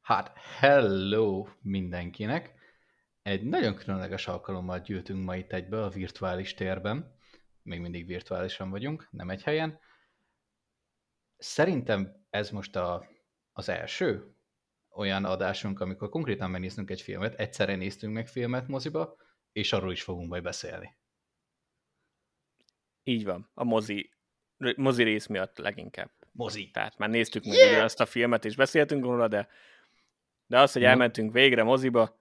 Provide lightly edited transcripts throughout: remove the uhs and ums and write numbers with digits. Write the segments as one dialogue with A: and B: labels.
A: Hát, hello mindenkinek! Egy nagyon különleges alkalommal gyűltünk ma itt egybe a virtuális térben. Még mindig virtuálisan vagyunk, nem egy helyen. Szerintem ez most az első olyan adásunk, amikor konkrétan megnéztünk egy filmet, egyszerre néztünk meg filmet moziba, és arról is fogunk majd beszélni.
B: Így van, a mozi rész miatt leginkább.
A: Mozi!
B: Tehát már néztük meg
A: Yeah!
B: ugyanazt a filmet, és beszéltünk róla, de az, hogy
A: No.
B: elmentünk végre moziba,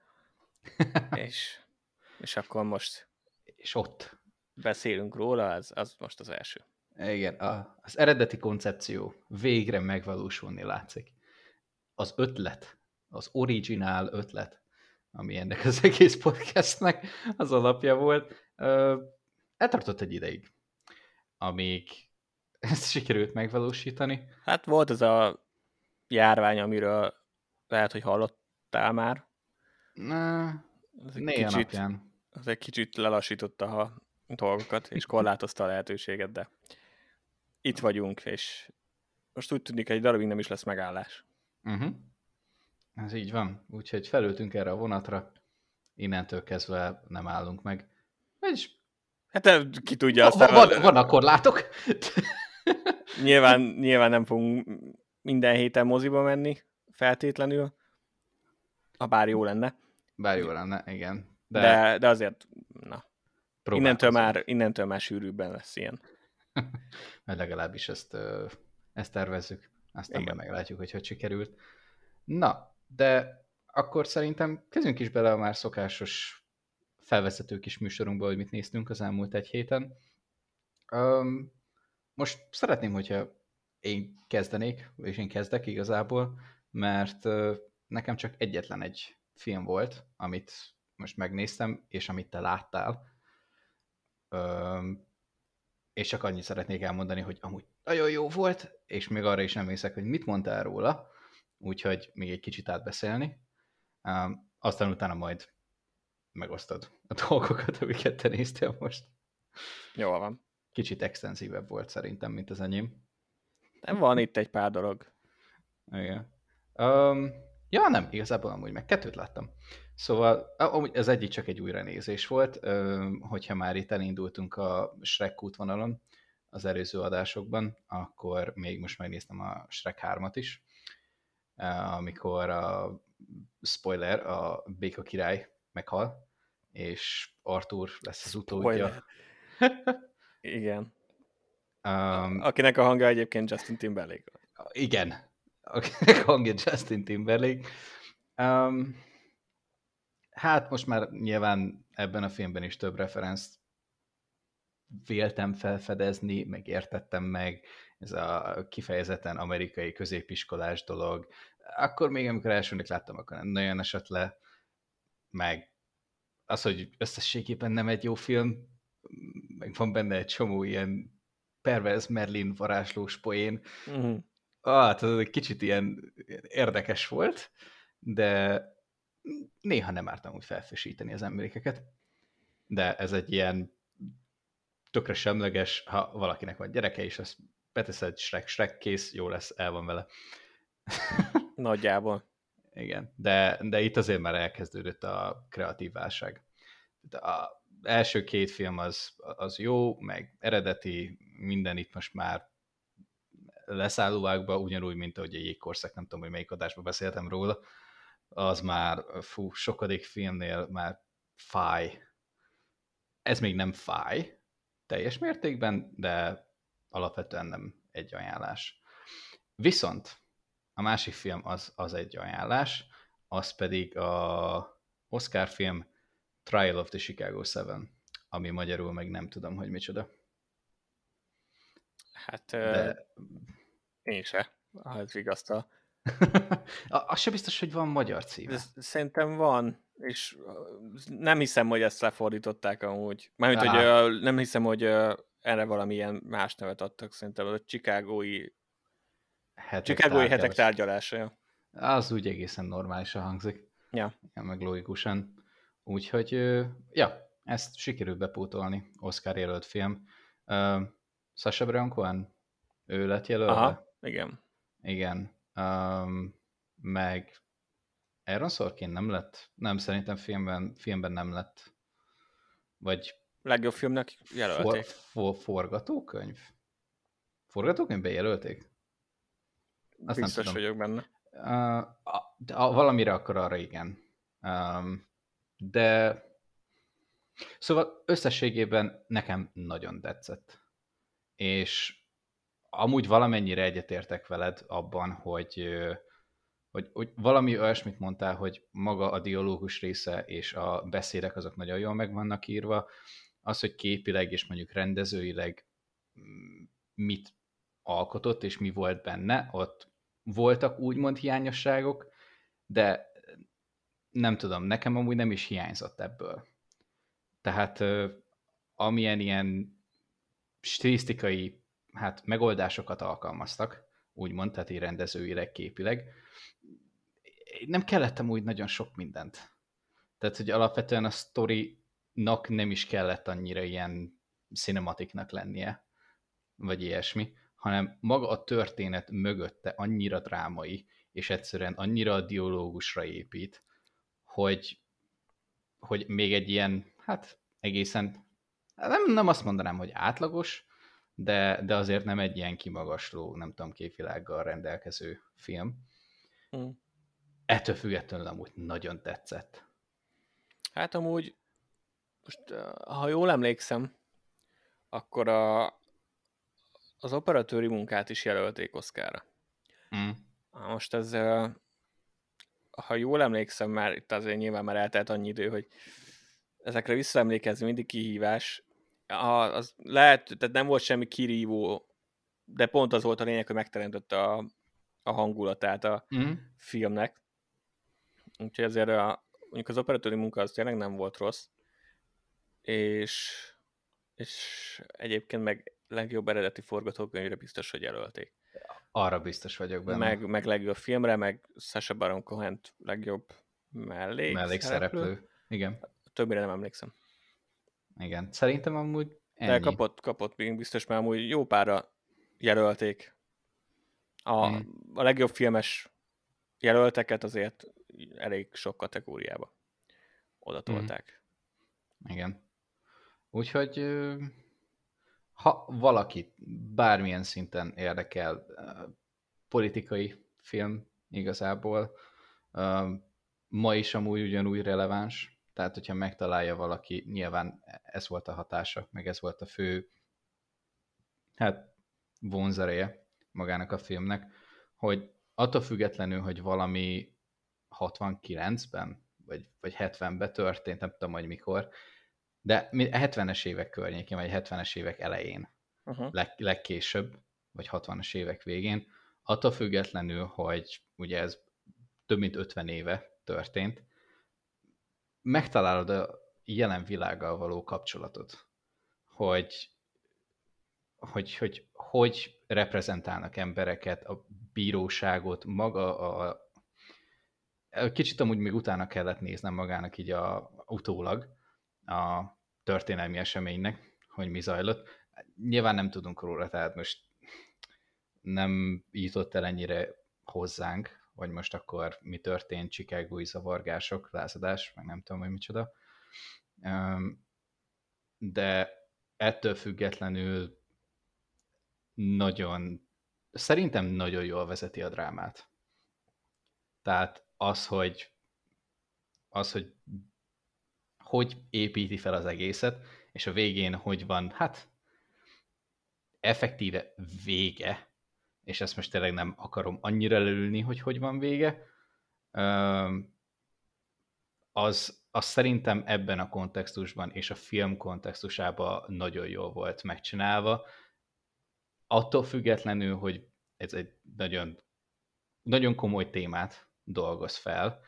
B: és akkor most
A: És ott.
B: beszélünk róla, az most az első.
A: Igen, az eredeti koncepció végre megvalósulni látszik. Az ötlet, az originál ötlet, ami ennek az egész podcastnek az alapja volt, eltartott egy ideig, amíg ezt sikerült megvalósítani.
B: Hát volt ez a járvány, amiről lehet, hogy hallottál már.
A: Néha napján.
B: Az egy kicsit lelassította a dolgokat, és korlátozta a lehetőséget, de itt vagyunk, és most úgy tűnik, egy darabig nem is lesz megállás.
A: Ez így van. Úgyhogy felültünk erre a vonatra, innentől kezdve nem állunk meg. És
B: Hát ki tudja, aztán...
A: Vannak korlátok.
B: Nyilván nem fogunk minden héten moziba menni, feltétlenül. Bár jó lenne.
A: Bár jó lenne, igen.
B: De azért, na.
A: Próbálkozunk.
B: Innentől már sűrűbben lesz ilyen.
A: Mert legalábbis ezt tervezzük. Aztán
B: Igen.
A: majd meglátjuk, hogy sikerült. Na, de akkor szerintem kezdjünk is bele a már szokásos felvezető kis műsorunkba, hogy mit néztünk az elmúlt egy héten. Most szeretném, hogyha én kezdenék, és én kezdek igazából, mert nekem csak egyetlen egy film volt, amit most megnéztem, és amit te láttál. És csak annyit szeretnék elmondani, hogy amúgy nagyon jó volt, és még arra is nem hiszek, hogy mit mondtál róla, úgyhogy még egy kicsit átbeszélni. Aztán utána majd megosztod a dolgokat, amiket te néztél most.
B: Jól van.
A: Kicsit extenzívebb volt szerintem, mint az enyém.
B: Nem van itt egy pár dolog.
A: Igen. Ja, nem, igazából amúgy meg kettőt láttam. Szóval amúgy az egyik csak egy újranézés volt, hogyha már itt elindultunk a Shrek útvonalon az előző adásokban, akkor még most megnéztem a Shrek 3-at is, amikor spoiler, a Béka király meghal, és Arthur lesz az utódja.
B: Igen. Akinek a hangja egyébként Justin Timberlake.
A: Igen, akinek hangja Justin Timberlake. Hát most már nyilván ebben a filmben is több referenzt véltem felfedezni, meg értettem meg, ez a kifejezetten amerikai középiskolás dolog. Akkor még, amikor elsőnek láttam, akkor nem nagyon esett le, meg az, hogy összességében nem egy jó film, meg van benne egy csomó ilyen perverz Merlin varázslós poén. Hát ez egy kicsit ilyen érdekes volt, de néha nem ártam úgy felfősíteni az emlékeket. De ez egy ilyen tökre semleges, ha valakinek van gyereke, és azt beteszed Shrek kész, jó lesz, el van vele.
B: Nagyjából.
A: Igen, de itt azért már elkezdődött a kreatív válság. Az első két film az jó, meg eredeti, minden itt most már leszállóákba, ugyanúgy, mint ahogy a Jégkorszak, nem tudom, hogy melyik adásban beszéltem róla, az már, sokadik filmnél már fáj. Ez még nem fáj teljes mértékben, de alapvetően nem egy ajánlás. Viszont a másik film az egy ajánlás, az pedig a Oscar film Trial of the Chicago 7, ami magyarul meg nem tudom, hogy micsoda.
B: Hát én se, az vigasztal.
A: Az se biztos, hogy van magyar címe.
B: Szerintem van, és nem hiszem, hogy ezt lefordították amúgy. Mármint, hogy nem hiszem, hogy erre valamilyen más nevet adtak, szerintem a Chicagói hetek tárgyalása.
A: Az úgy egészen normálisan hangzik.
B: Ja.
A: Meg logikusan. Úgyhogy, ja, ezt sikerült bepótolni, Oscar jelölt film. Sacha Baron Cohen, ő lett jelölve?
B: Aha, igen.
A: Igen. Meg Aaron Sorkin nem lett? Nem, szerintem filmben nem lett. Vagy
B: Legjobb filmnek jelölték.
A: forgatókönyv? Forgatókönyvben jelölték? Azt nem
B: Biztos
A: tudom.
B: vagyok benne.
A: Valamire akkor arra igen. De szóval összességében nekem nagyon tetszett. És amúgy valamennyire egyetértek veled abban, hogy valami olyasmit mondtál, hogy maga a dialógus része és a beszédek azok nagyon jól meg vannak írva. Az, hogy képileg és mondjuk rendezőileg mit alkotott és mi volt benne, ott voltak úgymond hiányosságok, de nem tudom, nekem amúgy nem is hiányzott ebből. Tehát amilyen ilyen stilisztikai megoldásokat alkalmaztak, úgymond, tehát így rendezőileg, képileg, nem kellettem úgy nagyon sok mindent. Tehát, hogy alapvetően a sztorinak nem is kellett annyira ilyen cinematiknak lennie, vagy ilyesmi, hanem maga a történet mögötte annyira drámai, és egyszerűen annyira a dialógusra épít, hogy még egy ilyen, egészen, nem azt mondanám, hogy átlagos, de azért nem egy ilyen kimagasló, nem tudom, képvilággal rendelkező film. Ettől függetlenül amúgy nagyon tetszett.
B: Hát amúgy, most, ha jól emlékszem, akkor az operatőri munkát is jelölték Oscarra. Most ez, ha jól emlékszem, már itt azért nyilván már eltelt annyi idő, hogy ezekre visszaemlékezni mindig kihívás. Az lehet, tehát nem volt semmi kirívó, de pont az volt a lényeg, hogy megteremtette a hangulatát a filmnek. Úgyhogy ezért mondjuk az operatőri munka az tényleg nem volt rossz. És egyébként meg legjobb eredeti forgatókönyvre biztos, hogy jelölték.
A: Arra biztos vagyok benne.
B: Meg legjobb filmre, meg Sacha Baron Cohen legjobb mellékszereplő.
A: Igen.
B: Többire nem emlékszem.
A: Igen. Szerintem amúgy ennyi.
B: De kapott még biztos, mert amúgy jó párra jelölték. A legjobb filmes jelölteket azért elég sok kategóriába odatolták.
A: Igen. Úgyhogy ha valakit bármilyen szinten érdekel politikai film igazából, ma is amúgy ugyanúgy releváns, tehát hogyha megtalálja valaki, nyilván ez volt a hatása, meg ez volt a fő vonzereje magának a filmnek, hogy attól függetlenül, hogy valami 69-ben, vagy 70-ben történt, nem tudom, hogy mikor, de 70-es évek környékén, vagy 70-es évek elején, legkésőbb, vagy 60-as évek végén, attól függetlenül, hogy ugye ez több mint 50 éve történt, megtalálod a jelen világgal való kapcsolatot, hogy reprezentálnak embereket, a bíróságot, maga kicsit amúgy még utána kellett néznem magának így utólag a történelmi eseménynek, hogy mi zajlott. Nyilván nem tudunk róla, tehát most nem jutott el ennyire hozzánk, vagy most akkor mi történt, chicagói zavargások, lázadás, meg nem tudom, hogy micsoda. De ettől függetlenül szerintem nagyon jól vezeti a drámát. Tehát hogy építi fel az egészet, és a végén hogy van, effektíve vége, és ezt most tényleg nem akarom annyira leülni, hogy van vége, az szerintem ebben a kontextusban és a film kontextusában nagyon jól volt megcsinálva. Attól függetlenül, hogy ez egy nagyon, nagyon komoly témát dolgoz fel,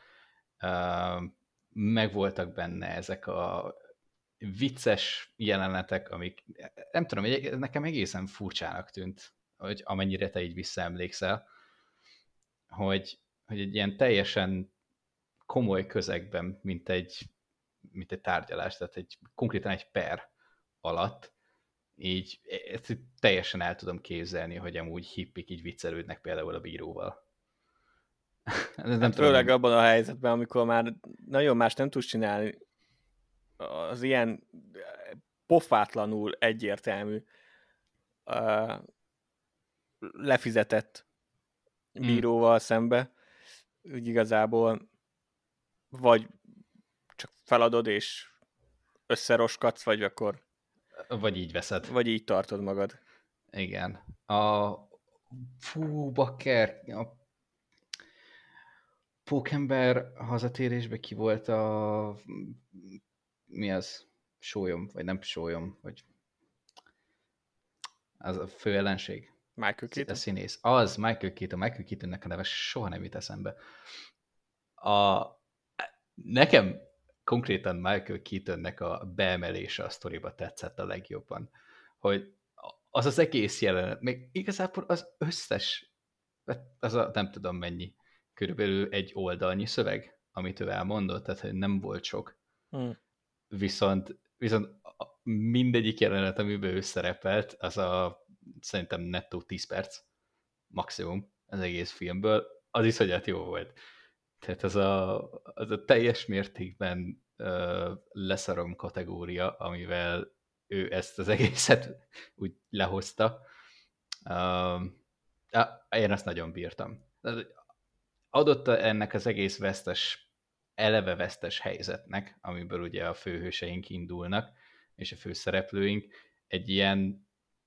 A: megvoltak benne ezek a vicces jelenetek, amik nem tudom, nekem egészen furcsának tűnt, hogy amennyire te így visszaemlékszel, hogy egy ilyen teljesen komoly közegben, mint egy tárgyalás, tehát konkrétan egy per alatt, így teljesen el tudom képzelni, hogy amúgy hippik így viccelődnek például a bíróval.
B: Hát főleg abban a helyzetben, amikor már nagyon más nem tudsz csinálni, az ilyen pofátlanul egyértelmű lefizetett bíróval szembe, úgy igazából vagy csak feladod és összeroskadsz, vagy akkor
A: Vagy így veszed.
B: vagy így tartod magad.
A: Igen. Bakker, a Pókember hazatérésben ki volt mi az? Sólyom, vagy nem sólyom, vagy az a fő ellenség.
B: Michael Keaton?
A: A színész. Az, Michael Keatonnek a neve soha nem jut eszembe. Nekem konkrétan Michael Keatonnek a beemelése a sztoriba tetszett a legjobban. Hogy az az egész jelenet, még igazából az összes, az a nem tudom mennyi, körülbelül egy oldalnyi szöveg, amit ő elmondott, tehát hogy nem volt sok. Viszont mindegyik jelenet, amiben ő szerepelt, az szerintem nettó 10 perc maximum az egész filmből, az iszonyat jó volt. Tehát az a teljes mértékben leszarom kategória, amivel ő ezt az egészet úgy lehozta. Én azt nagyon bírtam. Adott ennek az egész eleve vesztes helyzetnek, amiből ugye a főhőseink indulnak, és a főszereplőink, egy ilyen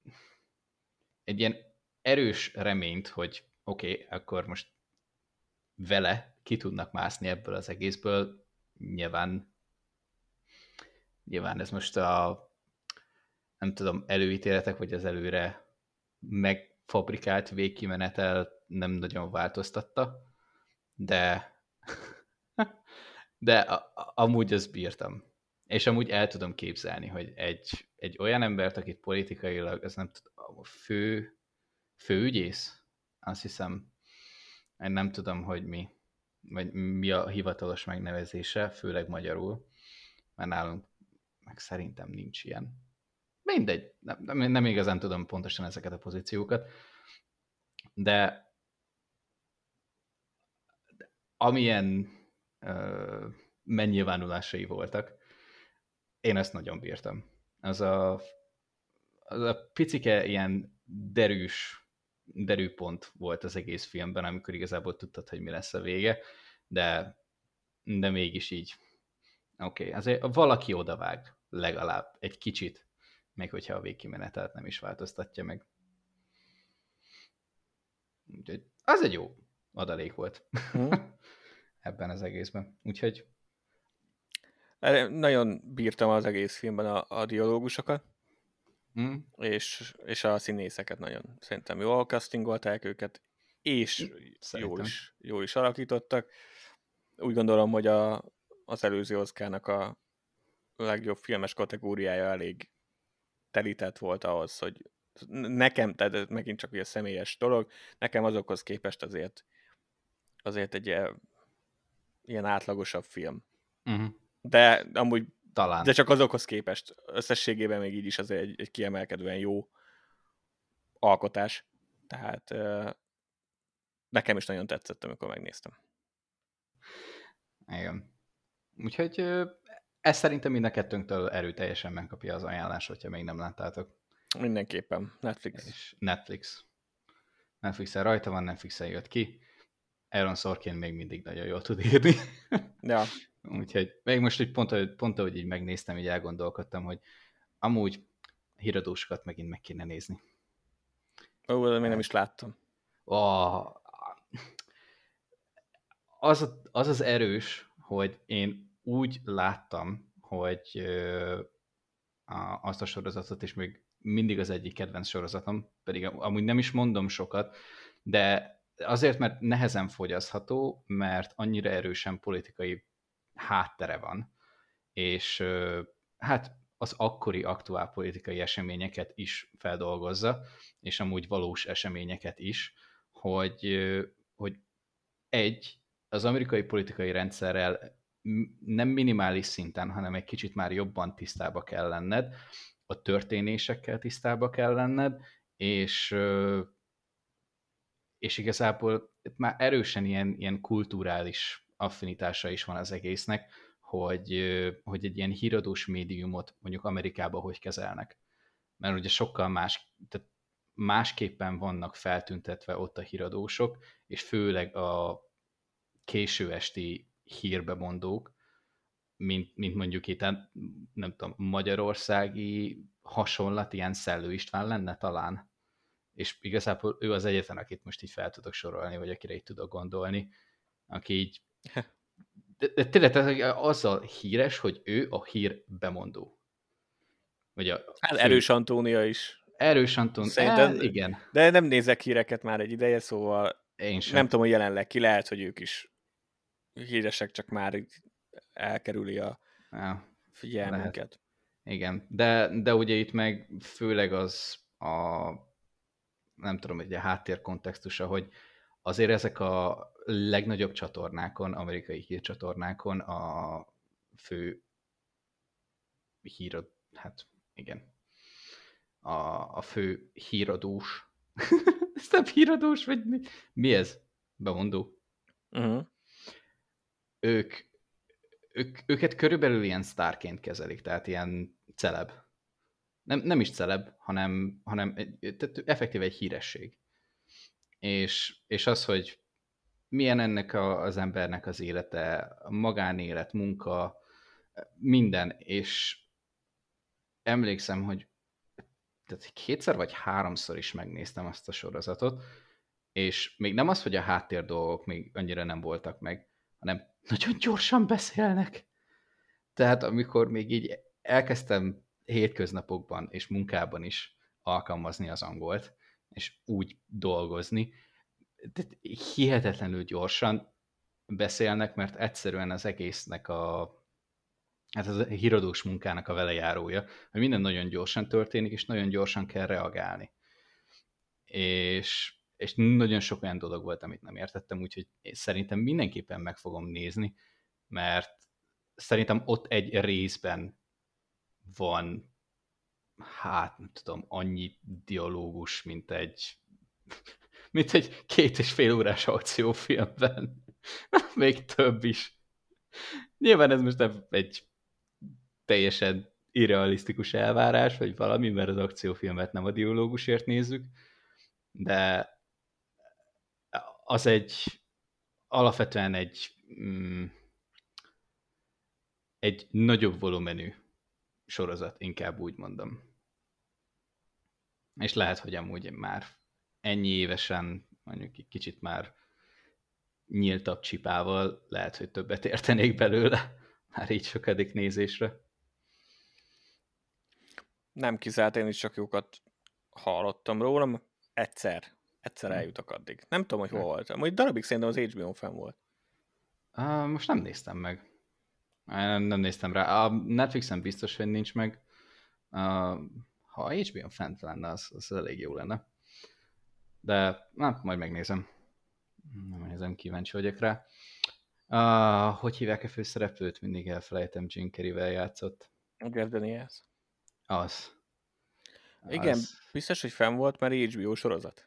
A: erős reményt, hogy oké, akkor most vele ki tudnak mászni ebből az egészből. Nyilván ez most nem tudom, előítéletek, vagy az előre megfabrikált végkimenetel nem nagyon változtatta, de amúgy azt bírtam. És amúgy el tudom képzelni, hogy egy olyan embert, akit politikailag, ez nem tudom, a főügyész, azt hiszem, én nem tudom, hogy mi a hivatalos megnevezése, főleg magyarul, mert nálunk meg szerintem nincs ilyen. Mindegy, nem igazán tudom pontosan ezeket a pozíciókat, de amilyen megnyilvánulásai voltak, én ezt nagyon bírtam. Az a picike ilyen derűpont volt az egész filmben, amikor igazából tudtad, hogy mi lesz a vége, de mégis így oké, azért valaki odavág legalább egy kicsit, még hogyha a végkimenetelt nem is változtatja meg. Úgyhogy az egy jó adalék volt ebben az egészben. Úgyhogy
B: nagyon bírtam az egész filmben a dialógusokat, és a színészeket nagyon szerintem jól castingolták őket, és jól is alakítottak. Úgy gondolom, hogy az előző Oscarnak a legjobb filmes kategóriája elég telített volt ahhoz, hogy nekem, tehát megint csak ugye személyes dolog, nekem azokhoz képest azért egy ilyen átlagosabb film. De amúgy
A: talán.
B: De csak azokhoz képest. Összességében még így is azért egy kiemelkedően jó alkotás. Tehát nekem is nagyon tetszett, amikor megnéztem.
A: Igen. Úgyhogy ez szerintem mind a kettőnktől erőteljesen megkapja az ajánlást, hogyha még nem láttátok.
B: Mindenképpen. Netflix.
A: És Netflixen rajta van, Netflixen jött ki. Aaron Sorkin még mindig nagyon jól tud írni.
B: Ja.
A: Úgyhogy még most így pont ahogy így megnéztem, így elgondolkodtam, hogy amúgy híradósokat megint meg kéne nézni.
B: Ó, de még nem is láttam.
A: Az erős, hogy én úgy láttam, hogy azt a sorozatot, és még mindig az egyik kedvenc sorozatom, pedig amúgy nem is mondom sokat, de azért, mert nehezen fogyasztható, mert annyira erősen politikai háttere van, és hát az akkori aktuál politikai eseményeket is feldolgozza, és amúgy valós eseményeket is, hogy az amerikai politikai rendszerrel nem minimális szinten, hanem egy kicsit már jobban tisztába kell lenned, a történésekkel tisztába kell lenned, és igazából itt már erősen ilyen kulturális affinitása is van az egésznek, hogy egy ilyen híradós médiumot mondjuk Amerikában hogy kezelnek. Mert ugye sokkal tehát másképpen vannak feltüntetve ott a híradósok, és főleg a késő esti hírbemondók, mint mondjuk itt, nem tudom, magyarországi hasonlat, ilyen Szellő István lenne talán. És igazából ő az egyetlen, akit most így fel tudok sorolni, vagy akire így tudok gondolni, aki így de tényleg azzal híres, hogy ő a hír bemondó. Vagy a
B: Hát Erős Antónia is.
A: Erős Anton,
B: Szerintem,
A: igen.
B: de nem nézek híreket már egy ideje, szóval
A: Én sem.
B: nem tudom, hogy jelenleg ki, lehet, hogy ők is híresek, csak már elkerüli a figyelmünket.
A: Lehet. Igen, de ugye itt meg főleg az a, nem tudom, egy háttérkontextusa, hogy azért ezek a legnagyobb csatornákon, amerikai hírcsatornákon a fő hát igen, a fő híradós, ez nem híradós, vagy mi ez? Bemondó.
B: Uh-huh.
A: Őket körülbelül ilyen sztárként kezelik, tehát ilyen celeb. Nem is celeb, hanem tehát effektíve egy híresség. És az, hogy milyen ennek az embernek az élete, a magánélet, munka, minden, és emlékszem, hogy tehát 2-szer vagy 3-szor is megnéztem azt a sorozatot, és még nem az, hogy a háttér dolgok még annyira nem voltak meg, hanem nagyon gyorsan beszélnek. Tehát amikor még így elkezdtem hétköznapokban és munkában is alkalmazni az angolt, és úgy dolgozni, de hihetetlenül gyorsan beszélnek, mert egyszerűen az egésznek hát az a híradós munkának a velejárója, hogy minden nagyon gyorsan történik, és nagyon gyorsan kell reagálni. És nagyon sok olyan dolog volt, amit nem értettem, úgyhogy szerintem mindenképpen meg fogom nézni, mert szerintem ott egy részben van, hát nem tudom, annyi dialógus, mint egy 2,5 órás akciófilmben. Még több is. Nyilván ez most nem egy teljesen irrealisztikus elvárás, vagy valami, mert az akciófilmet nem a dialógusért nézzük, de az alapvetően egy nagyobb volumenű sorozat, inkább úgy mondom. És lehet, hogy amúgy már ennyi évesen, mondjuk egy kicsit már nyíltabb csipával, lehet, hogy többet értenék belőle, már így sokadik nézésre.
B: Nem kizárt, én is csak jókat hallottam róla, egyszer eljutok addig. Nem tudom, hogy hol volt. Amúgy darabig szerintem az HBO-n fenn volt.
A: Most nem néztem meg. Nem néztem rá. A Netflixen biztos, hogy nincs meg. Ha a HBO-n fent lenne, az elég jó lenne. De majd megnézem. Nem nézem, kíváncsi vagyok rá. Hogy hívják a főszereplőt? Mindig elfelejtem, Jim Carrey-vel játszott.
B: Jeff Daniels.
A: Az.
B: Igen, biztos, hogy fenn volt, mert HBO sorozat.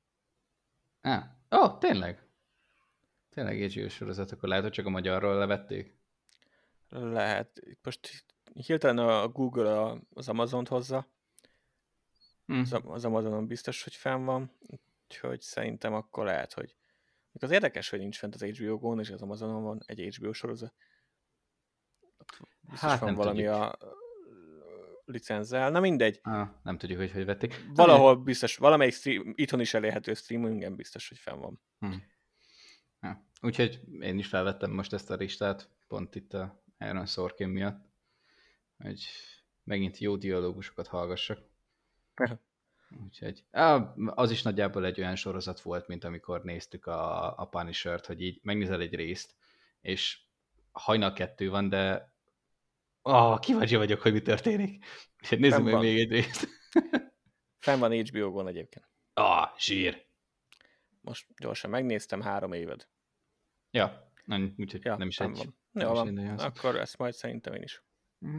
A: Tényleg? Tényleg HBO sorozat, akkor lehet, hogy csak a magyarról levették?
B: Lehet. Most hirtelen a Google az Amazont hozza. Az Amazonon biztos, hogy fenn van. Úgyhogy szerintem akkor lehet, hogy... Az érdekes, hogy nincs fent az HBO Go-n, és az Amazonon van egy HBO sorozat. Biztos
A: hát
B: van
A: nem
B: valami
A: tudjuk.
B: A licenzel. Na mindegy.
A: Nem tudjuk, hogy vették.
B: Valahol biztos, valamelyik itthon is elérhető streamingen biztos, hogy fenn van.
A: Úgyhogy én is felvettem most ezt a listát, pont itt a Aaron Sorkin miatt, hogy megint jó dialógusokat hallgassak. Úgyhogy az is nagyjából egy olyan sorozat volt, mint amikor néztük a Punisher-t, hogy így megnézel egy részt, és hajnal 2 van, de kíváncsi vagyok, hogy mi történik. És nézzük meg még egy részt.
B: Fenn van HBO Go-n egyébként.
A: Zsír.
B: Most gyorsan megnéztem, 3 éved.
A: Ja, úgyhogy nem is egy...
B: Jó van, akkor ezt majd szerintem én is.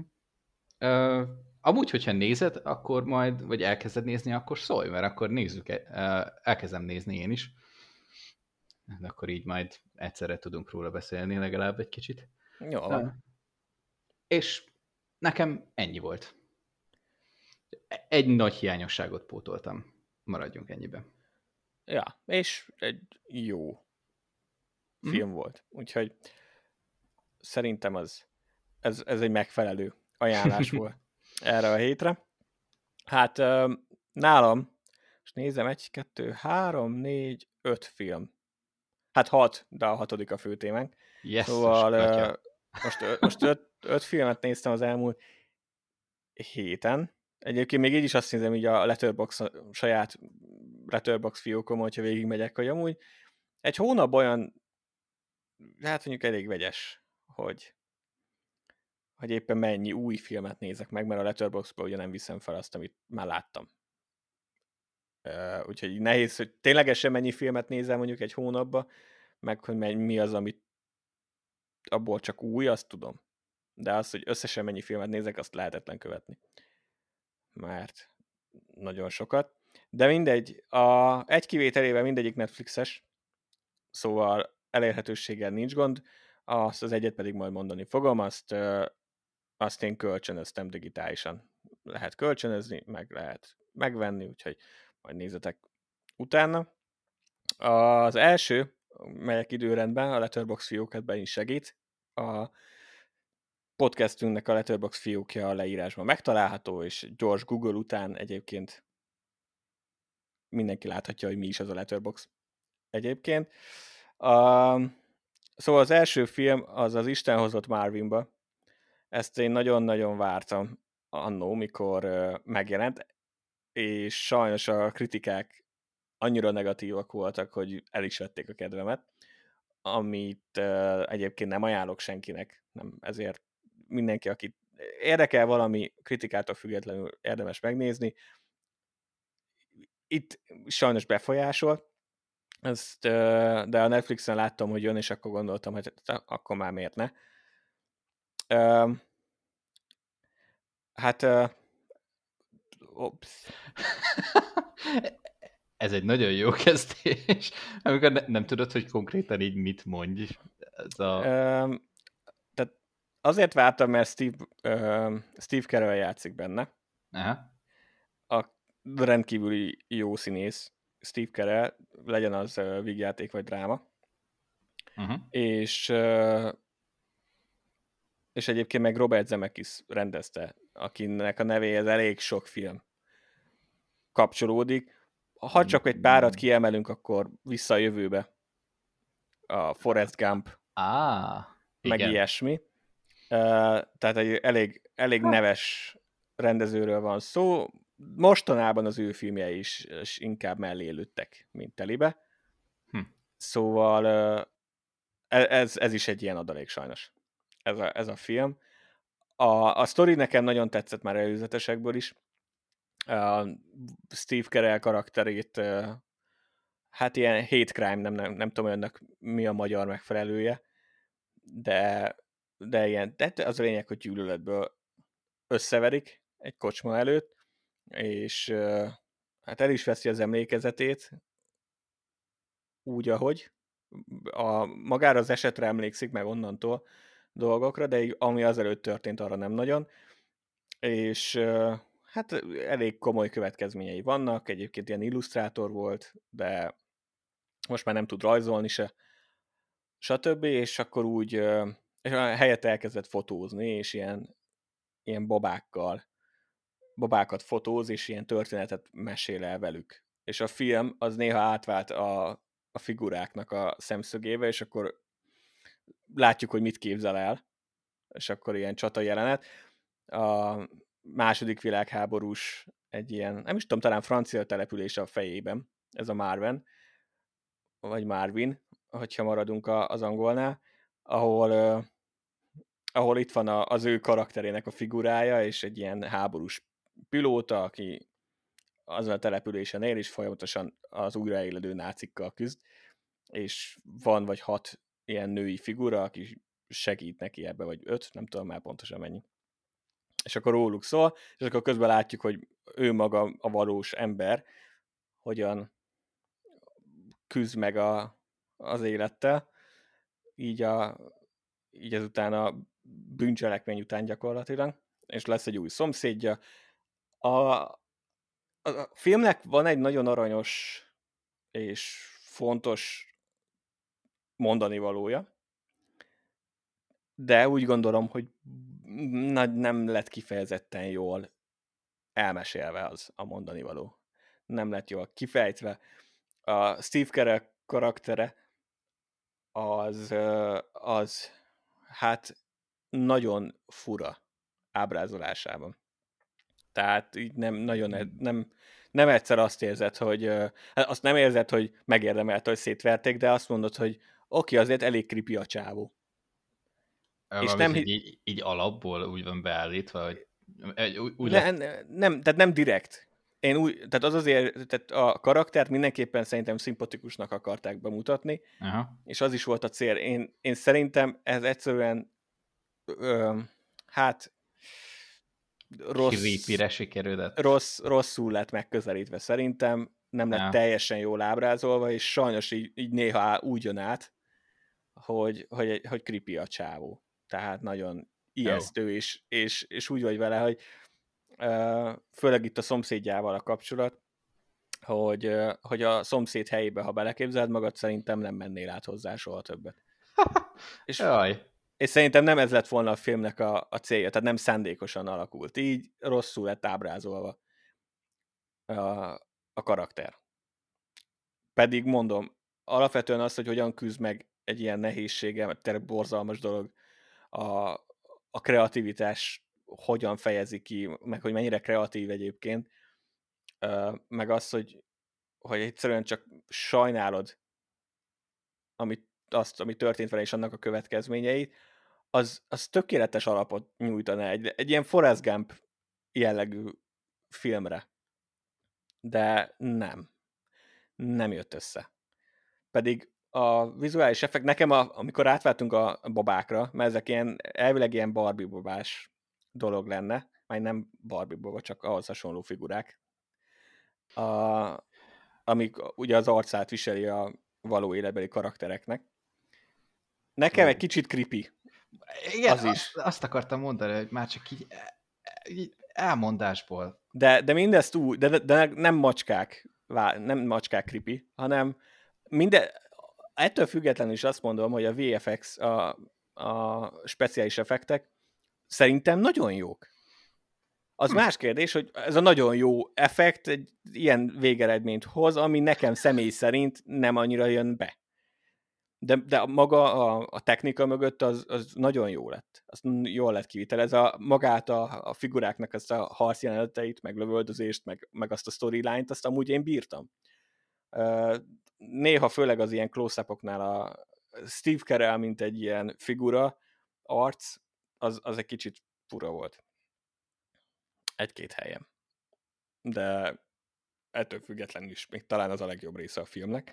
A: Amúgy, hogyha nézed, akkor majd, vagy elkezded nézni, akkor szólj, mert akkor nézzük, elkezdem nézni én is. akkor így majd egyszerre tudunk róla beszélni legalább egy kicsit.
B: Jó van.
A: És nekem ennyi volt. Egy nagy hiányosságot pótoltam. Maradjunk ennyiben.
B: Ja, és egy jó film volt. Úgyhogy szerintem ez egy megfelelő ajánlás volt erre a hétre. Hát nálam, és nézem, 1, 2, 3, 4, 5 film. Hát 6, de a 6. a fő témánk. Szóval most 5 filmet néztem az elmúlt héten. Egyébként még így is azt nézem, így a Letterboxd, saját Letterboxd fiókom, hogyha végigmegyek, hogy amúgy egy hónap olyan, hát mondjuk elég vegyes, hogy éppen mennyi új filmet nézek meg, mert a Letterboxdba ugye nem viszem fel azt, amit már láttam. Úgyhogy nehéz, hogy ténylegesen mennyi filmet nézel mondjuk egy hónapba, meg hogy mi az, amit abból csak új, azt tudom. De az, hogy összesen mennyi filmet nézek, azt lehetetlen követni. Mert nagyon sokat. De mindegy, egy kivételével mindegyik Netflixes, szóval elérhetőséggel nincs gond, azt az egyet pedig majd mondani fogom, azt én kölcsönöztem digitálisan. Lehet kölcsönözni, meg lehet megvenni, úgyhogy majd nézzetek utána. Az első, melyek időrendben, a Letterboxd fiókatban is segít. A podcastünknek a Letterboxd fiókja a leírásban megtalálható, és gyors Google után egyébként mindenki láthatja, hogy mi is az a Letterboxd egyébként. Szóval az első film az az Isten hozott Marvinba. Ezt én nagyon-nagyon vártam annó, mikor megjelent, és sajnos a kritikák annyira negatívak voltak, hogy el is vették a kedvemet, amit egyébként nem ajánlok senkinek, nem, ezért mindenki, akit érdekel valami, kritikától függetlenül érdemes megnézni. Itt sajnos befolyásol, de a Netflixen láttam, hogy jön, és akkor gondoltam, hogy akkor már miért ne. Hát
A: Ez egy nagyon jó kezdés, amikor nem tudod, hogy konkrétan így mit mondj.
B: Tehát azért vártam, mert Steve Carell játszik benne.
A: Aha.
B: A rendkívüli jó színész Steve Carell, legyen az vígjáték vagy dráma. És egyébként meg Robert Zemeckis rendezte, akinek a nevéhez elég sok film kapcsolódik. Ha csak egy párat kiemelünk, akkor Vissza a jövőbe. A Forrest Gump. Meg
A: igen.
B: ilyesmi. Tehát egy elég neves rendezőről van szó. Mostanában az ő filmjei is inkább mellé lőttek, mint telibe. Szóval ez is egy ilyen adalék sajnos. Ez a film. A sztori nekem nagyon tetszett már előzetesekből is. Steve Carell karakterét, hát ilyen hate crime, nem tudom önnek mi a magyar megfelelője, de ilyen, de az a lényeg, hogy gyűlöletből összeverik egy kocsma előtt, és hát el is veszi az emlékezetét, úgy, ahogy. Magára az esetre emlékszik meg onnantól dolgokra, de ami azelőtt történt, arra nem nagyon. És hát elég komoly következményei vannak, egyébként ilyen illusztrátor volt, de most már nem tud rajzolni se, stb. És akkor úgy és helyett elkezdett fotózni, és ilyen babákat fotóz, és ilyen történetet mesél el velük. És a film az néha átvált a figuráknak a szemszögébe, és akkor látjuk, hogy mit képzel el, és akkor ilyen csata jelenet. A második világháborús egy ilyen, nem is tudom, talán francia település a fejében, ez a Marvin, vagy Marvin, hogyha maradunk az angolnál, ahol itt van az ő karakterének a figurája, és egy ilyen háborús pilóta, aki azon a településen él, és folyamatosan az újraéledő nácikkal küzd, és van vagy 6 ilyen női figura, aki segít neki ebbe, vagy 5, nem tudom már pontosan mennyi. És akkor róluk szól, és akkor közben látjuk, hogy ő maga a valós ember hogyan küzd meg az élettel, így ezután a bűncselekmény után gyakorlatilag, és lesz egy új szomszédja. A filmnek van egy nagyon aranyos és fontos mondani valója, de úgy gondolom, hogy nem lett kifejezetten jól elmesélve az a mondani való. Nem lett jól kifejtve. A Steve Carell karaktere az hát nagyon fura ábrázolásában. Tehát így nem egyszer azt érzed, hogy azt nem érzed, hogy megérdemelte, hogy szétverték, de azt mondod, hogy oké, azért elég creepy a csávó.
A: És nem így alapból úgy van beállítva, hogy
B: tehát nem direkt. Tehát az azért, tehát a karaktert mindenképpen szerintem szimpatikusnak akarták bemutatni, és az is volt a cél. Én szerintem ez egyszerűen rosszul lett megközelítve szerintem, nem lett teljesen jól ábrázolva, és sajnos így néha úgy jön át, hogy creepy a csávó. Tehát nagyon ijesztő, és úgy vagy vele, hogy főleg itt a szomszédjával a kapcsolat, hogy a szomszéd helyébe, ha beleképzeled magad, szerintem nem mennél át hozzá soha többet. És szerintem nem ez lett volna a filmnek a célja, tehát nem szándékosan alakult. Így rosszul lett ábrázolva a karakter. Pedig mondom, alapvetően az, hogy hogyan küzd meg egy ilyen nehézsége, mert tényleg borzalmas dolog, a kreativitás hogyan fejezi ki, meg hogy mennyire kreatív egyébként, meg az, hogy egyszerűen csak sajnálod, ami történt vele, és annak a következményeit, az tökéletes alapot nyújtana egy ilyen Forrest Gump jellegű filmre. De nem jött össze. Pedig a vizuális effekt, nekem amikor átváltunk a babákra, mert ezek elvileg ilyen Barbie babás dolog lenne, majd nem Barbie baba, csak ahhoz hasonló figurák, amik ugye az arcát viseli a való életbeli karaktereknek. Nekem egy kicsit creepy.
A: Igen, az is. Azt akartam mondani, hogy már csak így elmondásból.
B: De mindezt úgy, de nem macskák creepy, hanem ettől függetlenül is azt mondom, hogy a VFX, a speciális effektek szerintem nagyon jók. Az más kérdés, hogy ez a nagyon jó effekt egy ilyen végeredményt hoz, ami nekem személy szerint nem annyira jön be. De maga a technika mögött az nagyon jó lett. Az jól lett kivitelezve. Magát a figuráknak ezt a harcjeleneteit, meg lövöldözést, meg azt a storyline-t, azt amúgy én bírtam. Néha főleg az ilyen close-upoknál a Steve Carell, mint egy ilyen figura, arc, az egy kicsit fura volt. Egy-két helyen. De ettől függetlenül is még talán az a legjobb része a filmnek.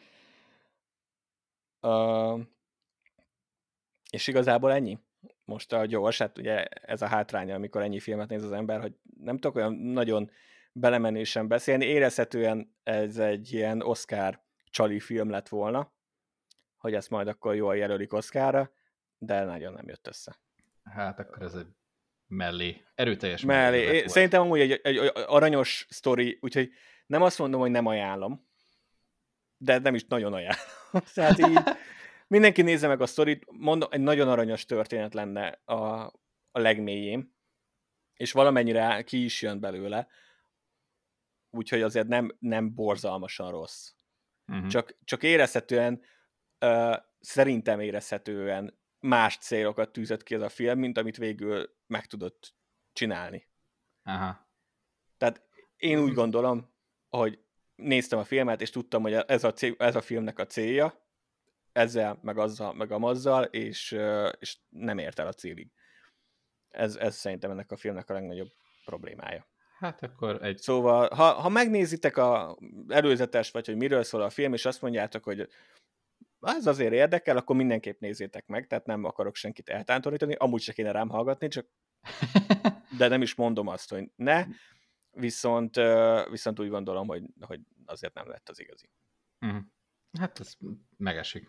B: És igazából ennyi. Most a gyors, hát ugye ez a hátránya, amikor ennyi filmet néz az ember, hogy nem tudok olyan nagyon belemenősen beszélni. Érezhetően ez egy ilyen Oscar csali film lett volna, hogy ezt majd akkor jól jelölik Oscarra, de nagyon nem jött össze.
A: Hát akkor ez egy erőteljes
B: mellé. Szerintem amúgy egy aranyos sztori, úgyhogy nem azt mondom, hogy nem ajánlom, de nem is nagyon ajánlom. Tehát így mindenki nézze meg a sztorit, mondom, egy nagyon aranyos történet lenne a legmélyén, és valamennyire ki is jön belőle, úgyhogy azért nem borzalmasan rossz. Csak érezhetően, szerintem érezhetően más célokat tűzött ki ez a film, mint amit végül meg tudott csinálni.
A: Aha.
B: Tehát én úgy gondolom, hogy néztem a filmet, és tudtam, hogy ez a filmnek a célja, ezzel, meg azzal, meg amazzal, és nem ért el a célig. Ez szerintem ennek a filmnek a legnagyobb problémája.
A: Hát akkor
B: Szóval, ha megnézitek az előzetes, vagy hogy miről szól a film, és azt mondjátok, hogy ez azért érdekel, akkor mindenképp nézzétek meg, tehát nem akarok senkit eltántorítani, amúgy se kéne rám hallgatni, csak de nem is mondom azt, hogy ne, viszont úgy gondolom, hogy azért nem lett az igazi.
A: Hát ez megesik.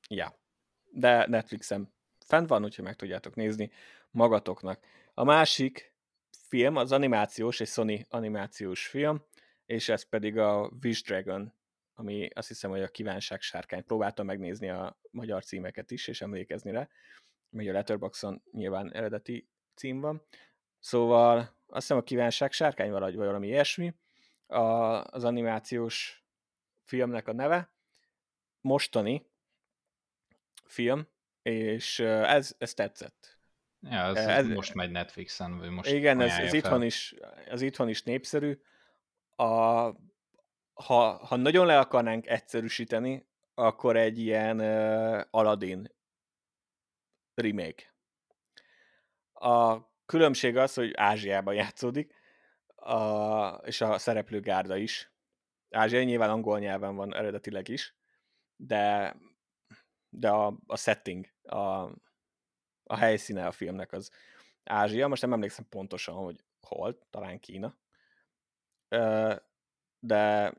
B: Ja. De Netflixen fent van, úgyhogy meg tudjátok nézni magatoknak. A másik film az animációs, egy Sony animációs film, és ez pedig a Wish Dragon, ami azt hiszem, hogy a Kívánság sárkány. Próbáltam megnézni a magyar címeket is, és emlékezni rá, még a Letterboxdon nyilván eredeti cím van. Szóval azt hiszem a Kívánság sárkány vagy valami ilyesmi. Az animációs filmnek a neve. Mostani film, és ez tetszett.
A: Ja, ez most megy Netflixen, vagy most
B: igen, ez
A: ajánlja
B: itthon is népszerű. Ha nagyon le akarnánk egyszerűsíteni, akkor egy ilyen Aladdin remake. A különbség az, hogy Ázsiában játszódik, és a szereplőgárda is. Ázsia nyilván angol nyelven van eredetileg is, de a setting, a helyszíne a filmnek az Ázsia. Most nem emlékszem pontosan, hogy hol, talán Kína. De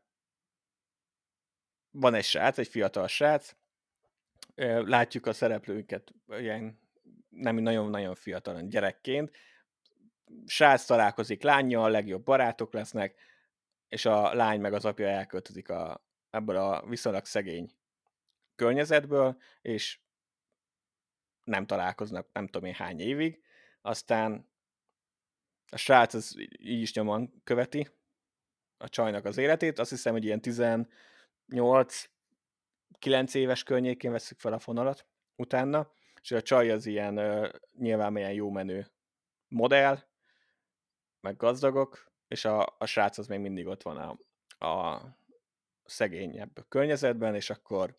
B: van egy srác, egy fiatal srác, látjuk a szereplőket ilyen nem nagyon-nagyon fiatalon gyerekként. Srác találkozik lánnyal, legjobb barátok lesznek, és a lány meg az apja elköltözik ebből a viszonylag szegény környezetből, és nem találkoznak nem tudom én hány évig. Aztán a srác az így is nyomon követi a csajnak az életét. Azt hiszem, hogy ilyen 18-9 éves környékén veszük fel a fonalat utána, és a csaj az ilyen nyilván milyen jó menő modell, meg gazdagok, és a srác az még mindig ott van a szegényebb környezetben, és akkor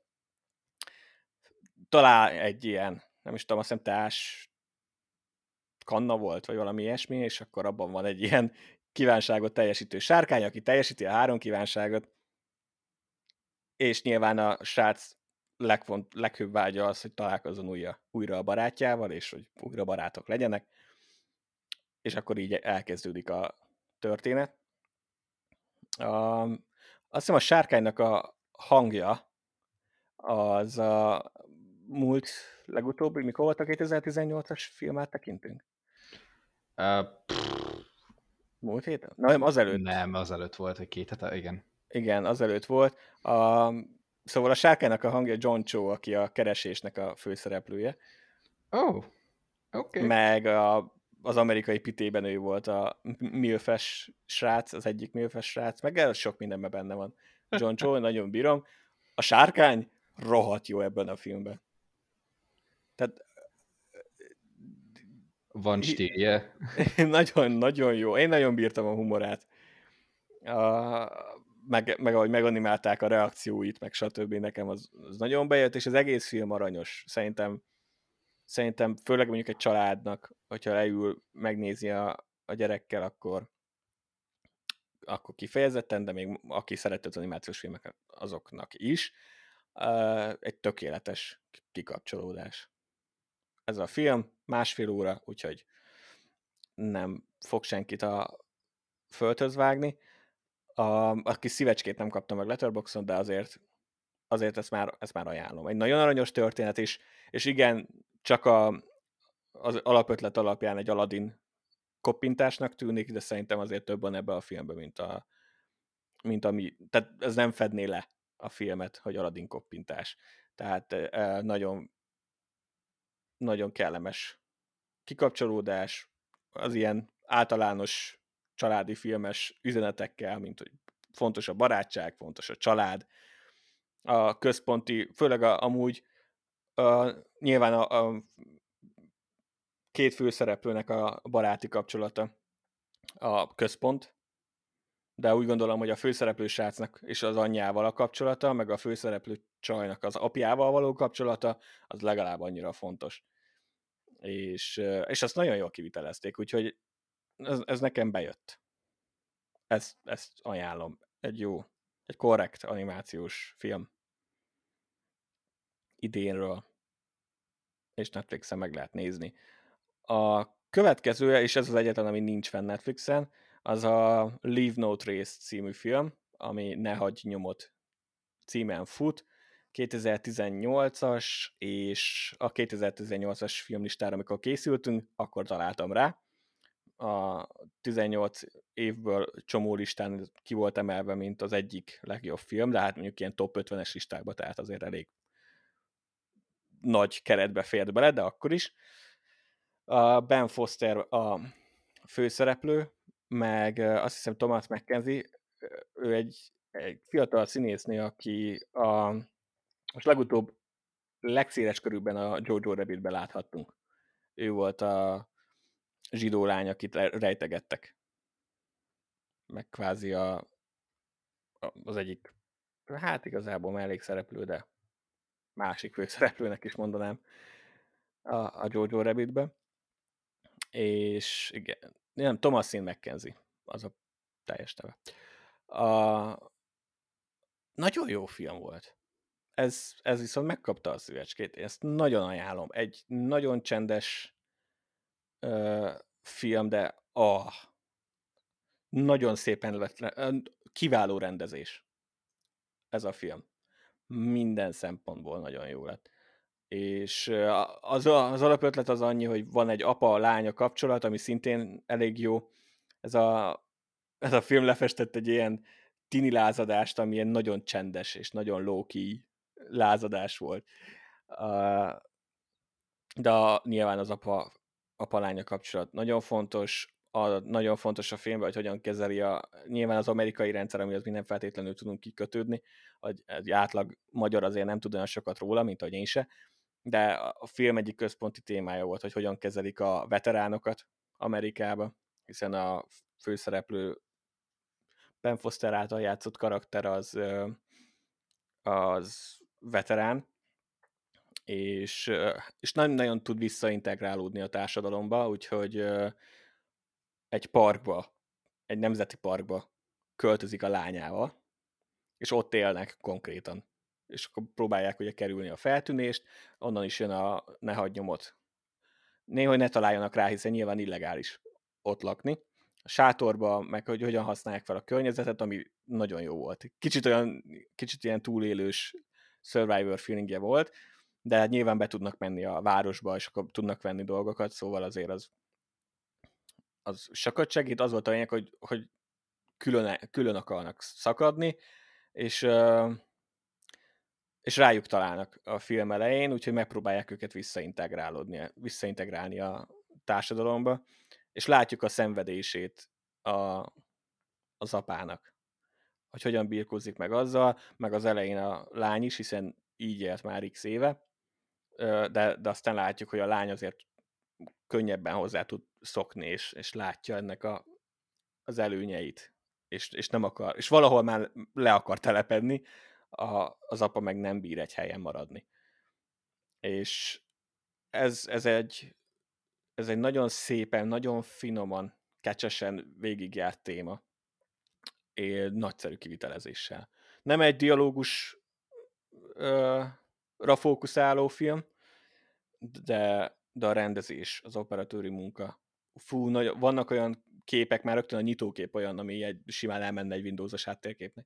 B: talál egy ilyen, nem is tudom, azt hiszem társ kanna volt, vagy valami ilyesmi, és akkor abban van egy ilyen kívánságot teljesítő sárkány, aki teljesíti a 3 kívánságot, és nyilván a srác leghőbb vágya az, hogy találkozzon újra a barátjával, és hogy újra barátok legyenek, és akkor így elkezdődik a történet. Azt hiszem a sárkánynak a hangja az a múlt legutóbbi, mikor volt a 2018-as filmet tekintünk? Múlt héten? Nem, azelőtt.
A: Nem, azelőtt volt, hogy 2 hete, igen.
B: Igen, azelőtt volt. Szóval a sárkánynak a hangja John Cho, aki a Keresésnek a főszereplője.
A: Oh, okay.
B: Meg az amerikai pitében ő volt a milfes srác, az egyik milfes srác, meg sok mindenben benne van. John Cho, nagyon bírom. A sárkány rohadt jó ebben a filmben. Tehát
A: van stílje.
B: Nagyon-nagyon jó. Én nagyon bírtam a humorát. Meg ahogy meganimálták a reakcióit, meg stb. Nekem az nagyon bejött, és az egész film aranyos. Szerintem főleg mondjuk egy családnak, hogyha leül megnézi a gyerekkel, akkor kifejezetten, de még aki szereti az animációs filmeket, azoknak is. Egy tökéletes kikapcsolódás. Ez a film 1,5 óra, úgyhogy nem fog senkit a földhöz vágni. A kis szívecskét nem kaptam meg Letterboxdon, de azért ezt már ajánlom. Egy nagyon aranyos történet is, és igen, csak az alapötlet alapján egy Aladdin koppintásnak tűnik, de szerintem azért több van ebbe a filmben, mint ami, tehát ez nem fedné le a filmet, hogy Aladdin koppintás. Tehát nagyon, nagyon kellemes kikapcsolódás, az ilyen általános családi filmes üzenetekkel, mint hogy fontos a barátság, fontos a család, a központi, főleg amúgy nyilván a két főszereplőnek a baráti kapcsolata a központ, de úgy gondolom, hogy a főszereplő srácnak és az anyjával a kapcsolata, meg a főszereplő csajnak az apjával való kapcsolata, az legalább annyira fontos. És azt nagyon jól kivitelezték, úgyhogy ez nekem bejött. Ezt ajánlom. Egy korrekt animációs film idénről, és Netflixen meg lehet nézni. A következője, és ez az egyetlen, ami nincs fenn Netflixen, az a Leave No Trace című film, ami Ne hagyj nyomot címen fut. 2018-as, és a 2018-as filmlistára, amikor készültünk, akkor találtam rá. A 18 évből csomó listán ki volt emelve, mint az egyik legjobb film, de hát mondjuk ilyen top 50-es listákba, tehát azért elég nagy keretbe fért bele, de akkor is. A Ben Foster a főszereplő, meg azt hiszem Thomas McKenzie, ő egy fiatal színésznő, aki most legutóbb legszéles körülben a Jojo Rabbitben láthattunk. Ő volt a zsidó lány, akit rejtegettek. Meg kvázi az egyik, hát igazából mellékszereplő, de másik főszereplőnek is mondanám a Jojo Rabbitbe. És igen, nem, Thomasin McKenzie, az a teljes neve. Nagyon jó film volt. Ez viszont megkapta a szívecskét. Én ezt nagyon ajánlom. Egy nagyon csendes film, de nagyon szépen lett, kiváló rendezés ez a film. Minden szempontból nagyon jó lett. És az alapötlet az annyi, hogy van egy apa-lánya kapcsolat, ami szintén elég jó. Ez a film lefestett egy ilyen tini lázadást, ami ilyen nagyon csendes és nagyon low-key lázadás volt. De nyilván az apa-lánya kapcsolat nagyon fontos. Nagyon fontos a filmben, hogy hogyan kezeli nyilván az amerikai rendszer, amihez mi nem feltétlenül tudunk kikötődni. Egy átlag magyar azért nem tud olyan sokat róla, mint ahogy én se. De a film egyik központi témája volt, hogy hogyan kezelik a veteránokat Amerikába, hiszen a főszereplő Ben Foster által játszott karakter az veterán, és nagyon tud visszaintegrálódni a társadalomba, úgyhogy egy nemzeti parkba költözik a lányával, és ott élnek konkrétan. És akkor próbálják ugye kerülni a feltűnést, onnan is jön a ne hagyj nyomot. Néhogy ne találjanak rá, hiszen nyilván illegális ott lakni. A sátorba, meg hogy hogyan használják fel a környezetet, ami nagyon jó volt. Kicsit ilyen túlélős Survivor feelingje volt, de hát nyilván be tudnak menni a városba, és akkor tudnak venni dolgokat, szóval azért az sokat segít. Az volt a lényeg, hogy külön akarnak szakadni, és rájuk találnak a film elején, úgyhogy megpróbálják őket visszaintegrálni a társadalomba, és látjuk a szenvedését az apának, hogy hogyan birkózik meg azzal, meg az elején a lány is, hiszen így élt már x éve, de aztán látjuk, hogy a lány azért könnyebben hozzá tud szokni, és látja ennek az előnyeit, és nem akar, és valahol már le akar telepedni, az apa meg nem bír egy helyen maradni. És ez egy nagyon szépen, nagyon finoman, kecsesen végigjárt téma, és nagyszerű kivitelezéssel. Nem egy dialógusra fókuszáló film, de a rendezés, az operatőri munka. Vannak olyan képek, már rögtön a nyitókép olyan, ami simán elmenne egy Windows-os háttérképnek.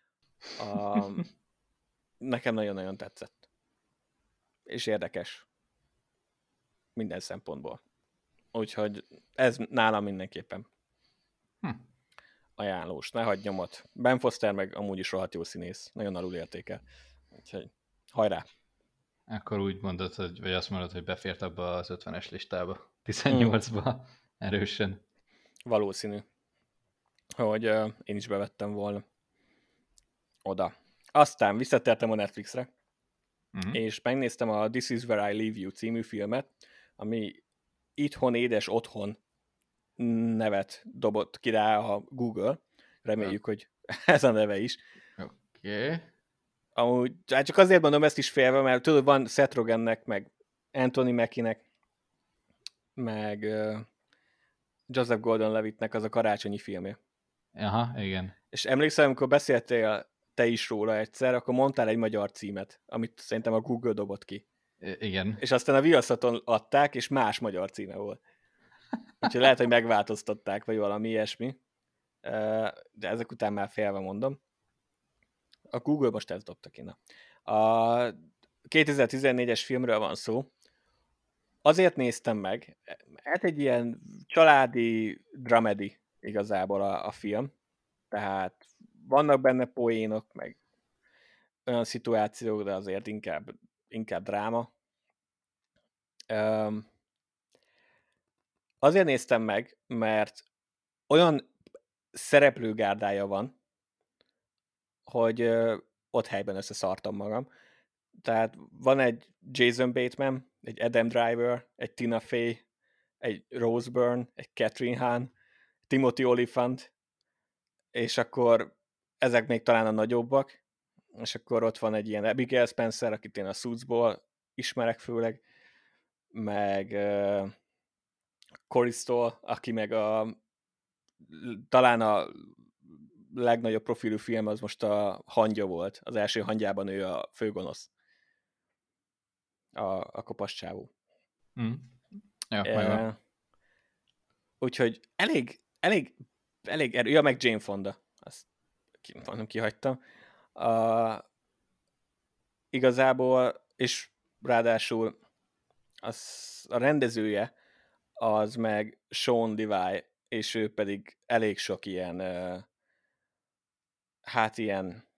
B: Nekem nagyon-nagyon tetszett. És érdekes. Minden szempontból. Úgyhogy ez nálam mindenképpen ajánlós. Ne hagyj nyomot. Ben Foster meg amúgy is rohadt jó színész. Nagyon alul értékel. Úgyhogy hajrá!
A: Akkor úgy mondod, vagy azt mondod, hogy befért abba az 50-es listába. 18-ba. Erősen.
B: Valószínű, hogy én is bevettem volna oda. Aztán visszatértem a Netflixre, és megnéztem a This Is Where I Leave You című filmet, ami itthon édes otthon nevet dobott ki rá a Google. Reméljük, hogy ez a neve is.
A: Oké.
B: Amúgy, hát csak azért mondom ezt is félve, mert tudod, van Seth Rogennek, meg Anthony Mackie-nek, meg Joseph Gordon-Levittnek az a karácsonyi filmje.
A: Aha, igen.
B: És emlékszel, amikor beszéltél te is róla egyszer, akkor mondtál egy magyar címet, amit szerintem a Google dobott ki.
A: Igen.
B: És aztán a Viaszaton adták, és más magyar címe volt. Úgyhogy lehet, hogy megváltoztatták, vagy valami ilyesmi. De ezek után már félve mondom. A Google most ezt dobta ki. A 2014-es filmről van szó. Azért néztem meg, hát egy ilyen családi dramedy igazából a film. Tehát vannak benne poénok, meg olyan szituációk, de azért inkább dráma. Azért néztem meg, mert olyan szereplőgárdája van, hogy ott helyben összeszartam magam. Tehát van egy Jason Bateman, egy Adam Driver, egy Tina Fey, egy Rose Byrne, egy Catherine Hahn, Timothy Olyphant, és akkor ezek még talán a nagyobbak, és akkor ott van egy ilyen Abigail Spencer, akit én a Suitsból ismerek főleg, meg Corey Stoll, aki meg talán a legnagyobb profilú film az most a Hangya volt. Az első Hangyában ő a főgonosz. A kopasz csávó.
A: Ja,
B: úgyhogy elég ja, meg Jane Fonda. Azt nem kihagytam. Igazából, és ráadásul a rendezője az meg Sean Levy, és ő pedig elég sok ilyen ilyen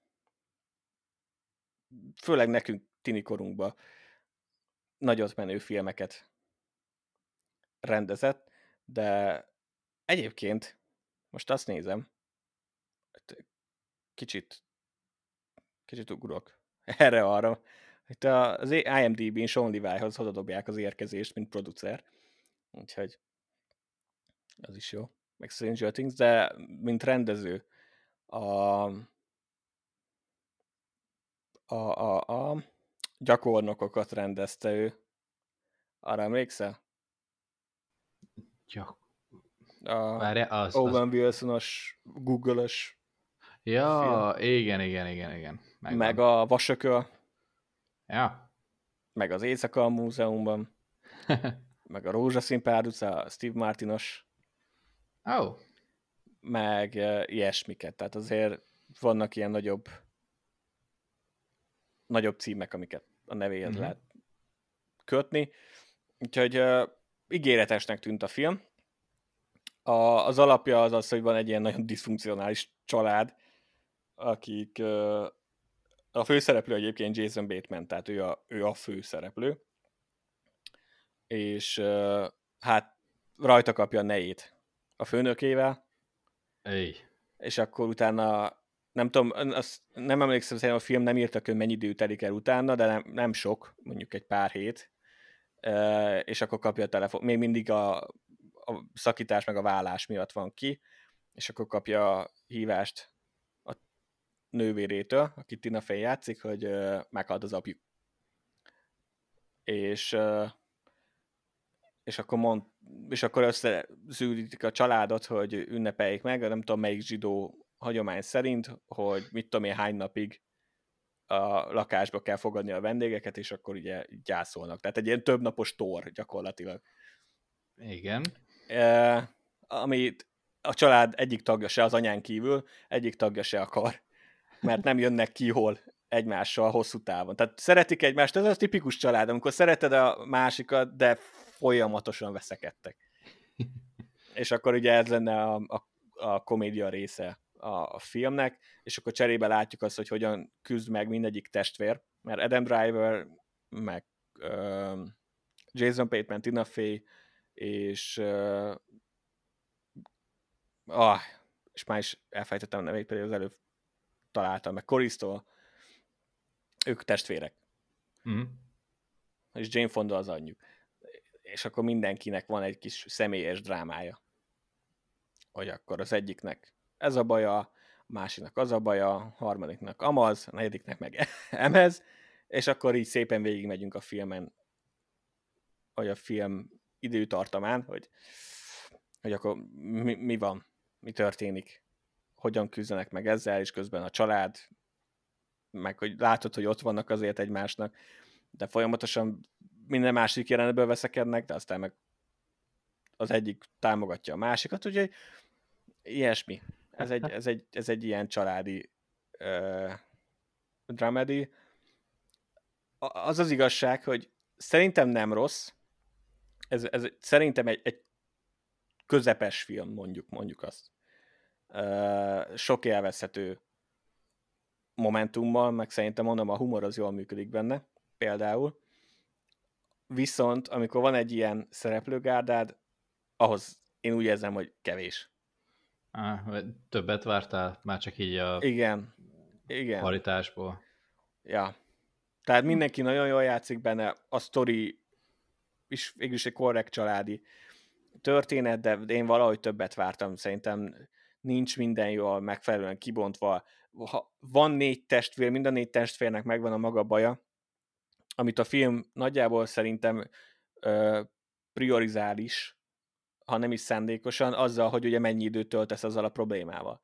B: főleg nekünk tinikorunkban nagyot menő filmeket rendezett, de egyébként most azt nézem, kicsit ugrok erre-arra, itt az IMDb-n Sean Levyhoz dobják az érkezést, mint producer, úgyhogy az is jó, meg Stranger Things, de mint rendező a gyakornokokat rendezte ő. Arra emlékszel?
A: Várjál,
B: Owen Wilson-os, Google-ös
A: ja, film. Igen.
B: Megvan. Meg a Vasököl.
A: Ja.
B: Meg az Éjszaka a Múzeumban. Meg a Rózsaszín párduca, a Steve Martinos.
A: Oh.
B: Meg ilyesmiket. Tehát azért vannak ilyen nagyobb címek, amiket a nevéhez lehet kötni. Úgyhogy ígéretesnek tűnt a film. Az alapja az, hogy van egy ilyen nagyon diszfunkcionális család, akik a főszereplő egyébként Jason Bateman, tehát ő a főszereplő, és hát rajta kapja a nejét a főnökével, és akkor utána nem tudom, nem emlékszem, hogy a film nem írtak, hogy mennyi idő telik el utána, de nem sok, mondjuk egy pár hét, és akkor kapja a telefon, még mindig a szakítás meg a vállás miatt van ki, és akkor kapja a hívást a nővérétől, aki Tina Fey játszik, hogy meghalt az apjuk. És akkor összezűrítik a családot, hogy ünnepeljék meg, nem tudom melyik zsidó hagyomány szerint, hogy mit tudom én hány napig a lakásba kell fogadni a vendégeket, és akkor ugye gyászolnak. Tehát egy ilyen többnapos tor gyakorlatilag.
A: Igen.
B: Amit a család egyik tagja se, az anyán kívül, egyik tagja se akar, mert nem jönnek ki hol egymással hosszú távon. Tehát szeretik egymást, ez az tipikus család, amikor szereted a másikat, de folyamatosan veszekedtek. És akkor ugye ez lenne a komédia része a filmnek, és akkor cserébe látjuk azt, hogy hogyan küzd meg mindegyik testvér, mert Adam Driver, meg Jason Bateman, Tina Fey, és és már is elfejtettem a nevét, pedig az előbb találtam, meg Corey Stoll, ők testvérek. És Jane Fonda az anyjuk. És akkor mindenkinek van egy kis személyes drámája. Hogy akkor az egyiknek ez a baja, a másiknak az a baja, a harmadiknak amaz, a negyediknek meg emez, és akkor így szépen végigmegyünk a filmen, vagy a film időtartamán, hogy akkor mi van, mi történik, hogyan küzdenek meg ezzel, és közben a család, meg hogy látod, hogy ott vannak azért egymásnak, de folyamatosan minden másik jelenetből veszekednek, de aztán meg az egyik támogatja a másikat, úgyhogy ilyesmi. Ez egy ilyen családi dramedy. Az az igazság, hogy szerintem nem rossz. Ez szerintem egy közepes film, mondjuk azt. Sok élvezhető momentummal, meg szerintem mondom, a humor az jól működik benne, például. Viszont, amikor van egy ilyen szereplőgárdád, ahhoz én úgy érzem, hogy kevés.
A: Többet vártál? Már csak így a
B: Igen.
A: kvalitásból?
B: Ja. Tehát mindenki nagyon jól játszik benne, a sztori is végülis egy korrekt családi történet, de én valahogy többet vártam, szerintem nincs minden jól megfelelően kibontva. Ha van 4 testvér, mind a 4 testvérnek megvan a maga baja, amit a film nagyjából szerintem priorizál is, ha nem is szándékosan, azzal, hogy ugye mennyi időt töltesz azzal a problémával.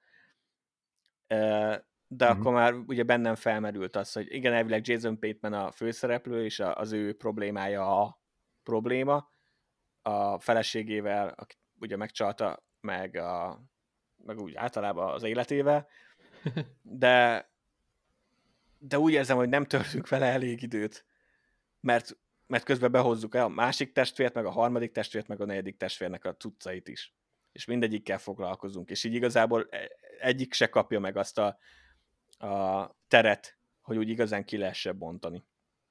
B: De akkor már ugye bennem felmerült az, hogy igen, elvileg Jason Bateman a főszereplő, és az ő problémája a probléma, a feleségével, akit ugye megcsalta, meg úgy általában az életével, de úgy érzem, hogy nem töltünk vele elég időt, mert közben behozzuk el a másik testvért, meg a harmadik testvért, meg a negyedik testvérnek a cuccait is. És mindegyikkel foglalkozunk, és így igazából egyik se kapja meg azt a teret, hogy úgy igazán ki lehessen bontani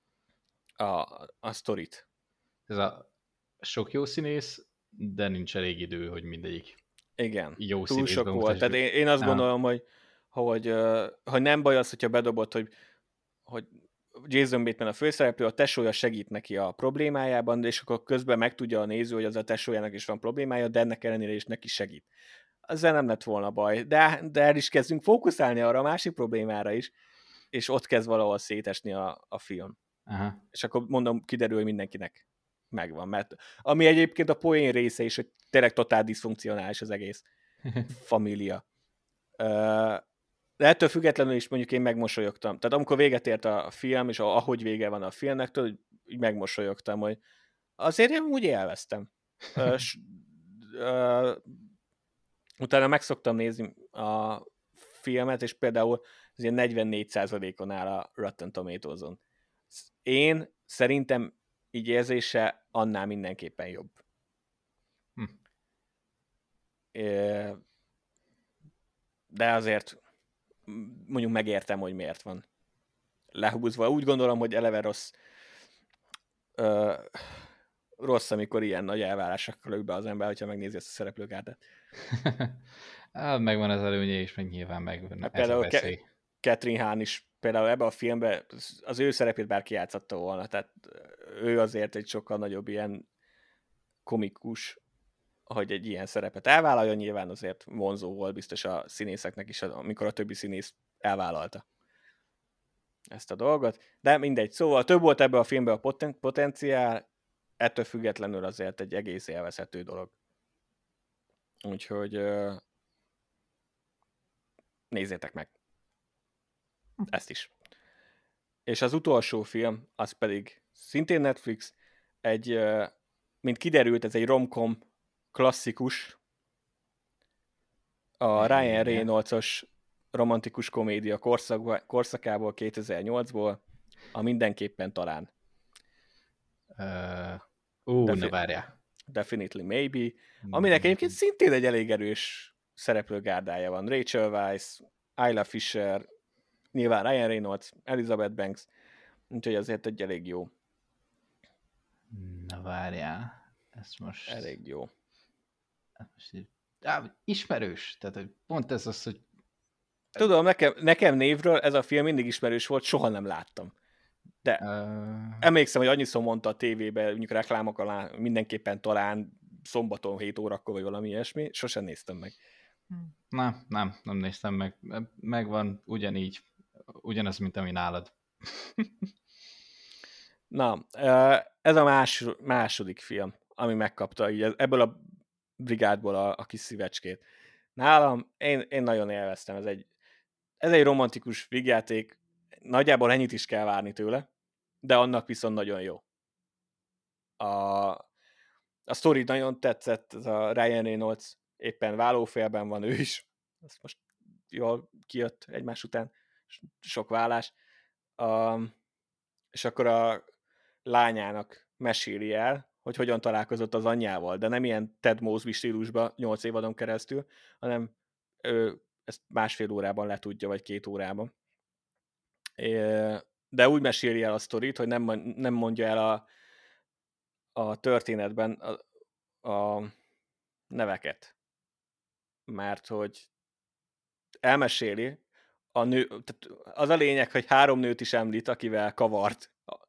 B: a sztorit.
A: Ez a sok jó színész, de nincs elég idő, hogy mindegyik
B: igen,
A: jó
B: túl sok volt. Tehát
A: bemutassuk.
B: én azt gondolom, hogy nem baj az, hogyha bedobod, hogy Jason Bateman a főszereplő, a tesója segít neki a problémájában, és akkor közben megtudja a néző, hogy az a tesójának is van problémája, de ennek ellenére is neki segít. Ezzel nem lett volna baj, de el is kezdünk fókuszálni arra a másik problémára is, és ott kezd valahol szétesni a film.
A: Aha.
B: És akkor mondom, kiderül, hogy mindenkinek megvan, mert ami egyébként a poén része is, hogy tényleg totál diszfunkcionális az egész família. De ettől függetlenül is mondjuk én megmosolyogtam. Tehát amikor véget ért a film, és ahogy vége van a filmnek, tudod, így megmosolyogtam, hogy azért én úgy élveztem. Utána meg szoktam nézni a filmet, és például az ilyen 44%-on áll a Rotten Tomatoes-on. Én szerintem így érzése annál mindenképpen jobb. De azért mondjuk megértem, hogy miért van lehúzva. Úgy gondolom, hogy eleve rossz, amikor ilyen nagy elvárásokkal lök be az ember, hogyha megnézi ezt a szereplőgárdát.
A: Megvan az előnye is, meg nyilván megvan
B: hát
A: ez a veszély.
B: Catherine Hahn is például ebben a filmben az ő szerepét bárki játszotta volna, tehát ő azért egy sokkal nagyobb ilyen komikus, hogy egy ilyen szerepet elvállaljon, nyilván azért vonzó volt biztos a színészeknek is, amikor a többi színész elvállalta ezt a dolgot, de mindegy, szóval több volt ebben a filmben a potenciál, ettől függetlenül azért egy egész élvezhető dolog. Úgyhogy nézzétek meg ezt is. És az utolsó film, az pedig szintén Netflix, mint kiderült, ez egy rom-com klasszikus, a Ryan Reynolds-os romantikus komédia korszakából, 2008-ból, a Mindenképpen talán.
A: Na várjál.
B: Definitely Maybe, aminek egyébként szintén egy elég erős szereplőgárdája van. Rachel Weisz, Isla Fisher, nyilván Ryan Reynolds, Elizabeth Banks, úgyhogy azért egy elég jó.
A: Na várjál. Ez most...
B: Elég jó.
A: Ismerős. Tehát pont ez az, hogy...
B: Tudom, nekem névről ez a film mindig ismerős volt, soha nem láttam. De emlékszem, hogy annyiszor mondta a tévében, mondjuk reklámok alá, mindenképpen talán szombaton 7 órakor, vagy valami ilyesmi, sosem néztem meg.
A: Nem néztem meg. Megvan ugyanígy, ugyanaz, mint ami nálad.
B: Na, ez a második film, ami megkapta így ebből a brigádból a kis szívecskét. Nálam, én nagyon élveztem, ez egy romantikus vígjáték, nagyjából ennyit is kell várni tőle, de annak viszont nagyon jó. A sztori nagyon tetszett, ez a Ryan Reynolds éppen vállófélben van ő is, ez most jól kijött egymás után, sok vállás, és akkor a lányának meséli el, hogy hogyan találkozott az anyjával, de nem ilyen Ted Mosby stílusban 8 évadon keresztül, hanem ő ezt 1,5 órában letudja, vagy 2 órában. De úgy meséli el a sztorit, hogy nem mondja el a történetben a neveket. Mert hogy elmeséli, tehát az a lényeg, hogy 3 nőt is említ, akivel kavart,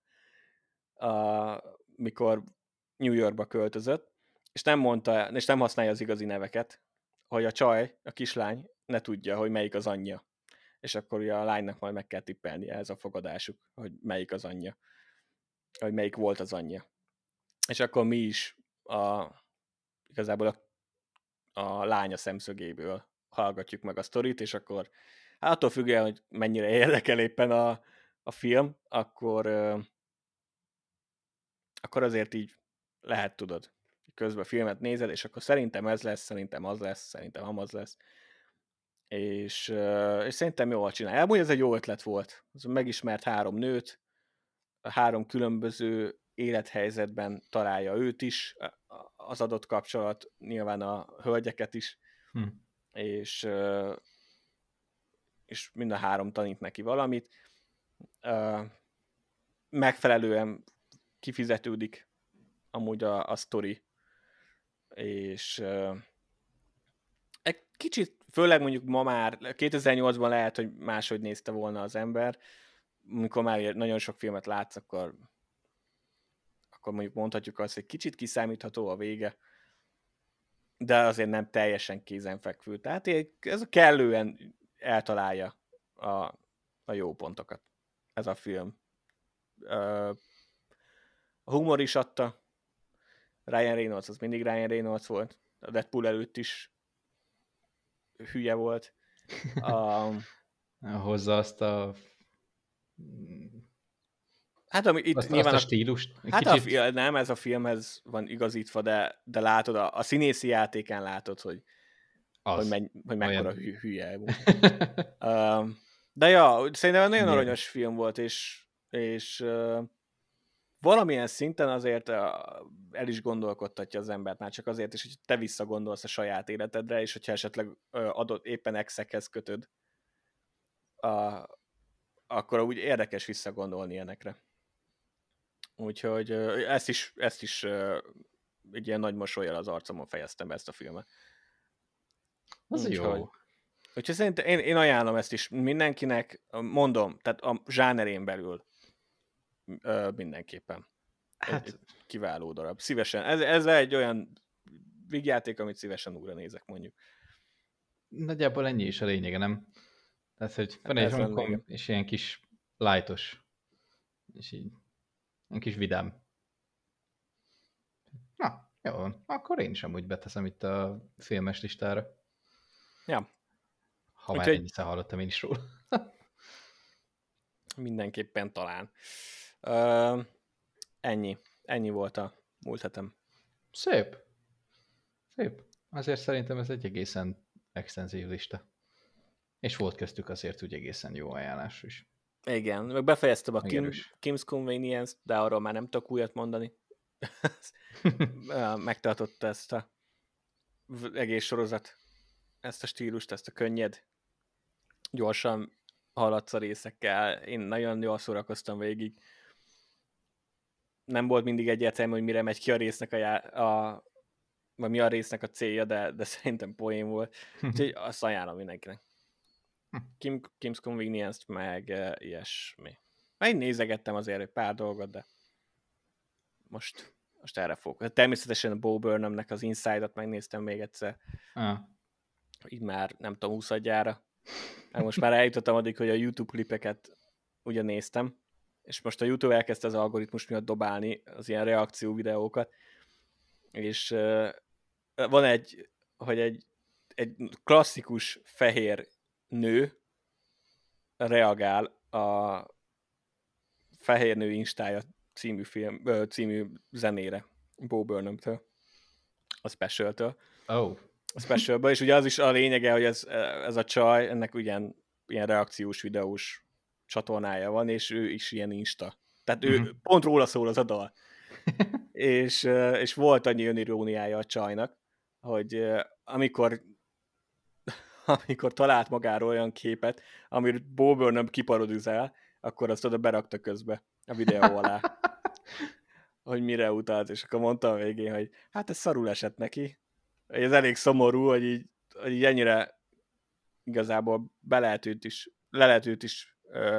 B: mikor New Yorkba költözött, és nem használja az igazi neveket, hogy a csaj, a kislány ne tudja, hogy melyik az anyja. És akkor ugye a lánynak majd meg kell tippelnie, ez a fogadásuk, hogy melyik az anyja. Hogy melyik volt az anyja. És akkor mi is igazából a lánya szemszögéből hallgatjuk meg a sztorit, és akkor attól függően, hogy mennyire érdekel éppen a film, akkor azért így lehet, tudod, közben a filmet nézed, és akkor szerintem ez lesz, szerintem az lesz, szerintem amaz lesz. És szerintem jól csinálja. Amúgy ez egy jó ötlet volt. Megismert 3 nőt, 3 különböző élethelyzetben találja őt is, az adott kapcsolat, nyilván a hölgyeket is, és mind a 3 tanít neki valamit. Megfelelően kifizetődik amúgy a sztori, és egy kicsit, főleg mondjuk ma már, 2008-ban lehet, hogy máshogy nézte volna az ember, amikor már nagyon sok filmet látsz, akkor mondjuk mondhatjuk azt, hogy kicsit kiszámítható a vége, de azért nem teljesen kézenfekvő. Tehát ez kellően eltalálja a jó pontokat, ez a film. A humor is adta. Ryan Reynolds az mindig Ryan Reynolds volt. A Deadpool előtt is hülye volt.
A: Hozza azt a...
B: Hát ami itt
A: azt
B: nyilván
A: a stílust.
B: Hát kicsit... nem, ez a filmhez van igazítva, de látod, a színészi játékán látod, hogy mekkora hülye volt. De ja, szerintem nagyon aranyos film volt, és valamilyen szinten azért el is gondolkodtatja az embert, már csak azért is, hogy te visszagondolsz a saját életedre, és hogyha esetleg éppen exekhez kötöd, akkor úgy érdekes visszagondolni ilyenekre. Úgyhogy ezt is egy ilyen nagy mosollyal az arcomon fejeztem be ezt a filmet.
A: Az jó.
B: Úgyhogy szerintem én ajánlom ezt is mindenkinek, mondom, tehát a zsánerén belül mindenképpen. Egy kiváló darab. Szívesen. Ez egy olyan vígjáték, amit szívesen újra nézek, mondjuk.
A: Nagyjából ennyi is a lényege, nem? Tehát, hogy van egy romkom, és ilyen kis lightos, és így ilyen kis vidám. Na, jó van. Akkor én is amúgy beteszem itt a filmes listára.
B: Ja.
A: Ha már ennyiszer hallottam én is róla.
B: Mindenképpen talán. Ennyi volt a múlt hetem.
A: Szép. Azért szerintem ez egy egészen extenzív lista. És volt köztük azért úgy egészen jó ajánlás is.
B: Igen, meg befejeztem a Kim's Convenience, de arról már nem tudok újat mondani. Megtartotta ezt a egész sorozat, ezt a stílust, ezt a könnyed, gyorsan haladsz a részekkel. Én nagyon jól szórakoztam végig. Nem volt mindig egyértelmű, hogy mire megy ki a résznek vagy mi a résznek a célja, de szerintem poén volt. Úgyhogy azt ajánlom mindenkinek. Kim's Convenience-t, meg ilyesmi. Én nézegettem azért egy pár dolgot, de most erre fogok. Természetesen a Bo Burnhamnek az Inside-ot megnéztem még egyszer. Így már nem tudom, 20-adjára. Most már eljutottam addig, hogy a YouTube klipeket ugyan néztem, és most a YouTube elkezdte az algoritmus miatt dobálni az ilyen reakció videókat, és van egy klasszikus fehér nő reagál a Fehér nő Instája című zenére Bo Burnhamtől, a Special-től.
A: Oh.
B: A Specialből, és ugye az is a lényege, hogy ez a csaj, ennek ugyan ilyen reakciós videós csatornája van, és ő is ilyen Insta. Tehát ő pont róla szól az a dal. És volt annyi öniróniája a csajnak, hogy amikor talált magáról olyan képet, amit Bo Burnham kiparodizál, akkor azt oda berakta közbe a videó alá. Hogy mire utalt, és akkor mondta a végén, hogy hát ez szarul esett neki. Ez elég szomorú, hogy így ennyire igazából le lehet őt is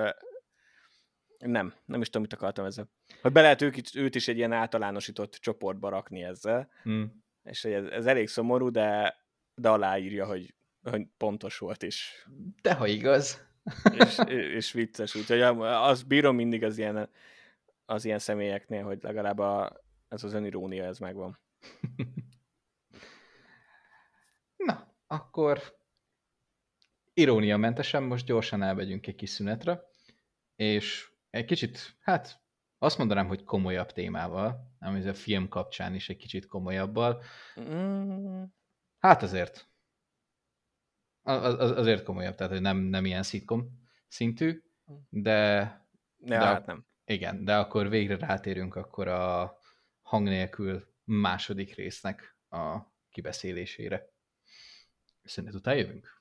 B: nem is tudom, mit akartam ezzel. Hogy be lehet őt is egy ilyen általánosított csoportba rakni ezzel, és ez elég szomorú, de aláírja, hogy pontos volt is.
A: De ha igaz.
B: és vicces, úgyhogy azt bírom mindig az ilyen személyeknél, hogy legalább ez az önirónia, ez megvan.
A: Na, akkor iróniamentesen most gyorsan elmegyünk egy kis szünetre, és egy kicsit, hát azt mondanám, hogy komolyabb témával, ami a film kapcsán is egy kicsit komolyabbal. Hát azért. Azért komolyabb, tehát hogy nem ilyen sitcom szintű, de
B: nem.
A: Igen, de akkor végre rátérünk akkor a hang nélkül második résznek a kibeszélésére. Szünet után jövünk.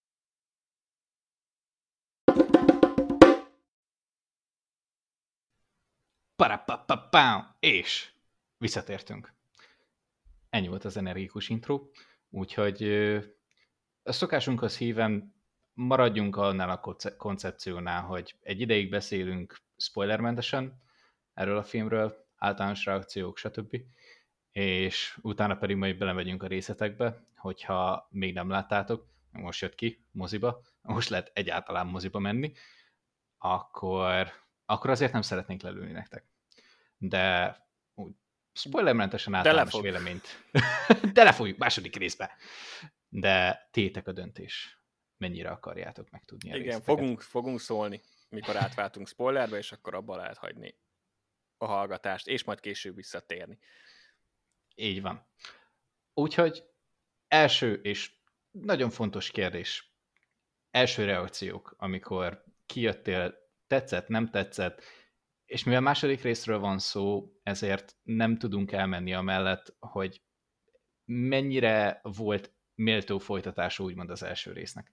A: És visszatértünk. Ennyi volt az energikus intro, úgyhogy a szokásunkhoz híven maradjunk annál a koncepciónál, hogy egy ideig beszélünk spoilermentesen erről a filmről, általános reakciók, stb. És utána pedig majd belemegyünk a részletekbe, hogyha még nem láttátok, most jött ki moziba, most lehet egyáltalán moziba menni, akkor azért nem szeretnénk lelőni nektek. De úgy spoilermentesen általános véleményt. De lefogjuk második részbe. De tétek a döntés. Mennyire akarjátok megtudni a részleteket.
B: Igen, fogunk szólni, mikor átváltunk spoilerbe, és akkor abba lehet hagyni a hallgatást, és majd később visszatérni.
A: Így van. Úgyhogy első és nagyon fontos kérdés. Első reakciók, amikor kijöttél, tetszett, nem tetszett, és mivel második részről van szó, ezért nem tudunk elmenni amellett, hogy mennyire volt méltó folytatása úgymond az első résznek.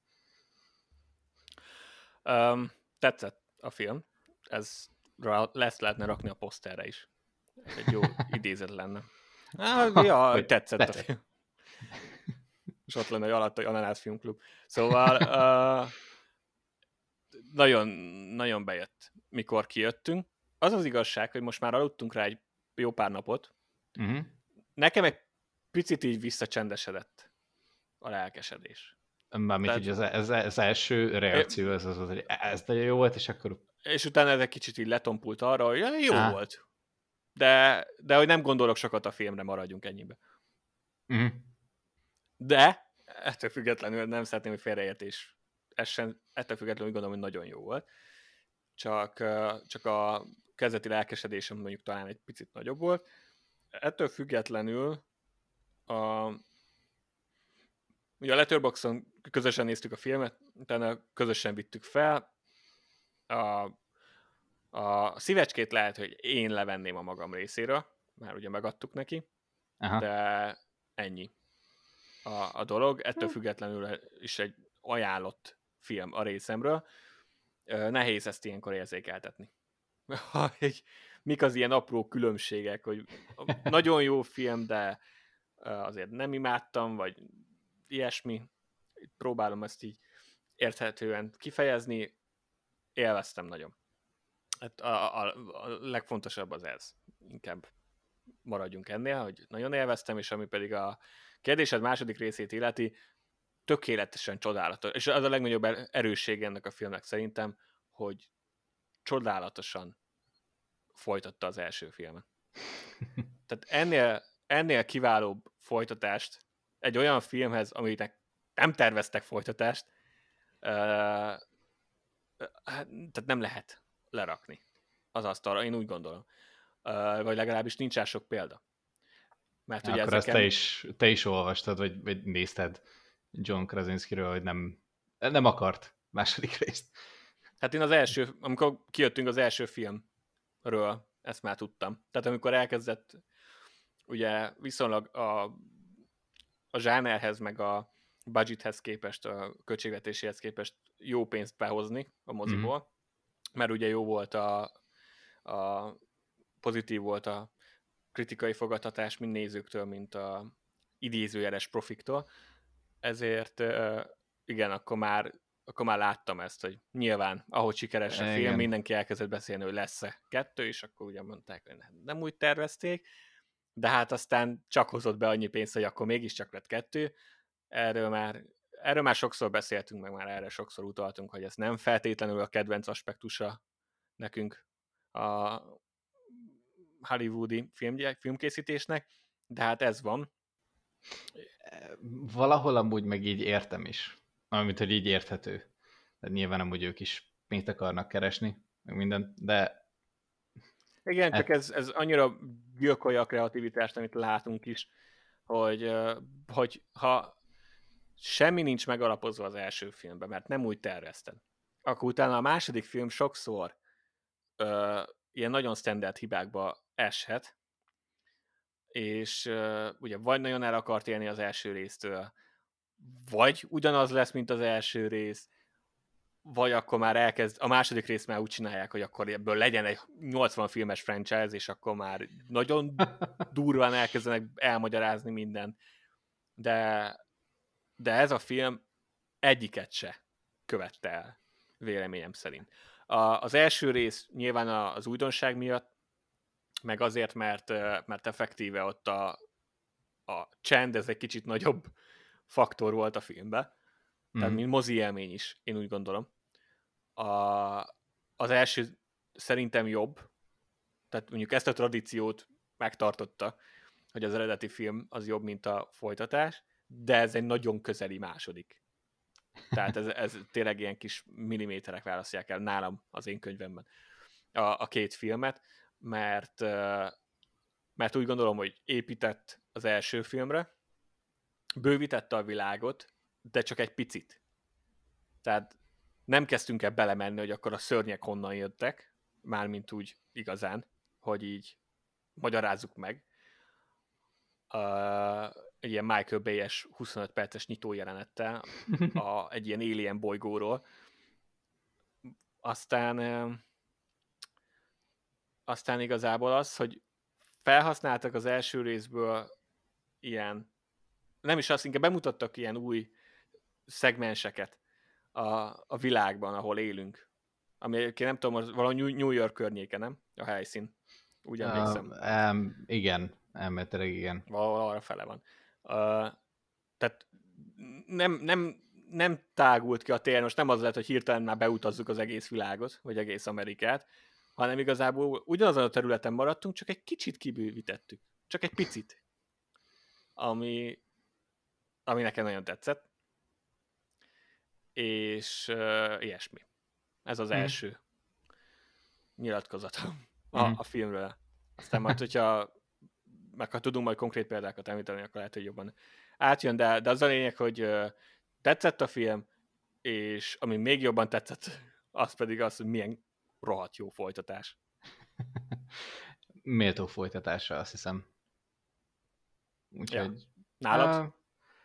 B: Tetszett a film. Ez lehetne rakni a poszterre is. Ez egy jó idézet lenne. Tetszett a film. És ott lenne, hogy alatt a Ananász Filmklub. Szóval nagyon, nagyon bejött, mikor kijöttünk. Az az igazság, hogy most már aludtunk rá egy jó pár napot. Nekem egy picit így visszacsendesedett a lelkesedés.
A: Mármint, hogy az első reakció az, hogy ez nagyon jó volt, és akkor...
B: És utána ez egy kicsit így letompult arra, hogy jó volt. De hogy nem gondolok sokat a filmre, maradjunk ennyibe. De ettől függetlenül nem szeretném, hogy félreértés essen, ettől függetlenül úgy gondolom, hogy nagyon jó volt. Csak a kezdeti lelkesedésem mondjuk talán egy picit nagyobb volt. Ettől függetlenül ugye a Letterboxdon közösen néztük a filmet, utána közösen vittük fel. A szívecskét lehet, hogy én levenném a magam részéről, már ugye megadtuk neki, de ennyi a dolog. Ettől függetlenül is egy ajánlott film a részemről. Nehéz ezt ilyenkor érzékeltetni. Mik az ilyen apró különbségek, hogy nagyon jó film, de azért nem imádtam, vagy ilyesmi. Próbálom ezt így érthetően kifejezni. Élveztem nagyon. Hát a legfontosabb az ez. Inkább maradjunk ennél, hogy nagyon élveztem, és ami pedig a kérdésed második részét illeti, tökéletesen csodálatos. És az a legnagyobb erősség ennek a filmnek szerintem, hogy csodálatosan folytatta az első filmet. Tehát ennél kiválóbb folytatást egy olyan filmhez, aminek nem terveztek folytatást, tehát nem lehet lerakni az asztalra, én úgy gondolom. Vagy legalábbis nincs rá sok példa.
A: Mert ugye akkor ezt te is olvastad, vagy nézted John Krasinskiről, hogy nem akart második részt.
B: Hát én amikor kijöttünk az első filmről, ezt már tudtam. Tehát amikor elkezdett ugye viszonylag a zsánerhez, meg a budgethez képest, a költségvetéséhez képest jó pénzt behozni a moziból, mert ugye jó volt a pozitív volt a kritikai fogadtatás mind nézőktől, mint a idézőjeles profiktól, ezért igen, akkor már láttam ezt, hogy nyilván, ahogy sikeres a film, mindenki elkezdett beszélni, hogy lesz-e 2, és akkor ugye mondták, hogy nem úgy tervezték, de hát aztán csak hozott be annyi pénzt, hogy akkor mégiscsak lett 2. Erről már sokszor beszéltünk, meg már erre sokszor utaltunk, hogy ez nem feltétlenül a kedvenc aspektusa nekünk a hollywoodi filmkészítésnek, de hát ez van.
A: Valahol amúgy meg így értem is. Amit, hogy így érthető. De nyilván amúgy ők is pénzt akarnak keresni, meg mindent, de...
B: Igen, csak ez annyira gyilkolja a kreativitást, amit látunk is, hogy ha semmi nincs megalapozva az első filmben, mert nem úgy tervezted, akkor utána a második film sokszor ilyen nagyon standard hibákba eshet, és ugye vagy nagyon el akart élni az első résztől, vagy ugyanaz lesz, mint az első rész, vagy akkor már a második részt már úgy csinálják, hogy akkor ebből legyen egy 80 filmes franchise, és akkor már nagyon durván elkezdenek elmagyarázni mindent. De ez a film egyiket se követte el, véleményem szerint. Az első rész nyilván az újdonság miatt, meg azért, mert effektíve ott a csend, ez egy kicsit nagyobb faktor volt a filmben. Tehát mint mozi élmény is, én úgy gondolom. Az első szerintem jobb, tehát mondjuk ezt a tradíciót megtartotta, hogy az eredeti film az jobb, mint a folytatás, de ez egy nagyon közeli második. Tehát ez tényleg ilyen kis milliméterek választják el nálam az én könyvemben a két filmet, mert úgy gondolom, hogy épített az első filmre, bővítette a világot, de csak egy picit. Tehát nem kezdtünk el belemenni, hogy akkor a szörnyek honnan jöttek, mármint úgy igazán, hogy így magyarázzuk meg. Egy ilyen Michael Bay-es 25 perces nyitójelenettel egy ilyen alien bolygóról. Aztán igazából az, hogy felhasználtak az első részből ilyen, nem is azt, inkább bemutattak ilyen új szegmenseket a világban, ahol élünk. Ami egyébként nem tudom, valami New York környéke, nem? A helyszín. Úgy emlékszem.
A: Igen, elméletileg igen.
B: Valahol arra fele van. Tehát nem tágult ki a tér, most nem az lett, hogy hirtelen már beutazzuk az egész világot, vagy egész Amerikát, hanem igazából ugyanazon a területen maradtunk, csak egy kicsit kibővítettük. Csak egy picit. Ami nekem nagyon tetszett. És ilyesmi. Ez az első nyilatkozatom a filmről. Aztán majd, hogyha tudunk majd konkrét példákat említeni, akkor lehet, hogy jobban átjön, de az a lényeg, hogy tetszett a film, és ami még jobban tetszett, az pedig az, hogy milyen rohadt jó folytatás.
A: Méltó folytatása, azt hiszem. Úgyhogy...
B: Ja. Nálad?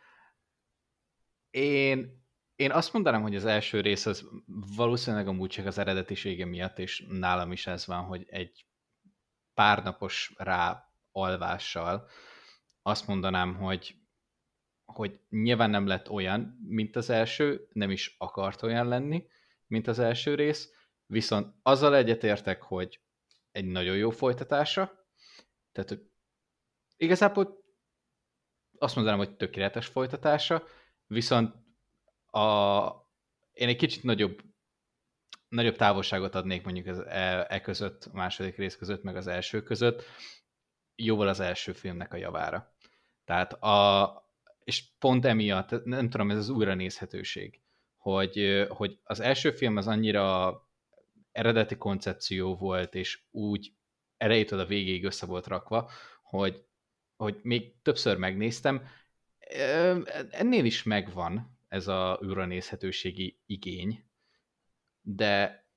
A: Én azt mondanám, hogy az első rész az valószínűleg amúgy csak az eredetisége miatt, és nálam is ez van, hogy egy párnapos ráalvással azt mondanám, hogy nyilván nem lett olyan, mint az első, nem is akart olyan lenni, mint az első rész, viszont azzal egyetértek, hogy egy nagyon jó folytatása, tehát igazából azt mondanám, hogy tökéletes folytatása, viszont én egy kicsit nagyobb távolságot adnék mondjuk az között, a második rész között, meg az első között, jóval az első filmnek a javára. Tehát és pont emiatt, nem tudom, ez az újranézhetőség, hogy az első film az annyira eredeti koncepció volt, és úgy elejétől a végéig össze volt rakva, hogy még többször megnéztem, ennél is megvan ez a újranézhetőségi igény, de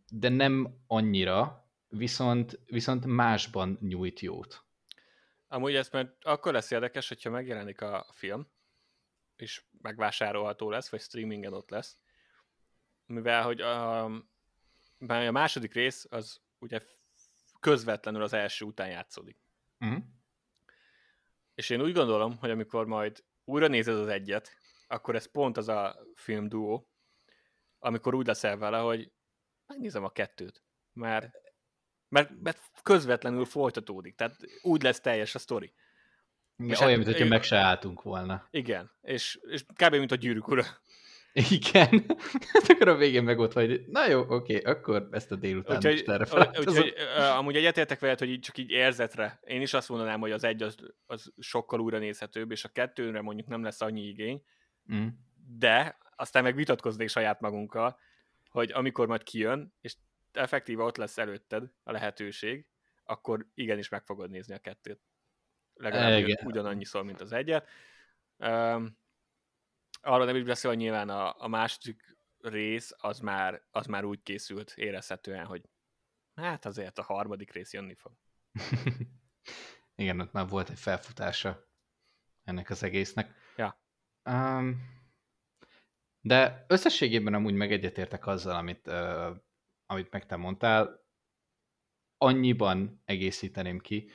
A: de nem annyira, viszont másban nyújt jót.
B: Amúgy ez mert akkor lesz érdekes, hogyha megjelenik a film, és megvásárolható lesz, vagy streamingen ott lesz, mivel hogy a második rész az ugye közvetlenül az első után játszódik.
A: Uh-huh.
B: És én úgy gondolom, hogy amikor majd újra nézed az egyet, akkor ez pont az a film duó, amikor úgy leszel vele, hogy megnézem a kettőt, mert közvetlenül folytatódik, tehát úgy lesz teljes a sztori.
A: És olyan, mint hogyha meg se álltunk volna.
B: Igen, és kb. Mint a Gyűrűk ura.
A: Igen. Hát akkor a végén meg ott vagy, na jó, oké, akkor ezt a délután is erre felálltozom.
B: Úgyhogy amúgy egyetértek veled, hogy így csak így érzetre. Én is azt mondanám, hogy az egy az sokkal újra nézhetőbb, és a kettőre mondjuk nem lesz annyi igény, de aztán meg vitatkoznék saját magunkkal, hogy amikor majd kijön, és effektíve ott lesz előtted a lehetőség, akkor igenis meg fogod nézni a kettőt. Legalább ugyanannyiszor, mint az egyet. Arra nem is beszél, hogy nyilván a második rész az már úgy készült érezhetően, hogy hát azért a harmadik rész jönni fog.
A: Igen, ott már volt egy felfutása ennek az egésznek.
B: Ja.
A: De összességében amúgy meg egyetértek azzal, amit meg te mondtál. Annyiban egészíteném ki,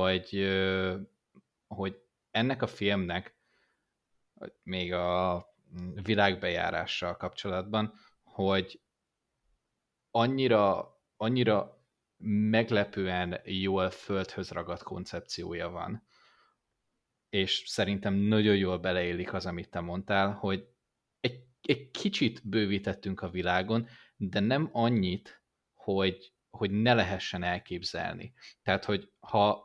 A: hogy ennek a filmnek még a világbejárással kapcsolatban, hogy annyira meglepően jól földhöz ragadt koncepciója van, és szerintem nagyon jól beleillik az, amit te mondtál, hogy egy kicsit bővítettünk a világon, de nem annyit, hogy ne lehessen elképzelni. Tehát, hogy ha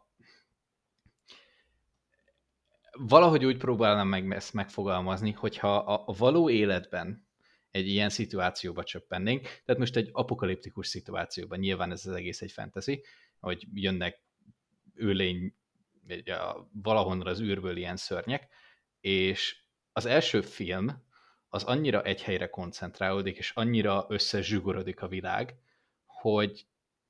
A: valahogy úgy próbálnám meg ezt megfogalmazni, hogyha a való életben egy ilyen szituációba csöppennénk, tehát most egy apokaliptikus szituációban, nyilván ez az egész egy fantasy, hogy jönnek őlény, valahonnan az űrből ilyen szörnyek, és az első film az annyira egy helyre koncentrálódik, és annyira összezsugorodik a világ, hogy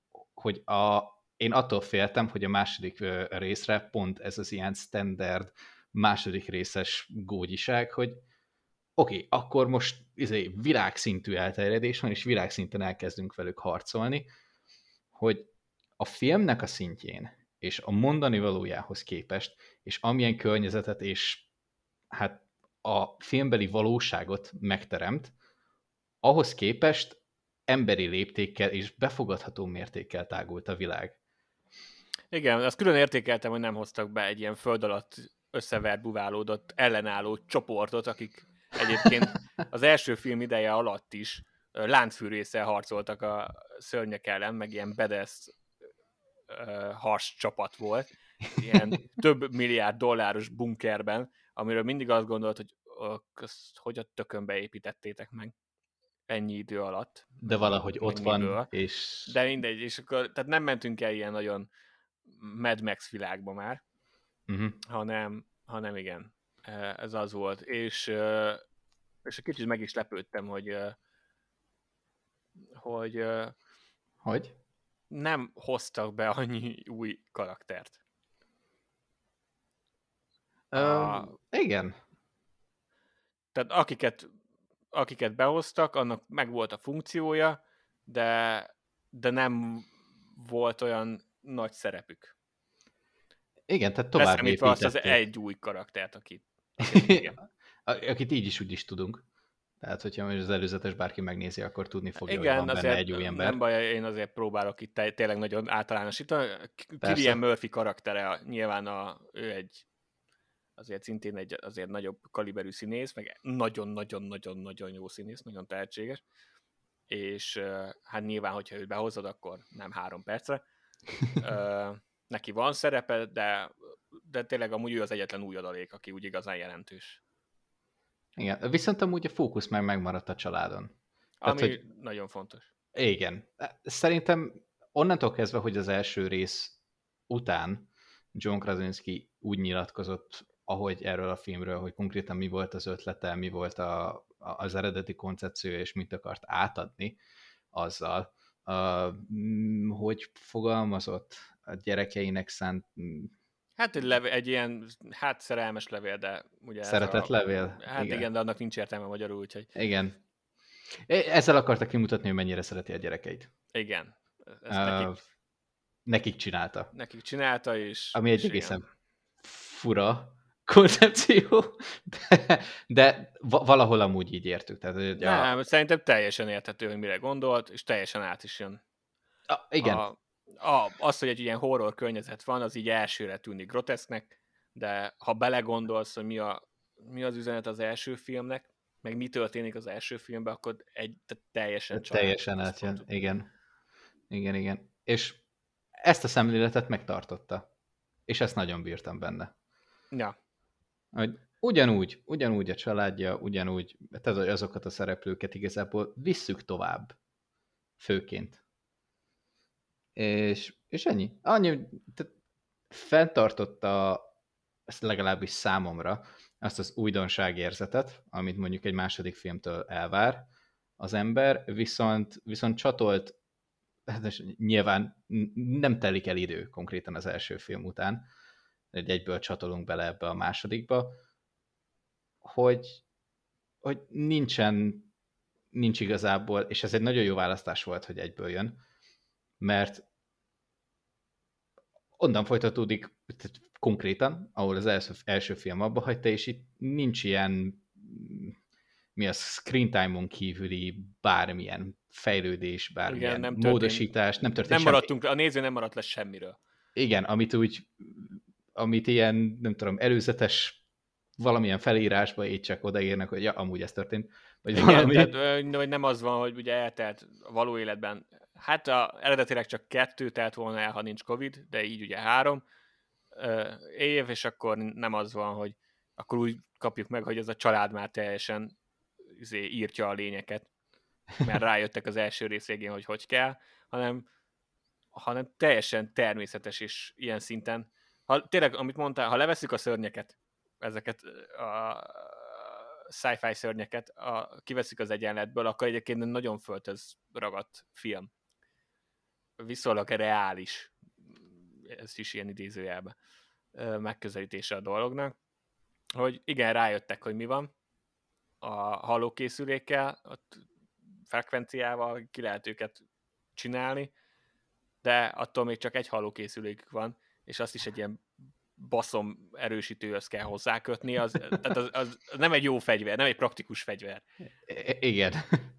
A: én attól féltem, hogy a második részre pont ez az ilyen standard második részes gógyiság, hogy oké, akkor most világszintű elterjedés van, és világszinten elkezdünk velük harcolni, hogy a filmnek a szintjén, és a mondani valójához képest, és amilyen környezetet, és hát a filmbeli valóságot megteremt, ahhoz képest emberi léptékkel és befogadható mértékkel tágult a világ.
B: Igen, azt külön értékeltem, hogy nem hoztak be egy ilyen föld alatt összevert, buválódott, ellenálló csoportot, akik egyébként az első film ideje alatt is láncfűrésszel harcoltak a szörnyek ellen, meg ilyen badass hars csapat volt, ilyen több milliárd dolláros bunkerben, amiről mindig azt gondolt, hogy hogy a tökönbe építettétek meg ennyi idő alatt.
A: De valahogy ott van, és...
B: De mindegy, és akkor, tehát nem mentünk el ilyen nagyon Mad Max világba már, hanem igen, ez az volt. És egy kicsit meg is lepődtem, hogy nem hoztak be annyi új karaktert.
A: Igen.
B: Tehát akiket behoztak, annak meg volt a funkciója, de nem volt olyan nagy szerepük.
A: Igen, tehát tovább építették.
B: Azt az egy új karaktert,
A: akit így is úgy is tudunk. Tehát, hogyha az előzetes bárki megnézi, akkor tudni fogja,
B: igen,
A: hogy van benne egy új ember.
B: Nem baj, én azért próbálok itt tényleg nagyon általánosítani. Cillian Murphy karaktere nyilván ő egy azért szintén egy azért nagyobb kaliberű színész, meg nagyon-nagyon-nagyon-nagyon jó színész, nagyon tehetséges, és hát nyilván, hogyha őt behozod, akkor nem 3 percre. Neki van szerepe, de tényleg amúgy ő az egyetlen új adalék, aki úgy igazán jelentős.
A: Igen, viszont amúgy a fókusz már megmaradt a családon.
B: Tehát, ami nagyon fontos.
A: Igen. Szerintem onnantól kezdve, hogy az első rész után John Krasinski úgy nyilatkozott, ahogy erről a filmről, hogy konkrétan mi volt az ötlete, mi volt az eredeti koncepciója, és mit akart átadni azzal, hogy fogalmazott a gyerekeinek szánt
B: Hát egy ilyen, szerelmes levél, de ugye ez
A: szeretetlevél?
B: hát
A: Igen.
B: igen, de annak nincs értelme magyarul, úgyhogy
A: Igen. Ezzel akarta kimutatni, hogy mennyire szereti a gyerekeit.
B: igen, ezt
A: Uh, nekik csinálta.
B: nekik csinálta, és
A: Ami egy
B: igen.
A: egészen fura koncepció, de valahol amúgy így értük. Tehát,
B: Nem, szerintem teljesen érthető, hogy mire gondolt, és teljesen át is jön.
A: Igen.
B: Az, hogy egy ilyen horror környezet van, az így elsőre tűnik groteszknek, de ha belegondolsz, hogy mi az üzenet az első filmnek, meg mi történik az első filmben, akkor teljesen
A: Teljesen átjön. Igen. És ezt a szemléletet megtartotta. És ezt nagyon bírtam benne.
B: Ja.
A: Hogy ugyanúgy a családja, ugyanúgy azokat a szereplőket igazából visszük tovább. Főként. És ennyi. Annyi, tehát fenntartotta, ezt legalábbis számomra, azt az újdonságérzetet, amit mondjuk egy második filmtől elvár az ember, viszont csatolt, nyilván nem telik el idő konkrétan az első film után, hogy egyből csatolunk bele ebbe a másodikba, hogy nincs igazából, és ez egy nagyon jó választás volt, hogy egyből jön, mert onnan folytatódik konkrétan, ahol az első film abba hagyta, és itt nincs ilyen mi a screen time-on kívüli bármilyen fejlődés, bármilyen
B: Igen,
A: módosítás, nem történt
B: semmi. Maradtunk, a néző nem maradt le semmiről.
A: Igen, amit ilyen, nem tudom, előzetes valamilyen felírásba így csak odaírnak, hogy ja, amúgy ez történt. Vagy
B: igen,
A: valami.
B: tehát hogy nem az van, hogy ugye eltelt a való életben, hát eredetileg csak 2 telt volna el, ha nincs Covid, de így ugye 3 év, és akkor nem az van, hogy akkor úgy kapjuk meg, hogy ez a család már teljesen írtja a lényeket, mert rájöttek az első rész végén, hogy kell, hanem teljesen természetes és ilyen szinten. Tényleg, amit mondtál, ha levesszük a szörnyeket, ezeket a sci-fi szörnyeket, kiveszik az egyenletből, akkor egyébként nagyon földhöz ragadt film. Viszonylag reális, ez is ilyen idézőjelben, megközelítése a dolognak, hogy igen, rájöttek, hogy mi van a hallókészülékkel, a frekvenciával ki lehet őket csinálni, de attól még csak egy hallókészülék van, és azt is egy ilyen baszom erősítőhöz kell hozzákötni, tehát az nem egy jó fegyver, nem egy praktikus fegyver.
A: Igen.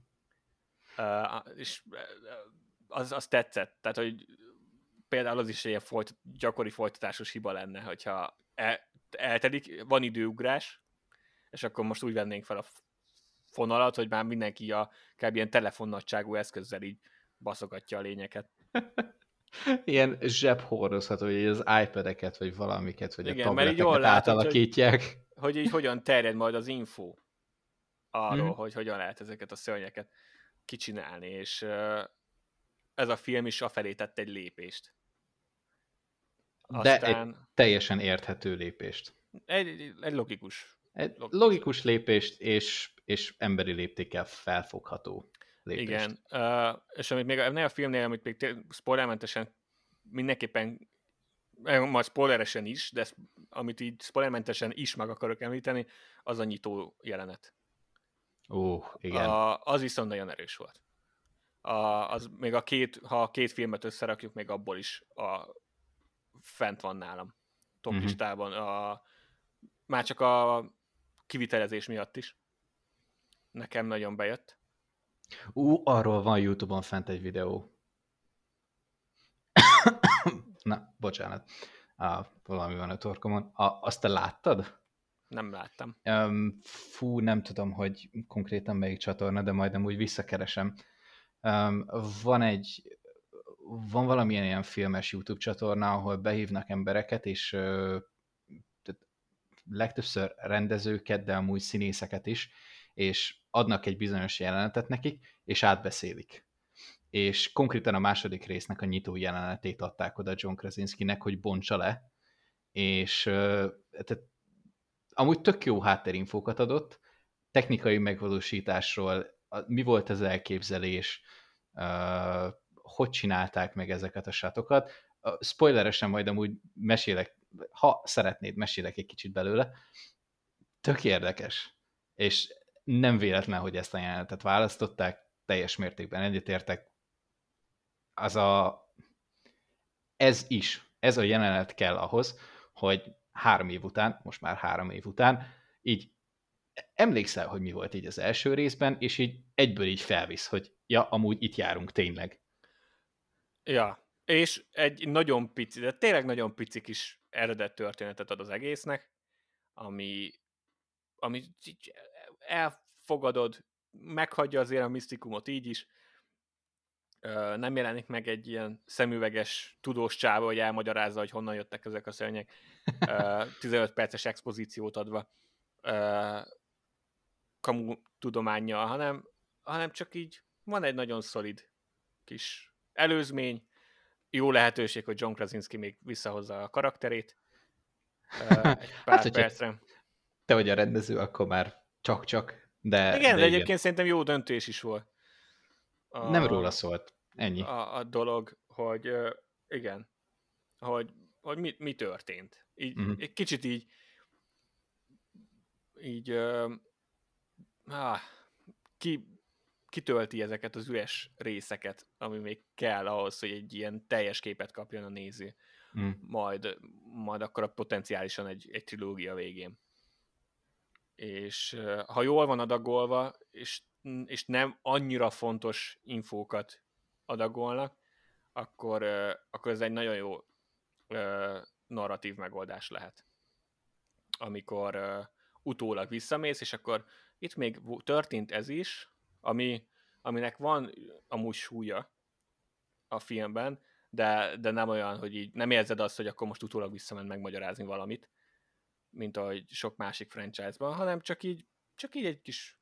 B: És az tetszett, tehát hogy például az is egy gyakori folytatásos hiba lenne, hogyha eltelik, van időugrás, és akkor most úgy vennénk fel a fonalat, hogy már mindenki kb. Ilyen telefonnagyságú eszközzel így baszogatja a lényeket.
A: Ilyen zsebhordozható, hogy az iPad-eket, vagy valamiket, vagy
B: igen,
A: a tableteket átalakítják.
B: Hogy így hogyan terjed majd az info arról, hogy hogyan lehet ezeket a szörnyeket kicsinálni, és ez a film is afelé tett egy lépést.
A: De egy teljesen érthető lépést.
B: Egy logikus.
A: Egy logikus lépést, és emberi léptékkel felfogható lépést.
B: Igen, és amit még a filmnél, amit még spoilermentesen mindenképpen, majd spoileresen is, de amit így spoilermentesen is meg akarok említeni, az a nyitó jelenet.
A: Igen.
B: Az viszont nagyon erős volt. Az még ha a két filmet összerakjuk, még abból is fent van nálam. Top listában. Már csak a kivitelezés miatt is. Nekem nagyon bejött.
A: Arról van YouTube-on fent egy videó. Na, bocsánat. Valami van a torkomon. Azt te láttad?
B: Nem láttam.
A: Nem tudom, hogy konkrétan melyik csatorna, de majd amúgy visszakeresem. Van valamilyen ilyen filmes YouTube csatorna, ahol behívnak embereket, és legtöbbször rendezőket, de amúgy színészeket is, és adnak egy bizonyos jelenetet nekik, és átbeszélik. És konkrétan a második résznek a nyitó jelenetét adták oda John Krasinskinek, hogy bontsa le, és tehát amúgy tök jó hátterinfókat adott, technikai megvalósításról, mi volt az elképzelés, hogy csinálták meg ezeket a sátokat. Spoileresen majd amúgy mesélek, ha szeretnéd, mesélek egy kicsit belőle. Tök érdekes. És nem véletlen, hogy ezt a jelenetet választották, teljes mértékben egyetértek. Ez a jelenet kell ahhoz, hogy 3 év után, most már 3 év után, így emlékszel, hogy mi volt így az első részben, és így egyből így felvisz, hogy ja, amúgy itt járunk tényleg.
B: Ja, és egy nagyon pici, de tényleg nagyon pici kis eredet történetet ad az egésznek, ami elfogadod, meghagyja azért a misztikumot így is, nem jelenik meg egy ilyen szemüveges tudós csáva, hogy elmagyarázza, hogy honnan jöttek ezek a szörnyek, 15 perces expozíciót adva kamu tudománnyal, hanem csak így van egy nagyon szolid kis előzmény, jó lehetőség, hogy John Krasinski még visszahozza a karakterét egy pár percre.
A: Te vagy a rendező, akkor már csak-csak, de
B: igen, de egyébként szerintem jó döntés is volt.
A: Nem róla szólt, ennyi.
B: A dolog, hogy igen, hogy mi történt. Így, egy kicsit így kitölti ezeket az üres részeket, ami még kell ahhoz, hogy egy ilyen teljes képet kapjon a néző. Majd akkor potenciálisan egy trilógia végén. És ha jól van adagolva, és nem annyira fontos infókat adagolnak, akkor ez egy nagyon jó narratív megoldás lehet. Amikor utólag visszamész, és akkor itt még történt ez is, aminek van amúgy súlya a filmben, de nem olyan, hogy így nem érzed azt, hogy akkor most utólag visszament megmagyarázni valamit, mint ahogy sok másik franchise-ban, hanem csak így egy kis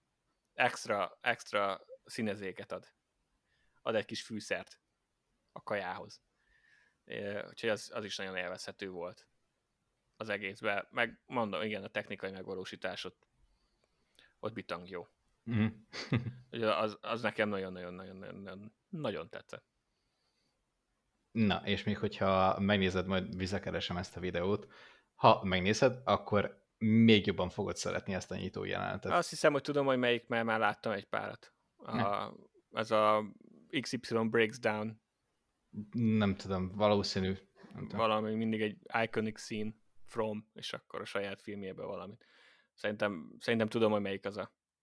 B: extra színezéket ad. Ad egy kis fűszert a kajához. Úgyhogy az is nagyon élvezhető volt az egészben. Meg mondom, igen, a technikai megvalósítás ott bitang jó. Az nekem nagyon tetszett.
A: Na, és még hogyha megnézed, majd visszakeresem ezt a videót, ha megnézed, akkor még jobban fogod szeretni ezt a nyitó jelenetet.
B: Azt hiszem, hogy tudom, hogy melyik, mert már láttam egy párat. Ez a XY Breaks Down.
A: Nem tudom, valószínű. Nem tudom.
B: Valami mindig egy iconic scene from, és akkor a saját filmjében valamit. Szerintem tudom, hogy melyik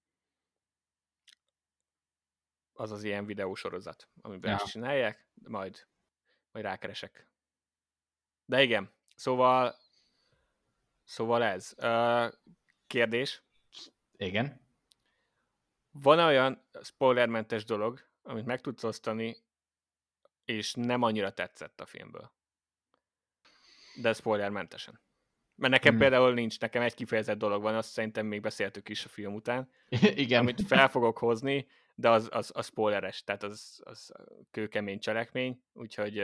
B: az ilyen videósorozat, amiben ezt csinálják, de majd rákeresek. De igen, szóval ez. Kérdés.
A: Igen.
B: Van olyan spoilermentes dolog, amit meg tudsz osztani, és nem annyira tetszett a filmből? De spoilermentesen. Mert nekem például nincs, nekem egy kifejezett dolog van, azt szerintem még beszéltük is a film után.
A: Igen.
B: Amit fel fogok hozni, de az spoileres, tehát az kőkemény cselekmény, úgyhogy...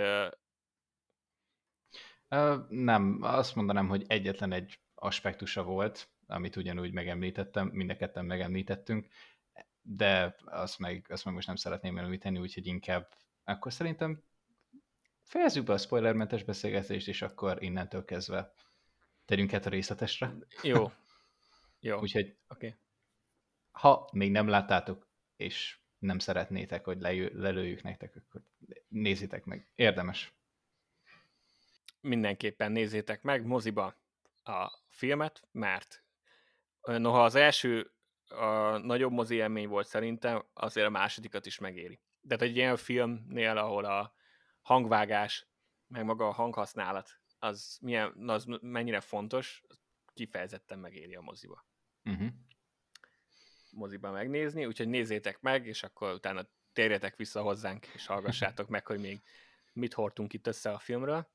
A: Nem, azt mondanám, hogy egyetlen egy aspektusa volt, amit ugyanúgy megemlítettem, mind a ketten megemlítettünk, de azt meg most nem szeretném említeni, úgyhogy inkább akkor szerintem fejezzük be a spoilermentes beszélgetést, és akkor innentől kezdve térjünk át a részletesre.
B: Jó.
A: Úgyhogy
B: okay.
A: Ha még nem láttátok, és nem szeretnétek, hogy lelőjük nektek, akkor nézzétek meg. Érdemes.
B: Mindenképpen nézzétek meg moziba a filmet, mert noha az első a nagyobb mozi élmény volt szerintem, azért a másodikat is megéri. De egy ilyen filmnél, ahol a hangvágás, meg maga a hanghasználat, az mennyire fontos, kifejezetten megéri a moziba. Moziba megnézni, úgyhogy nézzétek meg, és akkor utána térjetek vissza hozzánk, és hallgassátok meg, hogy még mit hordtunk itt össze a filmről.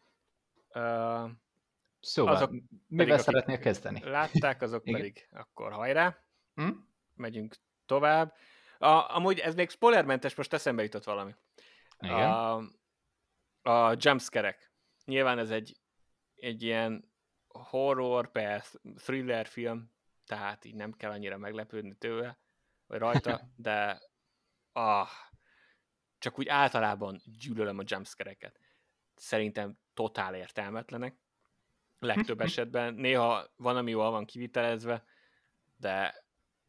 A: Szóval, mivel szeretnél kezdeni?
B: Látták, azok pedig akkor hajrá. Megyünk tovább. Amúgy ez még spoilermentes, most eszembe jutott valami.
A: Igen.
B: A jumpscare-ek. Nyilván ez egy ilyen horror per thriller film, tehát így nem kell annyira meglepődni tőle, vagy rajta, de csak úgy általában gyűlölöm a jumpscare-eket. Szerintem totál értelmetlenek. Legtöbb esetben. Néha van, ami jól van kivitelezve, de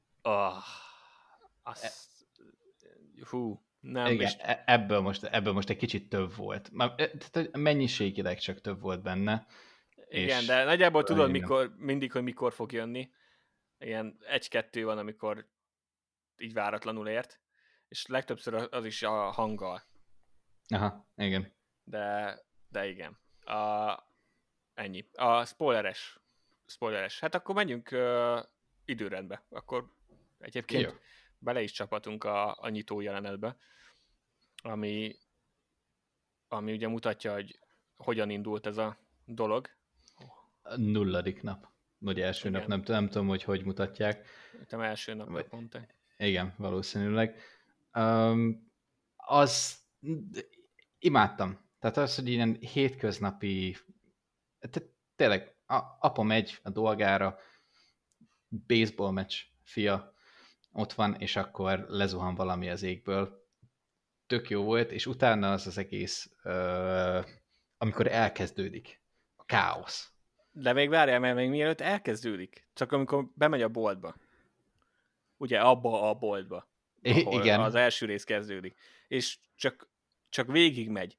B: nem.
A: Igen,
B: És
A: ebből most egy kicsit több volt. Tehát mennyiségileg csak több volt benne.
B: igen,
A: És
B: de nagyjából tudod mindig, hogy mikor fog jönni. Ilyen 1-2 van, amikor így váratlanul ért, és legtöbbször az is a hanggal.
A: Aha, igen.
B: De igen. Ennyi. A spoileres. Hát akkor menjünk időrendbe. Akkor egyébként
A: Jó.
B: bele is csapatunk a nyitó jelenetbe, ami ugye mutatja, hogy hogyan indult ez a dolog.
A: A 0. nap. Vagy első
B: Igen.
A: nap, nem tudom, hogy mutatják.
B: Tem első napnak mondták.
A: Igen, valószínűleg. Az imádtam. Tehát az, hogy ilyen hétköznapi, tehát tényleg apa megy a dolgára, baseball meccs, fia ott van, és akkor lezuhan valami az égből. Tök jó volt, és utána az egész, amikor elkezdődik a káosz.
B: De még várjál, mert még mielőtt elkezdődik, csak amikor bemegy a boltba. Ugye abba a boltba, ahol
A: Igen.
B: az első rész kezdődik. És csak végig megy.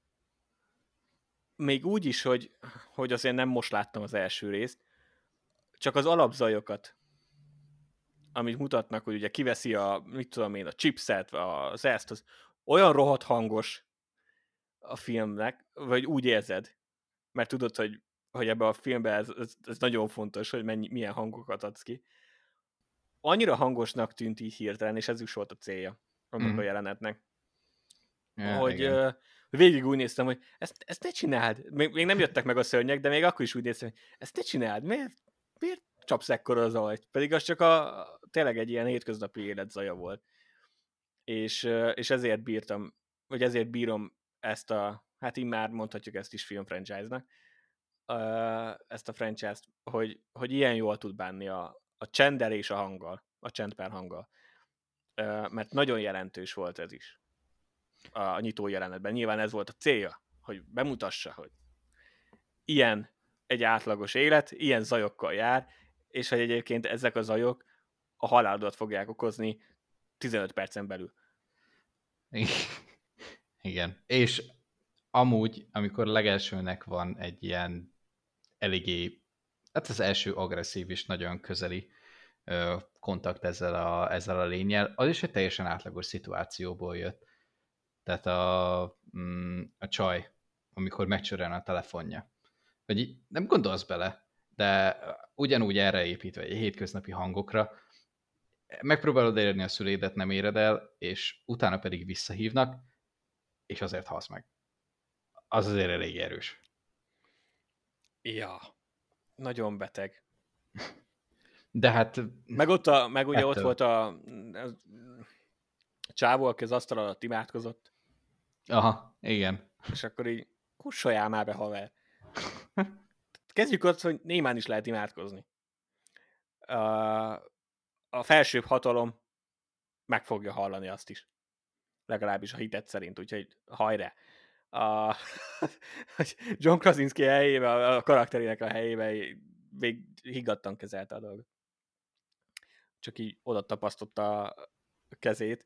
B: Még úgy is, hogy azért nem most láttam az első részt, csak az alapzajokat, amit mutatnak, hogy ugye kiveszi mit tudom én, a chipset, az ezt, az olyan rohadt hangos a filmnek, vagy úgy érzed, mert tudod, hogy ebben a filmben ez nagyon fontos, hogy milyen hangokat adsz ki. Annyira hangosnak tűnt így hirtelen, és ez is volt a célja annak a jelenetnek.
A: Ja,
B: hogy végig úgy néztem, hogy ezt ne csináld. Még nem jöttek meg a szörnyek, de még akkor is úgy néztem, hogy ezt ne csináld. Miért csapsz ekkora zajt? Pedig az csak tényleg egy ilyen hétköznapi életzaja volt. És ezért bírtam, vagy ezért bírom ezt hát immár mondhatjuk ezt is film franchise-nak, ezt a franchise-t, hogy ilyen jól tud bánni a csenddel és a hanggal, a csend per hanggal. Mert nagyon jelentős volt ez is a nyitó jelenetben. Nyilván ez volt a célja, hogy bemutassa, hogy ilyen egy átlagos élet, ilyen zajokkal jár, és hogy egyébként ezek a zajok a halálodat fogják okozni 15 percen belül.
A: Igen. És amúgy, amikor legelsőnek van egy ilyen eléggé, hát az első agresszív és nagyon közeli kontakt ezzel a lényel, az is egy teljesen átlagos szituációból jött. Tehát a csaj, amikor megcsörren a telefonja. Vagy nem gondolsz bele, de ugyanúgy erre építve, egy hétköznapi hangokra, megpróbálod elérni a szülédet, nem éred el, és utána pedig visszahívnak, és azért halsz meg. Az azért elég erős.
B: Ja, nagyon beteg.
A: De hát...
B: Meg ugye ott volt a csávó, aki az asztal alatt imádkozott.
A: Aha, igen.
B: És akkor így kussoljál már be, haver. Kezdjük ott, hogy némán is lehet imádkozni. A felsőbb hatalom meg fogja hallani azt is. Legalábbis a hitet szerint, úgyhogy hajrá. John Krasinski helyébe, a karakterének a helyébe még higgadtan kezelte a dolgot. Csak így oda tapasztotta a kezét.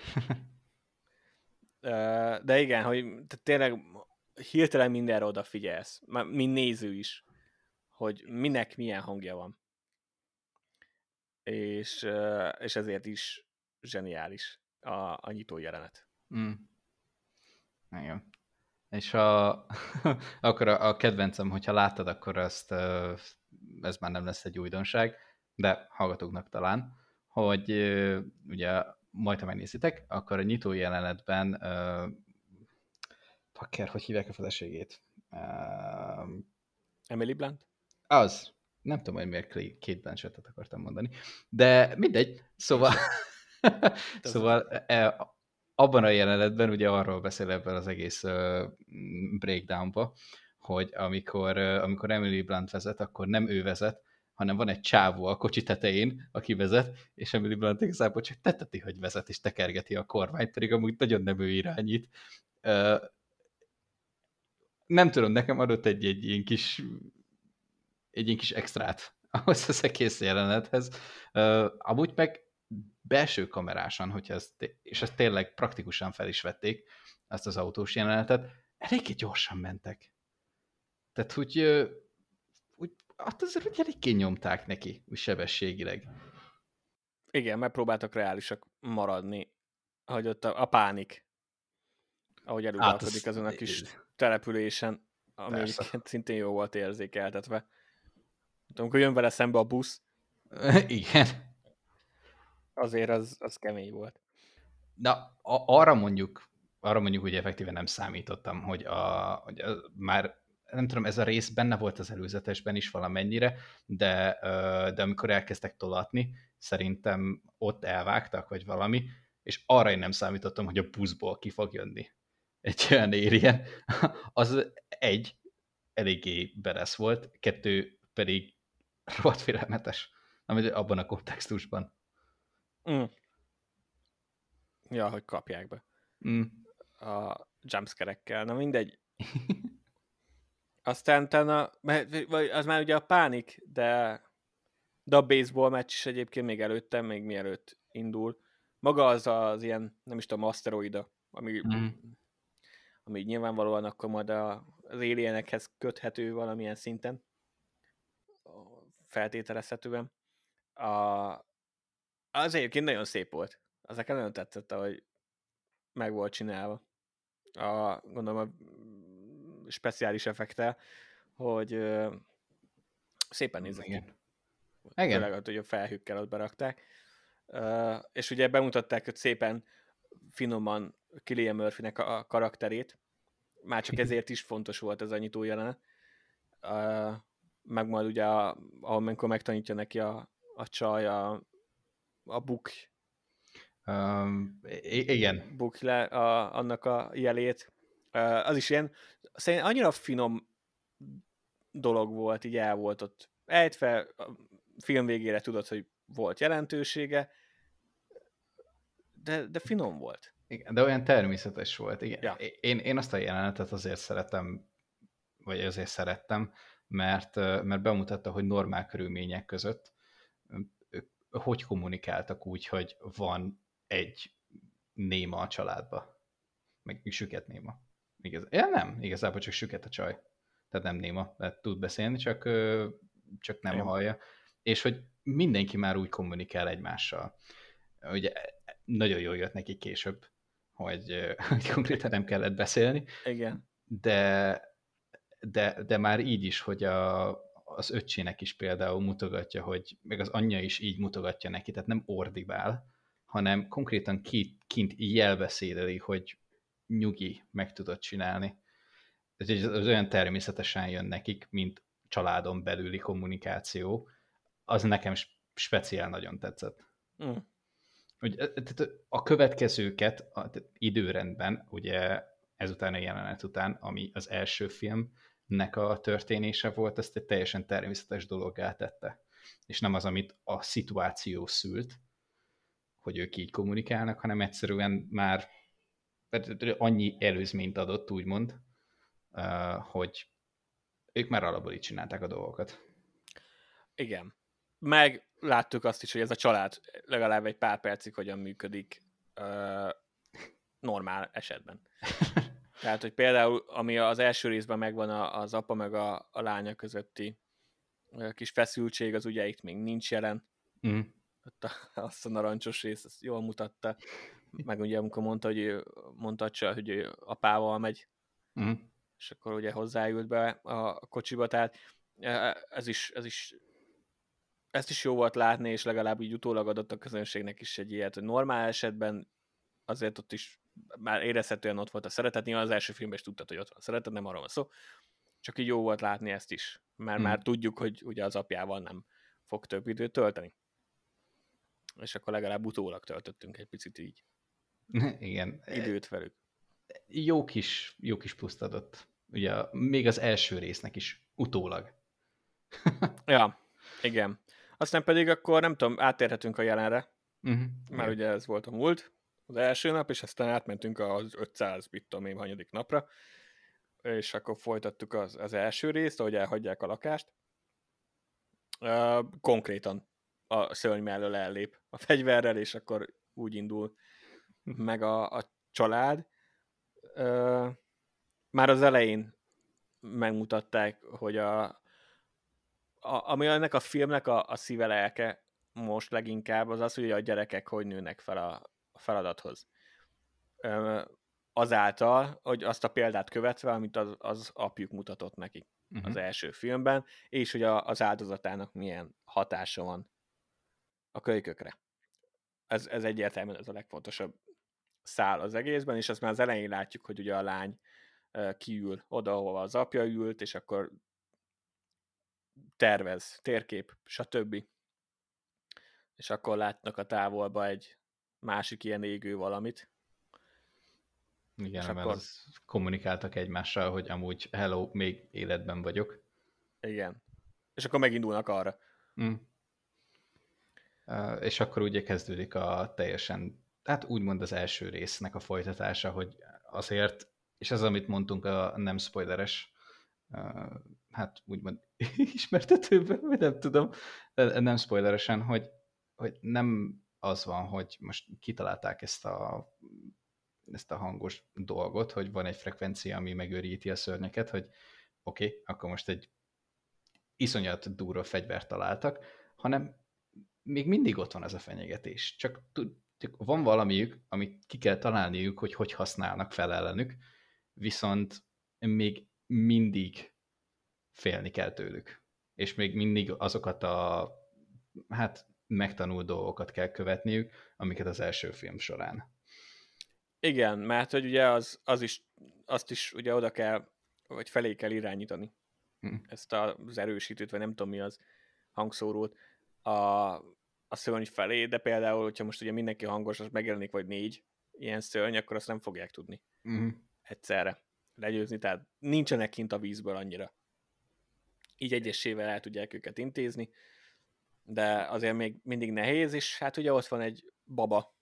B: De igen, hogy tényleg hirtelen mindenre odafigyelsz, mint néző is, hogy minek milyen hangja van. És ezért is zseniális a nyitó jelenet.
A: Igen. És akkor a kedvencem, hogyha láttad, akkor ez már nem lesz egy újdonság, de hallgatóknak talán, hogy ugye majd, ha megnézitek, akkor a nyitó jelenetben hogy hívják a feleségét?
B: Emily Blunt?
A: Az. Nem tudom, hogy miért Kate Blanchettet akartam mondani. De mindegy. Szóval, abban a jelenetben ugye arról beszél ebben az egész breakdownba, hogy amikor Emily Blunt vezet, akkor nem ő vezet, hanem van egy csávó a kocsi tetején, aki vezet, és Emily Blunt igazából csak teteti, hogy vezet, és tekergeti a kormányt, pedig amúgy nagyon nem ő irányít. Nem tudom, nekem adott egy ilyen kis extrát ahhoz az egész jelenethez. Amúgy meg belső kamerásan, hogyha és ezt tényleg praktikusan fel is vették, azt az autós jelenetet, eléggé gyorsan mentek. Tehát úgy azért úgy eléggé nyomták neki, úgy sebességileg.
B: Igen, megpróbáltak reálisak maradni, hogy ott a pánik, ahogy eluralkodik azon a kis településen, ami egyébként szintén jó volt érzékeltetve. Amikor jön vele szembe a busz.
A: Igen.
B: Azért az kemény volt.
A: Na, arra mondjuk, hogy effektíven nem számítottam, hogy már nem tudom, ez a rész benne volt az előzetesben is valamennyire, de amikor elkezdtek tolatni, szerintem ott elvágtak, vagy valami, és arra én nem számítottam, hogy a buszból ki fog jönni egy olyan alien. Az egy, eléggé beresz volt, kettő pedig rohadt félelmetes, abban a kontextusban.
B: Ja, hogy kapják be. A jumpscare-ekkel. Na mindegy. Aztán az már ugye a pánik, de a baseball meccs is egyébként még előtte, még mielőtt indul. Maga az ilyen, nem is tudom, aszteroida, ami nyilvánvalóan akkor majd az alienekhez köthető valamilyen szinten, feltételezhetően. Az egyébként nagyon szép volt. Az nekem nagyon tetszett, ahogy meg volt csinálva. Gondolom a speciális effektel, hogy szépen nézett ki. Főleg, hogy a felhőkkel ott berakták. És ugye bemutatták, hogy szépen finoman Cillian Murphynek a karakterét. Már csak ezért is fontos volt ez a nyitó jelenet. Meg majd ugye, amikor megtanítja neki a csaj a book.
A: Igen.
B: Book le annak a jelét. Az is ilyen, szerintem annyira finom dolog volt, így el volt ott ejtve, a film végére tudod, hogy volt jelentősége, de finom volt.
A: Igen, de olyan természetes volt. Igen.
B: Ja.
A: Én azt a jelenetet azért szeretem, vagy azért szerettem, mert bemutatta, hogy normál körülmények között hogy kommunikáltak úgy, hogy van egy néma a családba. Meg süket néma. Nem, igazából csak süket a csaj. Tehát nem néma, tehát tud beszélni, csak nem hallja. És hogy mindenki már úgy kommunikál egymással. Ugye nagyon jól jött neki később, hogy konkrétan nem kellett beszélni.
B: Igen.
A: De már így is, hogy az öccsének is például mutogatja, hogy meg az anyja is így mutogatja neki, tehát nem ordibál, hanem konkrétan kint jelbeszédeli, hogy nyugi, meg tudod csinálni. Ez olyan természetesen jön nekik, mint családon belüli kommunikáció. Az nekem speciál nagyon tetszett. A következőket időrendben, ugye ezután a jelenet után, ami az első filmnek a történése volt, ezt egy teljesen természetes dologgá tette. És nem az, amit a szituáció szült, hogy ők így kommunikálnak, hanem egyszerűen már annyi előzményt adott, úgymond, hogy ők már alapból így csinálták a dolgokat.
B: Igen. Meg láttuk azt is, hogy ez a család legalább egy pár percig hogyan működik normál esetben. Tehát, hogy például, ami az első részben megvan az apa meg a lánya közötti kis feszültség, az ugye itt még nincs jelen. Azt a narancsos rész, azt jól mutatta. Meg ugye, amikor mondta, hogy ő apával megy, és akkor ugye hozzáült be a kocsiba, tehát ezt is jó volt látni, és legalább így utólag adott a közönségnek is egy ilyet, hogy normál esetben azért ott is már érezhetően ott volt a szeretet, nyilván az első filmben is tudtad, hogy ott van a szeretet, nem arról van szó, csak így jó volt látni ezt is, mert már tudjuk, hogy ugye az apjával nem fog több időt tölteni. És akkor legalább utólag töltöttünk egy picit így.
A: Igen.
B: Időt velük.
A: Jó kis pluszt adott. Ugye még az első résznek is utólag.
B: Ja. Igen. Aztán pedig akkor nem tudom, átérhetünk a jelenre, már
A: Igen.
B: ugye ez volt a múlt, az első nap, és aztán átmentünk az 500, mit tudom én, hanyadik napra, és akkor folytattuk az első részt, ahogy elhagyják a lakást. Konkrétan a szörny mellől ellép a fegyverrel, és akkor úgy indul meg a család. Már az elején megmutatták, hogy ami ennek a filmnek a szíve lelke most leginkább az az, hogy a gyerekek hogy nőnek fel a feladathoz. Azáltal, hogy azt a példát követve, amit az apjuk mutatott nekik az első filmben, és hogy az áldozatának milyen hatása van a kölykökre. Ez egyértelműen ez a legfontosabb szál az egészben, és azt már az elején látjuk, hogy ugye a lány kiül oda, ahova az apja ült, és akkor tervez, térkép, stb. És akkor látnak a távolba egy másik ilyen égő valamit.
A: Igen, mert akkor kommunikáltak egymással, hogy amúgy hello, még életben vagyok.
B: Igen. És akkor megindulnak arra.
A: És akkor ugye kezdődik a teljesen, hát úgymond az első résznek a folytatása, hogy azért, és ez amit mondtunk a nem spoileres, hát úgymond ismertetőben, vagy nem tudom, nem spoileresen, hogy nem az van, hogy most kitalálták ezt a hangos dolgot, hogy van egy frekvencia, ami megőríti a szörnyeket, hogy oké, akkor most egy iszonyat durva fegyvert találtak, hanem még mindig ott van ez a fenyegetés. Csak van valamiük, amit ki kell találniuk, hogy használnak fel ellenük, viszont még mindig félni kell tőlük. És még mindig azokat a megtanult dolgokat kell követniük, amiket az első film során.
B: Igen, mert hogy ugye azt is ugye oda kell, vagy felé kell irányítani. Ezt az erősítőt, vagy nem tudom mi az hangszórót a szörny felé, de például, hogyha most ugye mindenki hangos, az megjelenik vagy 4 ilyen szörny, akkor azt nem fogják tudni egyszerre legyőzni, tehát nincsenek kint a vízből annyira. Így egyesével el tudják őket intézni, de azért még mindig nehéz, és hát ugye ott van egy baba,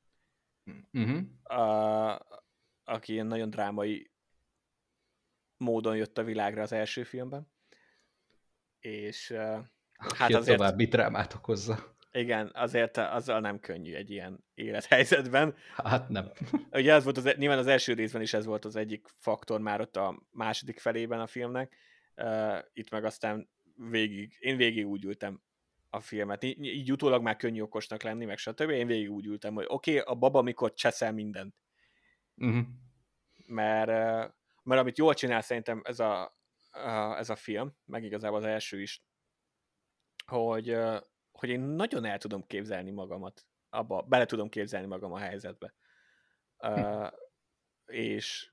B: aki ilyen nagyon drámai módon jött a világra az első filmben, és
A: hát azért további drámát okozza.
B: Igen, azért azzal nem könnyű egy ilyen élethelyzetben.
A: Hát nem.
B: Ugye ez volt nyilván az első részben is ez volt az egyik faktor már ott a második felében a filmnek. Itt meg aztán én végig úgy ültem a filmet. Így utólag már könnyű okosnak lenni, meg stb. Én végig úgy ültem, hogy oké, a baba mikor cseszel mindent. Mert amit jól csinál szerintem ez a film, meg igazából az első is, hogy én nagyon el tudom képzelni magamat bele tudom képzelni magam a helyzetbe. És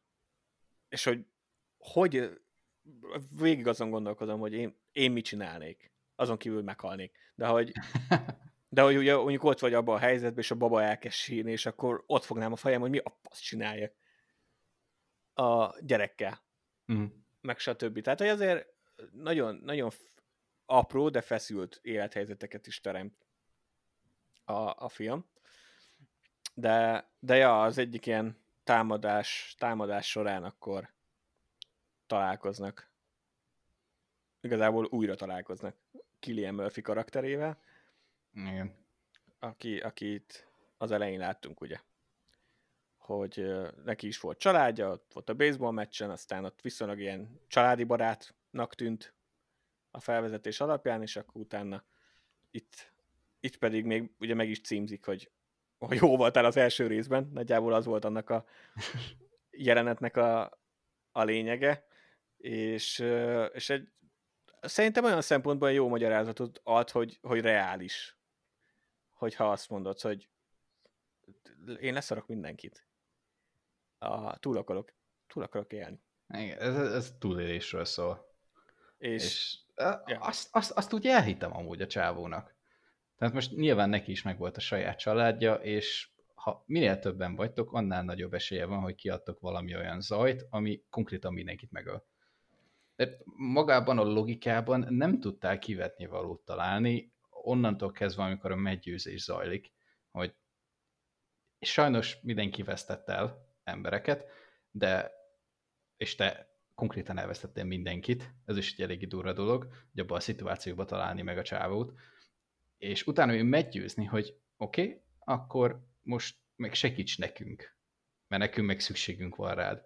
B: hogy végig azon gondolkodom, hogy én mit csinálnék. Azon kívül meghalnék. De hogy ugye mondjuk ott vagy abban a helyzetben, és a baba elkezd sírni, és akkor ott fognám a fejem, hogy mi a fasz csináljak a gyerekkel. Meg stb. Tehát, hogy azért nagyon, nagyon apró, de feszült élethelyzeteket is teremt a film. De ja, az egyik ilyen támadás során akkor találkoznak. Igazából újra találkoznak Cillian Murphy karakterével.
A: Igen.
B: Akit az elején láttunk, ugye. Hogy neki is volt családja, ott volt a baseball meccsen, aztán ott viszonylag ilyen családi barátnak tűnt a felvezetés alapján, és akkor utána itt pedig még ugye meg is címzik, hogy jó voltál az első részben, nagyjából az volt annak a jelenetnek a lényege, és szerintem olyan szempontból jó magyarázatot ad, hogy reális, hogyha azt mondod, hogy én leszarok mindenkit. Túl akarok élni.
A: Igen, ez túlélésről szól.
B: És
A: azt úgy elhittem amúgy a csávónak. Tehát most nyilván neki is megvolt a saját családja, és ha minél többen vagytok, annál nagyobb esélye van, hogy kiadtok valami olyan zajt, ami konkrétan mindenkit megöl. De magában a logikában nem tudtál kivetni valót találni, onnantól kezdve, amikor a meggyőzés zajlik, hogy sajnos mindenki vesztett el embereket, de és te konkrétan elvesztettél mindenkit, ez is egy elég durva dolog, hogy abban a szituációban találni meg a csávót, és utána ő meggyőzni, hogy oké, akkor most meg segíts nekünk, mert nekünk meg szükségünk van rád.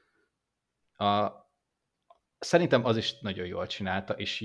A: Szerintem az is nagyon jól csinálta, és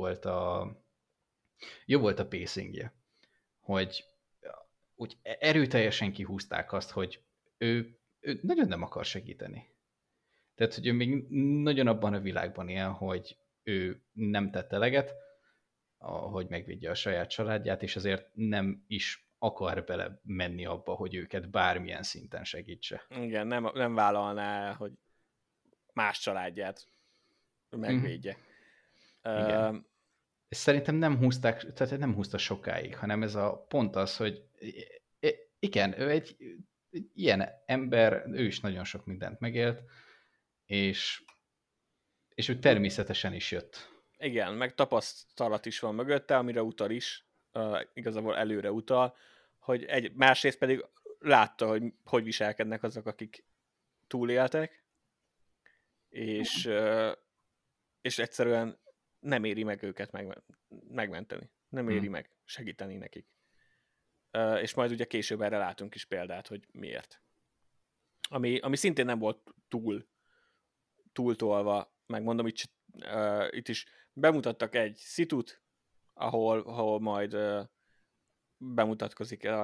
A: jó volt a pacingje, hogy úgy erőteljesen kihúzták azt, hogy ő nagyon nem akar segíteni. Tehát, hogy ő még nagyon abban a világban él, hogy ő nem tett eleget, hogy megvédje a saját családját, és azért nem is akar bele menni abba, hogy őket bármilyen szinten segítse.
B: Igen, nem vállalná, hogy más családját megvédje.
A: Igen. És szerintem nem húzták, tehát nem húzta sokáig, hanem ez a pont az, hogy igen, ő egy ilyen ember, ő is nagyon sok mindent megélt, és ő természetesen is jött.
B: Igen, meg tapasztalat is van mögötte, amire utal is, igazából előre utal, hogy másrészt pedig látta, hogy viselkednek azok, akik túléltek, és egyszerűen nem éri meg őket megmenteni. Nem éri meg segíteni nekik. És majd ugye később erre látunk is példát, hogy miért. Ami szintén nem volt túltolva, megmondom, itt is bemutattak egy szitut, ahol majd bemutatkozik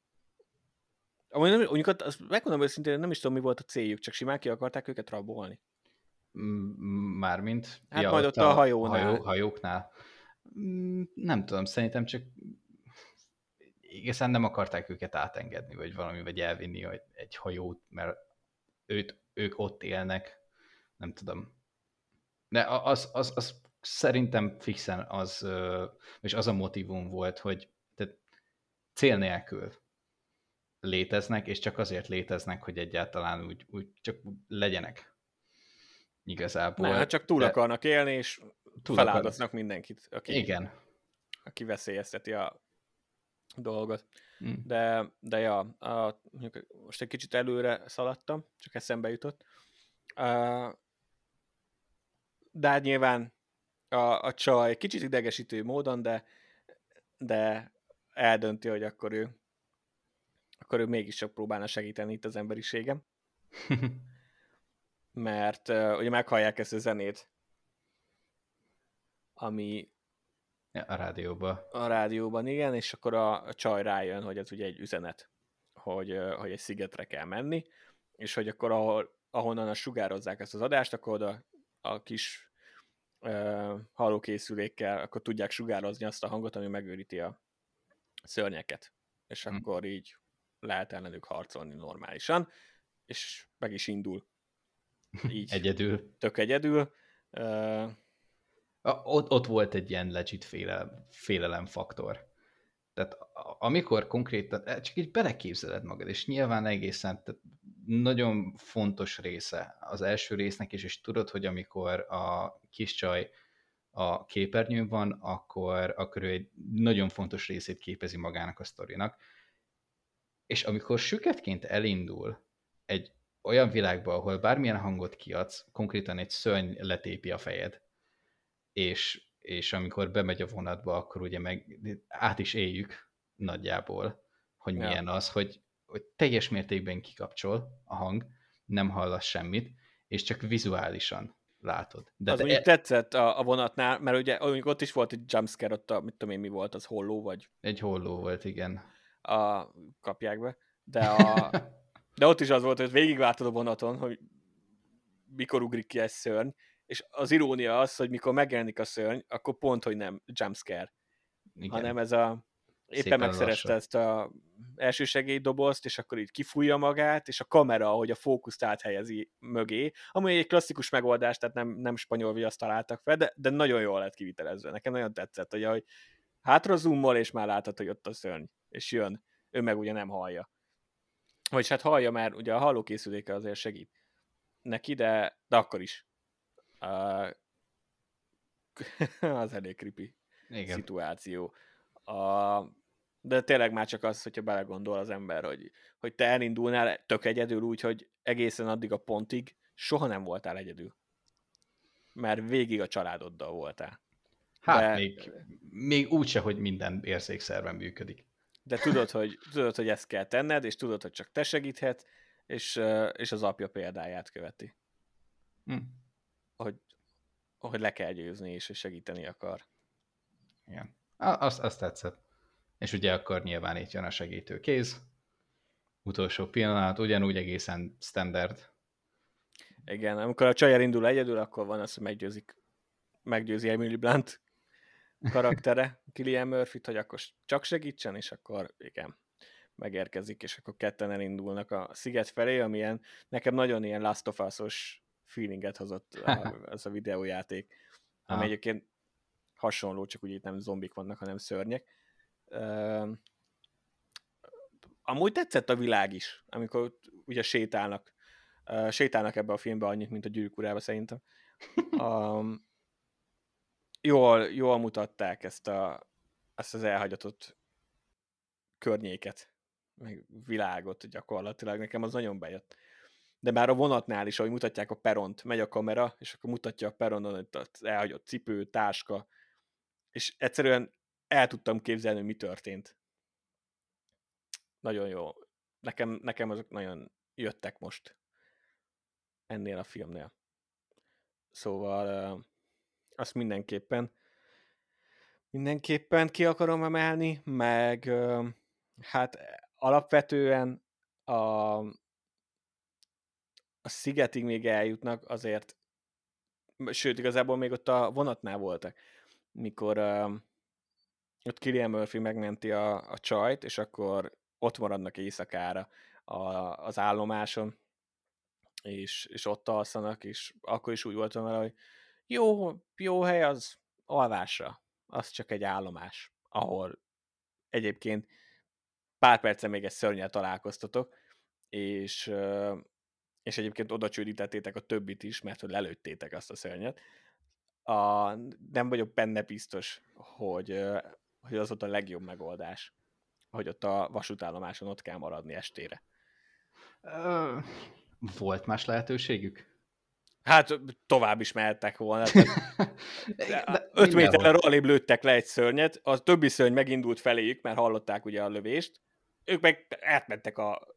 B: azt megmondom őszintén, nem is tudom, mi volt a céljuk, csak simán ki akarták őket rabolni.
A: Mármint?
B: Hát ja, majd ott a hajónál.
A: Hajóknál. Nem tudom, szerintem csak igazán nem akarták őket átengedni, vagy elvinni egy hajót, mert ők ott élnek, nem tudom. De az szerintem fixen és az a motivum volt, hogy tehát cél nélkül léteznek, és csak azért léteznek, hogy egyáltalán úgy csak legyenek. Igazából.
B: Nem, csak túl akarnak élni, és feláldoznak mindenkit, aki veszélyezteti a dolgot. De ja, most egy kicsit előre szaladtam, csak eszembe jutott. De hát nyilván a csaj kicsit idegesítő módon, de eldönti, hogy akkor ő mégiscsak próbálna segíteni itt az emberiségem. Mert ugye meghallják ezt a zenét, ami
A: a rádióban.
B: A rádióban, igen, és akkor a csaj rájön, hogy ez ugye egy üzenet, hogy egy szigetre kell menni, és hogy akkor ahonnan sugározzák ezt az adást, akkor oda a kis hallókészülékkel akkor tudják sugározni azt a hangot, ami megőríti a szörnyeket. És akkor így lehet ellenük harcolni normálisan, és meg is indul. Így.
A: Egyedül.
B: Tök egyedül.
A: Ott volt egy ilyen legit félelemfaktor. Tehát amikor konkrétan, csak így beleképzeled magad, és nyilván egészen nagyon fontos része az első résznek is, és tudod, hogy amikor a kis csaj a képernyőn van, akkor ő egy nagyon fontos részét képezi magának a sztorinak. És amikor süketként elindul egy olyan világba, ahol bármilyen hangot kiadsz, konkrétan egy szörny letépi a fejed, és amikor bemegy a vonatba, akkor ugye meg át is éljük nagyjából, hogy milyen az, hogy teljes mértékben kikapcsol a hang, nem hallasz semmit, és csak vizuálisan látod.
B: De az mondjuk tetszett a vonatnál, mert ugye ott is volt egy jumpscare, ott mit tudom én, mi volt, az holló vagy?
A: Egy holló volt, igen.
B: Kapják be. De ott is az volt, hogy végigvártad a vonaton, hogy mikor ugrik ki egy szörny, és az irónia az, hogy mikor megjelenik a szörny, akkor pont, hogy nem jumpscare, hanem ez éppen megszerezte ezt a elsősegélydobozt, és akkor így kifújja magát, és a kamera, ahogy a fókuszt áthelyezi mögé, ami egy klasszikus megoldás, tehát nem spanyol viaszt találtak fel, de nagyon jól lett kivitelezve. Nekem nagyon tetszett, hogy ahogy hátra zoomol, és már látod, hogy ott a szörny, és jön. Ő meg ugye nem hallja. Vagyis hát hallja, mert ugye a hallókészüléke azért segít neki, de akkor is. az elég creepy
A: Igen.
B: szituáció. De tényleg már csak az, hogyha belegondol az ember, hogy te elindulnál tök egyedül úgy, hogy egészen addig a pontig soha nem voltál egyedül. Mert végig a családoddal voltál.
A: Hát még úgyse, hogy minden érzékszerven működik.
B: De tudod, hogy ezt kell tenned, és tudod, hogy csak te segíthetsz, és az apja példáját követi. Hogy le kell győzni, és segíteni akar.
A: Igen. Azt tetszett. És ugye akkor nyilván itt jön a segítő kéz. Utolsó pillanat, ugyanúgy egészen standard.
B: Igen, amikor a csaj elindul egyedül, akkor van az, hogy meggyőzi Emily Blunt karaktere, Cillian Murphyt, hogy akkor csak segítsen, és akkor igen, megérkezik, és akkor ketten elindulnak a sziget felé, amilyen nekem nagyon ilyen Last of Us-os feelinget hozott ez a videójáték, ami egyébként hasonló, csak úgy itt nem zombik vannak, hanem szörnyek. Amúgy tetszett a világ is, amikor ugye sétálnak ebbe a filmbe annyit, mint a Gyűrűk Urába szerintem. Jól mutatták ezt az elhagyatott környéket, meg világot gyakorlatilag. Nekem az nagyon bejött. De már a vonatnál is, ahogy mutatják a peront, megy a kamera, és akkor mutatja a peronon az elhagyott cipő, táska, és egyszerűen el tudtam képzelni, hogy mi történt. Nagyon jó. Nekem azok nagyon jöttek most ennél a filmnél. Szóval azt mindenképpen ki akarom emelni, meg hát alapvetően a szigetig még eljutnak azért, sőt, igazából még ott a vonatnál voltak, mikor ott Cillian Murphy megmenti a csajt, és akkor ott maradnak éjszakára az állomáson, és ott alszanak, és akkor is úgy voltam vele, hogy jó hely az alvásra, az csak egy állomás, ahol egyébként pár percre még egy szörnyel találkoztatok, és egyébként oda csődítettétek a többit is, mert hogy lelőttétek azt a szörnyet. Nem vagyok benne biztos, hogy az volt a legjobb megoldás, hogy ott a vasútállomáson ott kell maradni estére.
A: Volt más lehetőségük?
B: Hát tovább is mehettek volna. 5 méterre rohalébb lőttek le egy szörnyet, a többi szörny megindult feléjük, mert hallották ugye a lövést, ők meg átmentek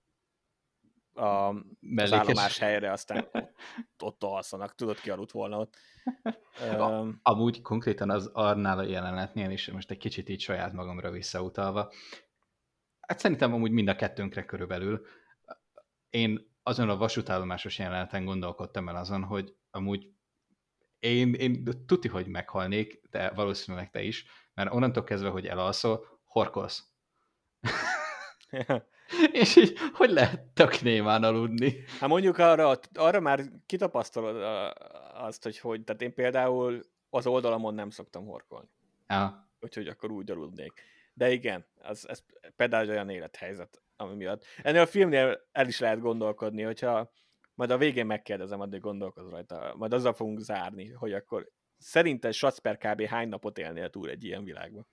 B: az állomás helyre, aztán ott alszanak. Tudod, ki aludt volna ott.
A: Amúgy konkrétan az annál a jelenetnél is, most egy kicsit így saját magamra visszautalva, hát szerintem amúgy mind a kettőnkre körülbelül. Én azon a vasútállomásos jeleneten gondolkodtam el azon, hogy amúgy én tuti, hogy meghalnék, de valószínűleg te is, mert onnantól kezdve, hogy elalszol, horkolsz. És így, hogy lehet tök némán aludni?
B: Hát mondjuk arra már kitapasztalod azt, hogy tehát én például az oldalamon nem szoktam horkolni.
A: Ja.
B: Úgyhogy akkor úgy aludnék. De igen, ez például olyan élethelyzet, ami miatt. Ennél a filmnél el is lehet gondolkodni, hogyha majd a végén megkérdezem, addig gondolkozz rajta. Majd azzal fogunk zárni, hogy akkor szerinted Schatzper kb. Hány napot élnél túl egy ilyen világban?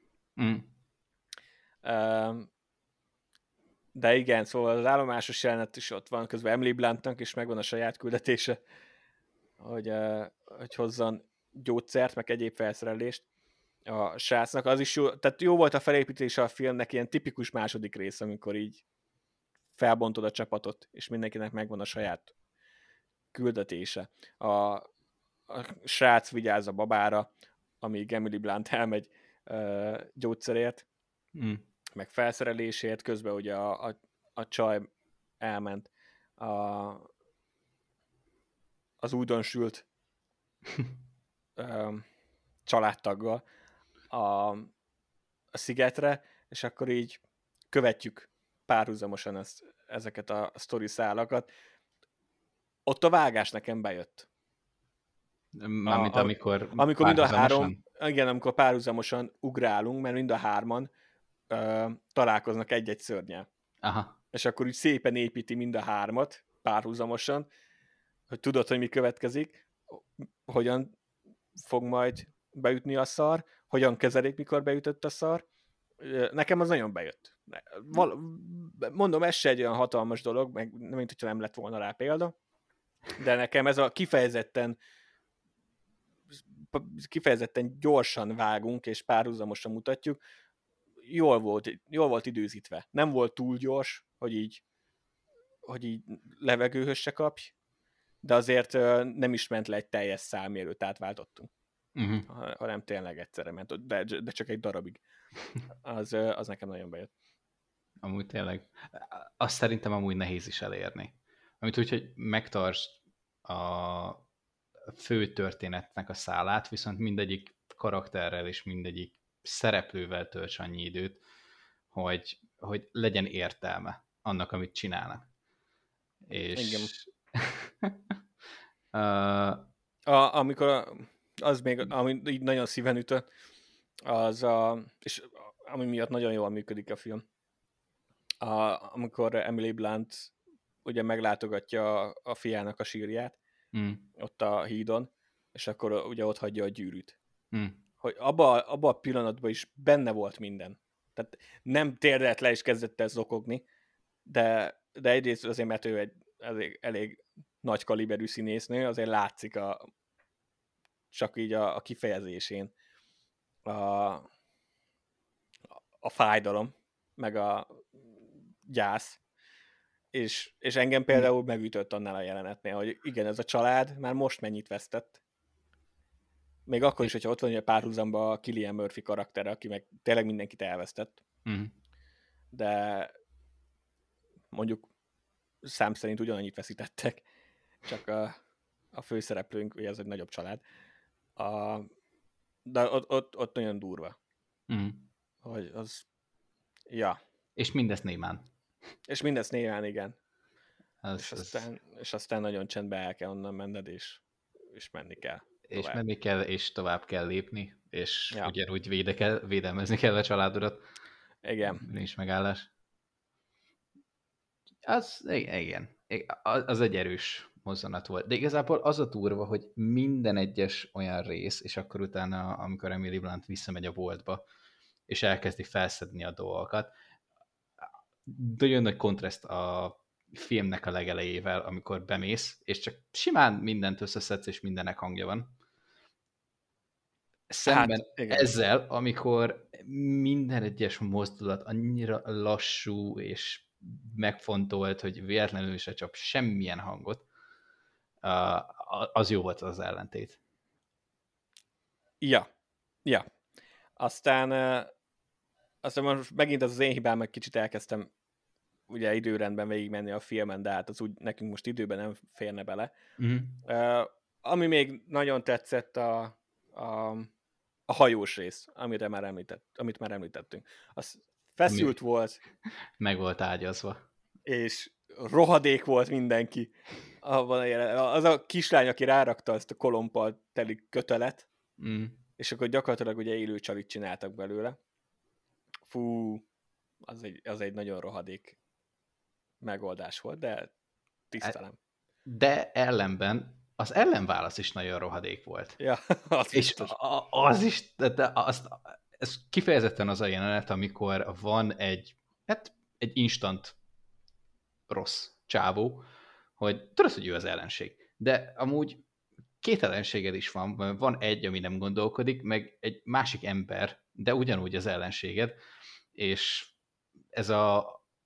B: De igen, szóval az állomásos jelenet is ott van, közben Emily Bluntnak is megvan a saját küldetése, hogy hozzon gyógyszert, meg egyéb felszerelést a srácnak. Az is jó, tehát jó volt a felépítése a filmnek, ilyen tipikus második rész, amikor így felbontod a csapatot, és mindenkinek megvan a saját küldetése. A srác vigyáz a babára, amíg Emily Blunt elmegy gyógyszerért, meg felszerelésért, közben ugye a csaj elment az újdonsült családtaggal a szigetre, és akkor így követjük párhuzamosan ezeket a sztori szálakat. Ott a vágás nekem bejött.
A: Mármint amikor
B: mind a három, igen, amikor párhuzamosan ugrálunk, mert mind a hárman találkoznak egy-egy szörnnyel.
A: Aha.
B: És akkor úgy szépen építi mind a hármat párhuzamosan, hogy tudod, hogy mi következik, hogyan fog majd beütni a szar, hogyan kezelik, mikor beütött a szar. Nekem az nagyon bejött. Mondom, ez se egy olyan hatalmas dolog, meg nem, mint hogyha nem lett volna rá példa, de nekem ez a kifejezetten gyorsan vágunk, és párhuzamosan mutatjuk, jól volt időzítve. Nem volt túl gyors, hogy így levegőhöz se kapj, de azért nem is ment le egy teljes szám, mielőtt átváltottunk. Hanem tényleg egyszerre ment, de csak egy darabig. Az nekem nagyon bejött.
A: Amúgy tényleg. Azt szerintem amúgy nehéz is elérni. Amit úgy, hogy megtartsd a fő történetnek a szálát, viszont mindegyik karakterrel és mindegyik szereplővel tölts annyi időt, hogy legyen értelme annak, amit csinálnak. És
B: amikor az még, ami így nagyon szíven ütött, az és ami miatt nagyon jól működik a film, amikor Emily Blunt ugye meglátogatja a fiának a sírját, ott a hídon, és akkor ugye ott hagyja a gyűrűt. Hogy abba a pillanatban is benne volt minden. Tehát nem térdelt le és kezdett el zokogni, de egyrészt azért, mert ő egy elég nagy kaliberű színésznő, azért látszik csak így a kifejezésén a fájdalom, meg a gyász, és engem például megütött annál a jelenetnél, hogy igen, ez a család már most mennyit vesztett. Még akkor is, hogyha ott van a párhuzamban a Cillian Murphy karaktere, aki meg tényleg mindenkit elvesztett. De mondjuk szám szerint ugyanannyit veszítettek, csak a főszereplőnk, ugye ez egy nagyobb család. De ott nagyon durva. Hogy az... Ja.
A: És mindezt némán.
B: És mindezt némán, igen. És aztán nagyon csendbe el kell onnan menned, és menni kell.
A: Tovább. És menni kell, és tovább kell lépni, és ugyanúgy védelmezni kell a családodat.
B: Igen.
A: Nincs megállás. Igen. Az egy erős mozzanat volt. De igazából az a durva, hogy minden egyes olyan rész, és akkor utána, amikor Emily Blunt visszamegy a boltba, és elkezdi felszedni a dolgokat, nagyon nagy kontraszt a filmnek a legelejével, amikor bemész, és csak simán mindent összeszedsz, és mindennek hangja van. Szemben ezzel, amikor minden egyes mozdulat annyira lassú, és megfontolt, hogy véletlenül se csap semmilyen hangot, az jó volt az ellentét.
B: Ja. Aztán most megint az én hibám, meg kicsit elkezdtem ugye időrendben végigmenni a filmen, de hát az úgy nekünk most időben nem férne bele. Ami még nagyon tetszett a hajós rész, amit már említettünk. Az feszült volt.
A: Meg volt ágyazva.
B: És rohadék volt mindenki. Az a kislány, aki rárakta ezt a kolompal teli kötelet, és akkor gyakorlatilag ugye élő csalit csináltak belőle. Fú, az egy nagyon rohadék megoldás volt, de tisztelem.
A: De ellenben az ellenválasz is nagyon rohadék volt.
B: Ja, az
A: és az is, de ez kifejezetten az a jelenet, amikor van egy instant rossz csávó, hogy tudod, hogy ő az ellenség. De amúgy két ellenséged is van. Van egy, ami nem gondolkodik, meg egy másik ember, de ugyanúgy az ellenséged, és ez a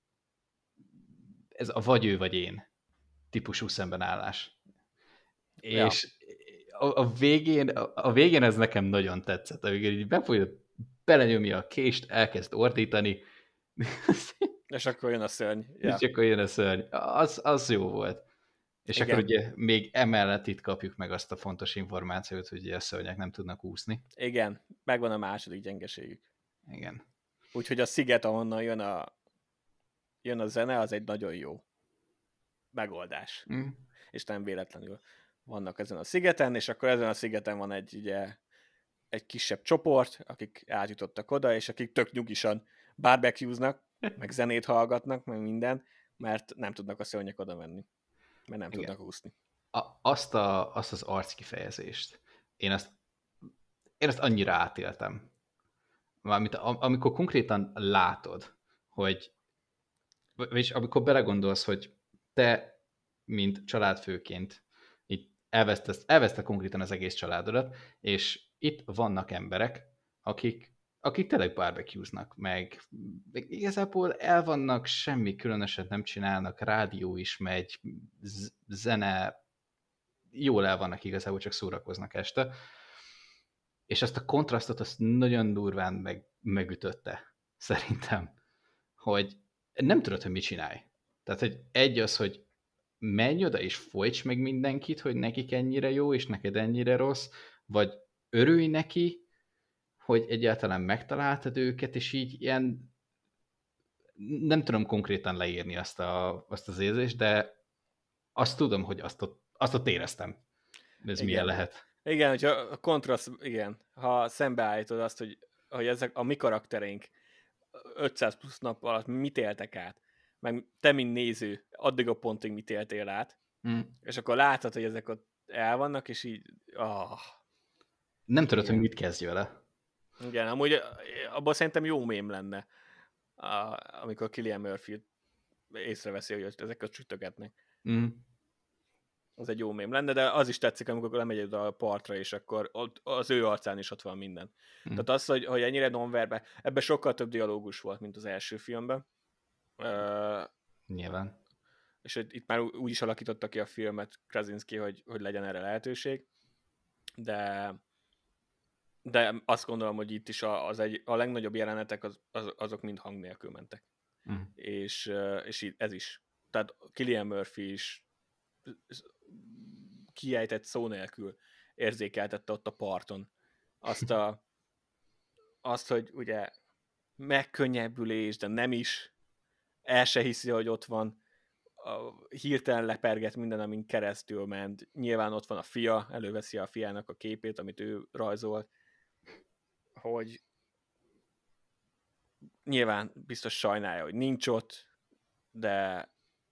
A: vagy ő, vagy én típusú szembenállás. Ja. És a végén ez nekem nagyon tetszett, amikor így belenyomja a kést, elkezd ordítani.
B: És akkor jön a szörny.
A: Ja. És akkor jön a szörny. Az jó volt. És igen. Akkor ugye még emellett itt kapjuk meg azt a fontos információt, hogy a szörnyek nem tudnak úszni.
B: Igen, megvan a második gyengeségük.
A: Igen.
B: Úgyhogy a sziget, ahonnan jön a zene, az egy nagyon jó megoldás. És nem véletlenül vannak ezen a szigeten, és akkor ezen a szigeten van egy kisebb csoport, akik átjutottak oda, és akik tök nyugisan barbecue-znak, meg zenét hallgatnak, meg minden, mert nem tudnak a szörnyek oda menni. Mert nem tudnak úszni.
A: Azt az arckifejezést. Én azt én ezt annyira átéltem. Mármint amikor konkrétan látod, hogy, és amikor belegondolsz, hogy te, mint családfőként, így elveszte konkrétan az egész családodat, és itt vannak emberek, akik tényleg barbecue-znak, meg igazából el vannak, semmi különöset nem csinálnak, rádió is megy, zene, jól el vannak igazából, csak szórakoznak este. És ezt a kontrasztot azt nagyon durván megütötte, szerintem, hogy nem tudod, hogy mit csinálj. Tehát, hogy egy az, hogy menj oda és folyts meg mindenkit, hogy nekik ennyire jó, és neked ennyire rossz, vagy örülj neki, hogy egyáltalán megtaláltad őket, és így ilyen, nem tudom konkrétan leírni azt az érzést, de azt tudom, hogy azt ott éreztem. Ez
B: Igen.
A: milyen lehet.
B: Igen, hogyha a kontraszt, igen, ha szembeállítod azt, hogy ezek a mi karaktereink 500 plusz nap alatt mit éltek át, meg te, mint néző, addig a pontig mit éltél át, és akkor látod, hogy ezek ott el vannak, és így...
A: Nem tudod, hogy mit kezdj vele.
B: Igen, amúgy abban szerintem jó mém lenne, amikor Cillian Murphy észreveszi, hogy ezek sütögetnek. Az egy jó mém lenne, de az is tetszik, amikor lemegy oda a partra, és akkor ott, az ő arcán is ott van minden. Tehát az, hogy ennyire nonverbe, ebben sokkal több dialógus volt, mint az első filmben.
A: Nyilván.
B: És itt már úgy is alakította ki a filmet Krasinski, hogy legyen erre lehetőség. De azt gondolom, hogy itt is a legnagyobb jelenetek azok mind hang nélkül mentek. És ez is. Tehát Cillian Murphy is kiejtett szó nélkül érzékeltette ott a parton azt, hogy ugye megkönnyebbülés, de nem is, el se hiszi, hogy ott van, hirtelen leperget minden, amin keresztül ment. Nyilván ott van a fia, előveszi a fiának a képét, amit ő rajzolt, hogy nyilván biztos sajnálja, hogy nincs ott, de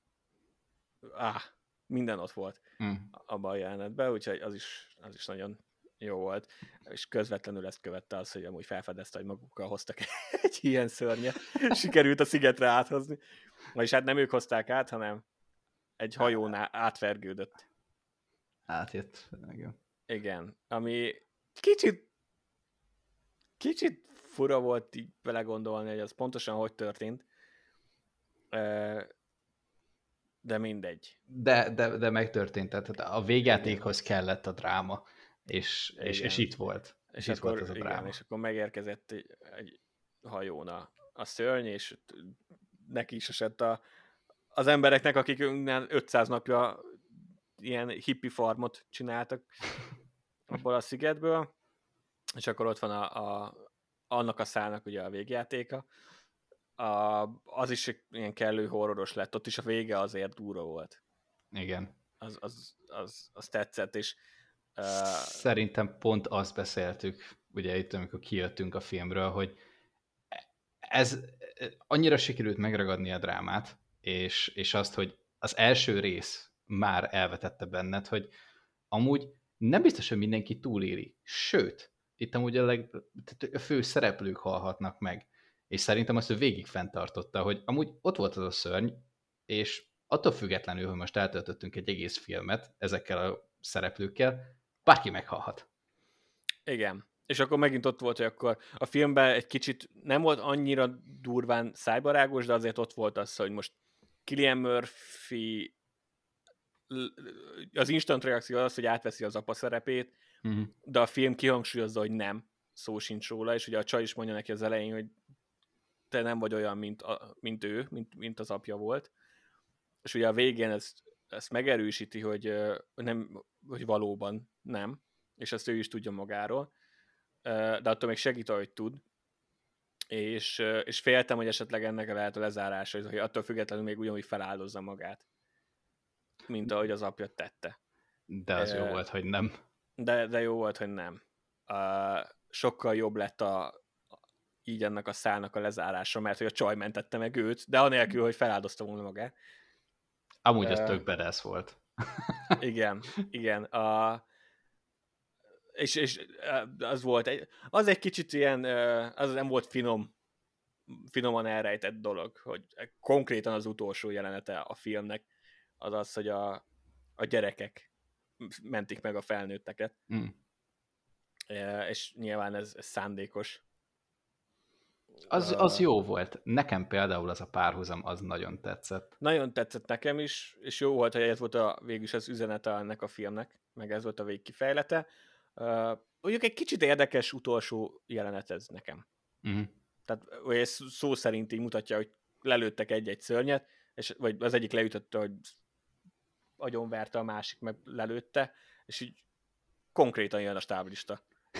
B: minden ott volt abban a jelenetben, úgyhogy az is nagyon jó volt, és közvetlenül ezt követte az, hogy amúgy felfedezte, hogy magukkal hoztak egy ilyen szörnyet, sikerült a szigetre áthozni. Vagyis hát nem ők hozták át, hanem egy hajón átvergődött.
A: Átjött.
B: Igen, ami kicsit fura volt így belegondolni, hogy az pontosan hogy történt, de mindegy.
A: De megtörtént, tehát a végjátékhoz kellett a dráma, és itt volt.
B: És
A: itt
B: akkor,
A: volt ez a dráma.
B: igen, és akkor megérkezett egy hajón a szörny, és neki is esett az embereknek, akik 500 napja ilyen hippie farmot csináltak abból a szigetből, és akkor ott van annak a szálnak ugye a végjátéka. Az is ilyen kellő horroros lett, ott is a vége azért durva volt.
A: Igen.
B: Az tetszett, és
A: szerintem pont azt beszéltük, ugye itt, amikor kijöttünk a filmről, hogy ez annyira sikerült megragadni a drámát, és azt, hogy az első rész már elvetette benned, hogy amúgy nem biztos, hogy mindenki túléli. Sőt, itt amúgy a fő szereplők halhatnak meg. És szerintem azt ő végig fenntartotta, hogy amúgy ott volt az a szörny, és attól függetlenül, hogy most eltöltöttünk egy egész filmet ezekkel a szereplőkkel, bárki meghalhat.
B: Igen. És akkor megint ott volt, hogy akkor a filmben egy kicsit nem volt annyira durván szájbarágos, de azért ott volt az, hogy most Cillian Murphy az instant reakció az, hogy átveszi az apa szerepét, de a film kihangsúlyozza, hogy nem, szó sincs róla, és ugye a csaj is mondja neki az elején, hogy te nem vagy olyan, mint ő, mint az apja volt. És ugye a végén ezt megerősíti, hogy valóban nem, és ezt ő is tudja magáról, de attól még segít, ahogy tud, és féltem, hogy esetleg ennek lehet a lezárása, hogy attól függetlenül még ugyanúgy feláldozza magát, mint ahogy az apja tette.
A: De az jó volt, hogy nem.
B: De jó volt, hogy nem. Sokkal jobb lett így ennek a szálnak a lezárása, mert hogy a csaj mentette meg őt, de anélkül, hogy feláldozta volna magát.
A: Amúgy az tök badass volt.
B: Igen. és az volt az egy kicsit ilyen, az nem volt finoman elrejtett dolog, hogy konkrétan az utolsó jelenete a filmnek az az, hogy a gyerekek mentik meg a felnőtteket. És nyilván ez szándékos.
A: Az jó volt. Nekem például az a párhuzam, az nagyon tetszett.
B: Nagyon tetszett nekem is, és jó volt, hogy ez volt végülis az üzenete ennek a filmnek, meg ez volt a végkifejlete. Mondjuk egy kicsit érdekes utolsó jelenet ez nekem. Tehát ez szó szerint így mutatja, hogy lelőttek egy-egy szörnyet, vagy az egyik leütötte, hogy agyonverte, a másik meg lelőtte, és így konkrétan jön a stáblista.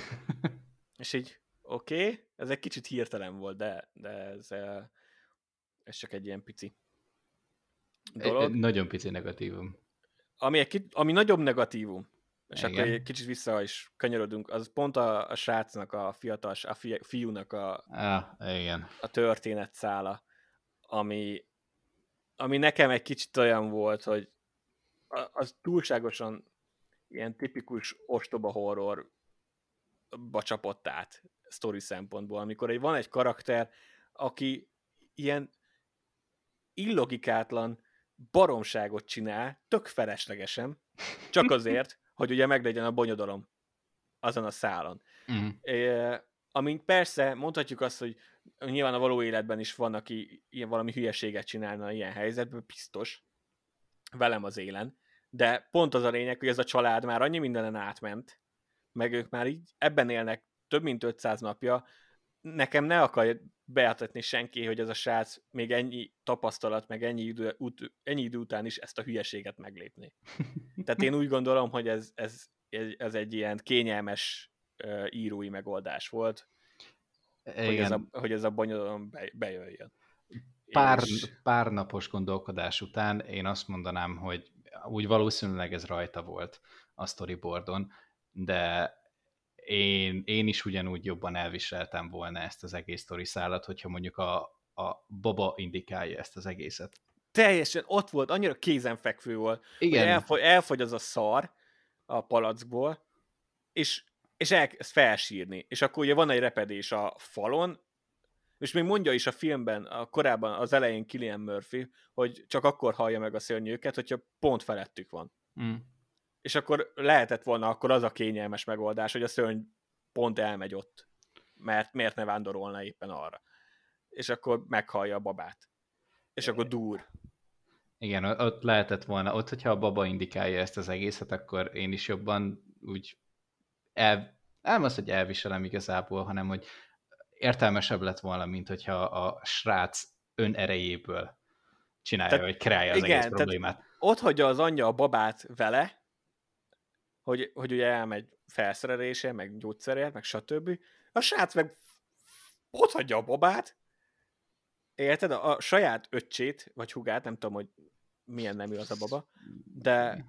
B: És így oké, ez egy kicsit hirtelen volt, de ez csak egy ilyen pici dolog.
A: Nagyon pici negatívum.
B: Ami nagyobb negatívum, és igen. Akkor egy kicsit vissza is kanyarodunk, az pont a srácnak, a fiúnak
A: igen.
B: a történetszála, ami nekem egy kicsit olyan volt, hogy az túlságosan ilyen tipikus ostoba horrorba csapott át sztori szempontból, amikor van egy karakter, aki ilyen illogikátlan baromságot csinál, tök feleslegesen, csak azért, hogy ugye meglegyen a bonyodalom azon a szálon. Amint persze mondhatjuk azt, hogy nyilván a való életben is van, aki ilyen valami hülyeséget csinálna ilyen helyzetben, biztos, velem az élen, de pont az a lényeg, hogy ez a család már annyi mindenen átment, meg ők már így ebben élnek több mint 500 napja, nekem ne akarja beálltatni senki, hogy ez a srác még ennyi tapasztalat, meg ennyi idő után is ezt a hülyeséget meglépni. Tehát én úgy gondolom, hogy ez egy ilyen kényelmes írói megoldás volt, hogy ez a bonyolulom bejöjjön.
A: Pár napos gondolkodás után én azt mondanám, hogy úgy valószínűleg ez rajta volt a storyboardon, de én is ugyanúgy jobban elviseltem volna ezt az egész sztoriszálat, hogyha mondjuk a baba indikálja ezt az egészet.
B: Teljesen ott volt, annyira kézenfekvő volt,
A: igen.
B: hogy elfogy az a szar a palackból, és elkezd felsírni. És akkor ugye van egy repedés a falon, és még mondja is a filmben, korábban az elején Cillian Murphy, hogy csak akkor hallja meg a szörnyűket, hogyha pont felettük van. És akkor lehetett volna akkor az a kényelmes megoldás, hogy a szörny pont elmegy ott. Mert miért ne vándorolna éppen arra. És akkor meghallja a babát. És akkor dur.
A: Igen, ott lehetett volna. Ott, hogyha a baba indikálja ezt az egészet, akkor én is jobban úgy nem az, hogy elviselem igazából, hanem hogy értelmesebb lett volna, mint hogyha a srác önerejéből csinálja, vagy kreálja az egész problémát.
B: Ott hagyja az anyja a babát vele, hogy ugye elmegy felszerelése, meg gyógyszerért, meg stb. A srác meg ott hagyja a babát, érted? A saját öccsét, vagy hugát, nem tudom, hogy milyen nemű az a baba, de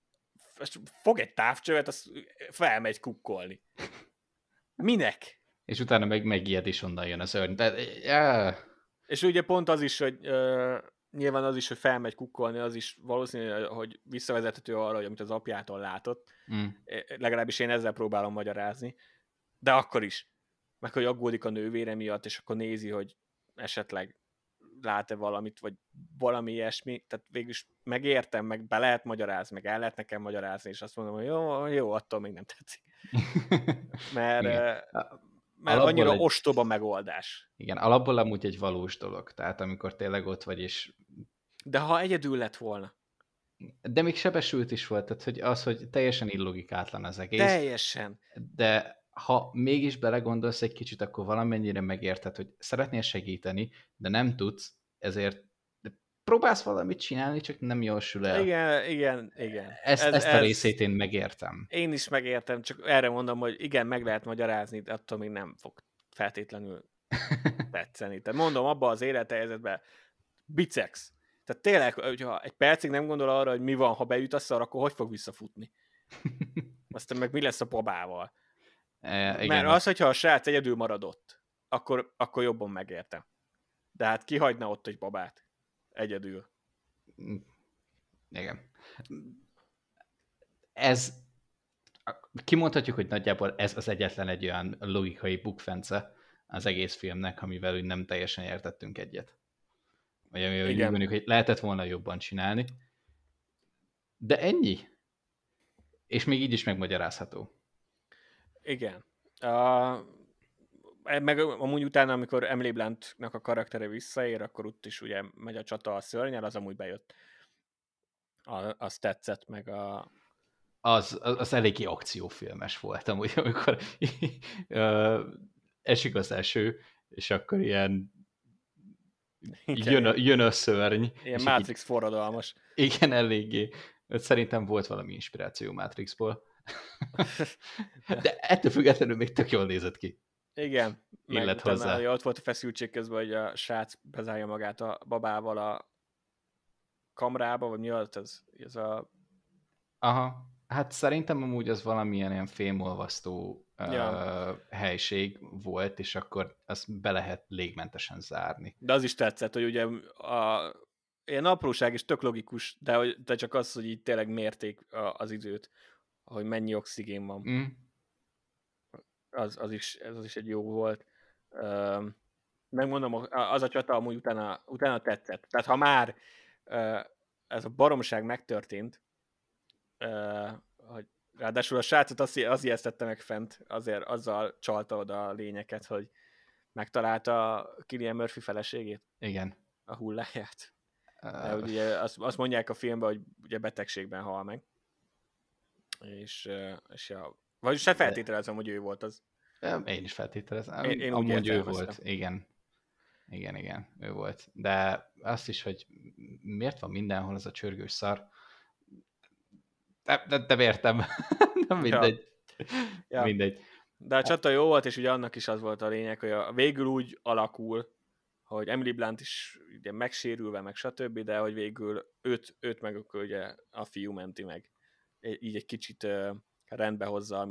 B: fog egy távcsövet, az felmegy kukkolni. Minek?
A: És utána megijed, és onnan jön a szörny.
B: És ugye pont az is, hogy nyilván az is, hogy felmegy kukkolni, az is valószínű, hogy visszavezethető arra, hogy amit az apjától látott. Legalábbis én ezzel próbálom magyarázni. De akkor is. Meg, hogy aggódik a nővére miatt, és akkor nézi, hogy esetleg lát-e valamit, vagy valami ilyesmi. Tehát végülis megértem, meg be lehet magyarázni, meg el lehet nekem magyarázni, és azt mondom, hogy jó, attól még nem tetszik. Mert annyira ostoba megoldás.
A: Igen, alapból amúgy egy valós dolog. Tehát amikor tényleg ott vagy, és...
B: De ha egyedül lett volna.
A: De még sebesült is volt, tehát hogy teljesen illogikátlan az egész.
B: Teljesen.
A: De ha mégis belegondolsz egy kicsit, akkor valamennyire megérted, hogy szeretnél segíteni, de nem tudsz, ezért próbálsz valamit csinálni, csak nem jól sül el.
B: Igen.
A: Ezt a részét én megértem.
B: Én is megértem, csak erre mondom, hogy igen, meg lehet magyarázni, de attól még nem fog feltétlenül tetszeni. Tehát mondom, abban az élethelyzetben bicex. Tehát tényleg, hogyha egy percig nem gondol arra, hogy mi van, ha beüt a szar, akkor hogy fog visszafutni? Aztán meg mi lesz a babával?
A: Igen.
B: Mert az, hogyha a srác egyedül maradott, akkor jobban megértem. De hát ki hagyna ott egy babát? Egyedül.
A: Igen. Ez Kimondhatjuk, hogy nagyjából ez az egyetlen egy olyan logikai bukfence az egész filmnek, amivel úgy nem teljesen értettünk egyet. Vagy amivel úgy
B: Igen.
A: gondoljuk, hogy lehetett volna jobban csinálni. De ennyi. És még így is megmagyarázható.
B: Igen. Meg amúgy utána, amikor Emily Bluntnak a karaktere visszaér, akkor ott is ugye megy a csata a szörnyel, az amúgy bejött. Azt tetszett, meg
A: Az eléggé akciófilmes volt amúgy, amikor esik az eső, és akkor ilyen
B: igen,
A: jön a szörny.
B: ilyen
A: És
B: Matrix
A: így,
B: forradalmas.
A: igen, eléggé. Szerintem volt valami inspiráció Matrixból. De ettől függetlenül még tök jól nézett ki.
B: Igen, meg
A: Illet
B: utána
A: hozzá.
B: ugye ott volt a feszültség közben, hogy a srác bezárja magát a babával a kamrába, vagy mi volt ez a...
A: Aha. Hát szerintem amúgy az valamilyen ilyen fémolvasztó
B: Ja,
A: helység volt, és akkor azt be lehet légmentesen zárni.
B: de az is tetszett, hogy ugye ilyen apróság és tök logikus, de csak az, hogy így tényleg mérték az időt, hogy mennyi oxigén van.
A: Mm.
B: Az is egy jó volt. Megmondom, az a csata amúgy utána tetszett. Tehát ha már ez a baromság megtörtént, hogy ráadásul a srácot az ijesztette meg fent, azért azzal csalta oda a lényeket, hogy megtalálta Cillian Murphy feleségét,
A: Igen.
B: a hulláját. De ugye azt mondják a filmben, hogy ugye betegségben hal meg. És ja, vagyis hát feltételezem, hogy ő volt az.
A: Én is feltételezem.
B: Én úgy
A: Amúgy ő
B: értelmeztem.
A: volt, igen. Igen, ő volt. De azt is, hogy miért van mindenhol az a csörgős szar? De értem. Nem mindegy.
B: Ja.
A: Mindegy.
B: De a csata jó volt, és ugye annak is az volt a lényeg, hogy végül úgy alakul, hogy Emily Blunt is ugye megsérülve, meg stb., de hogy végül őt meg akkor ugye a fiú menti meg. Így egy kicsit rendbe hozza,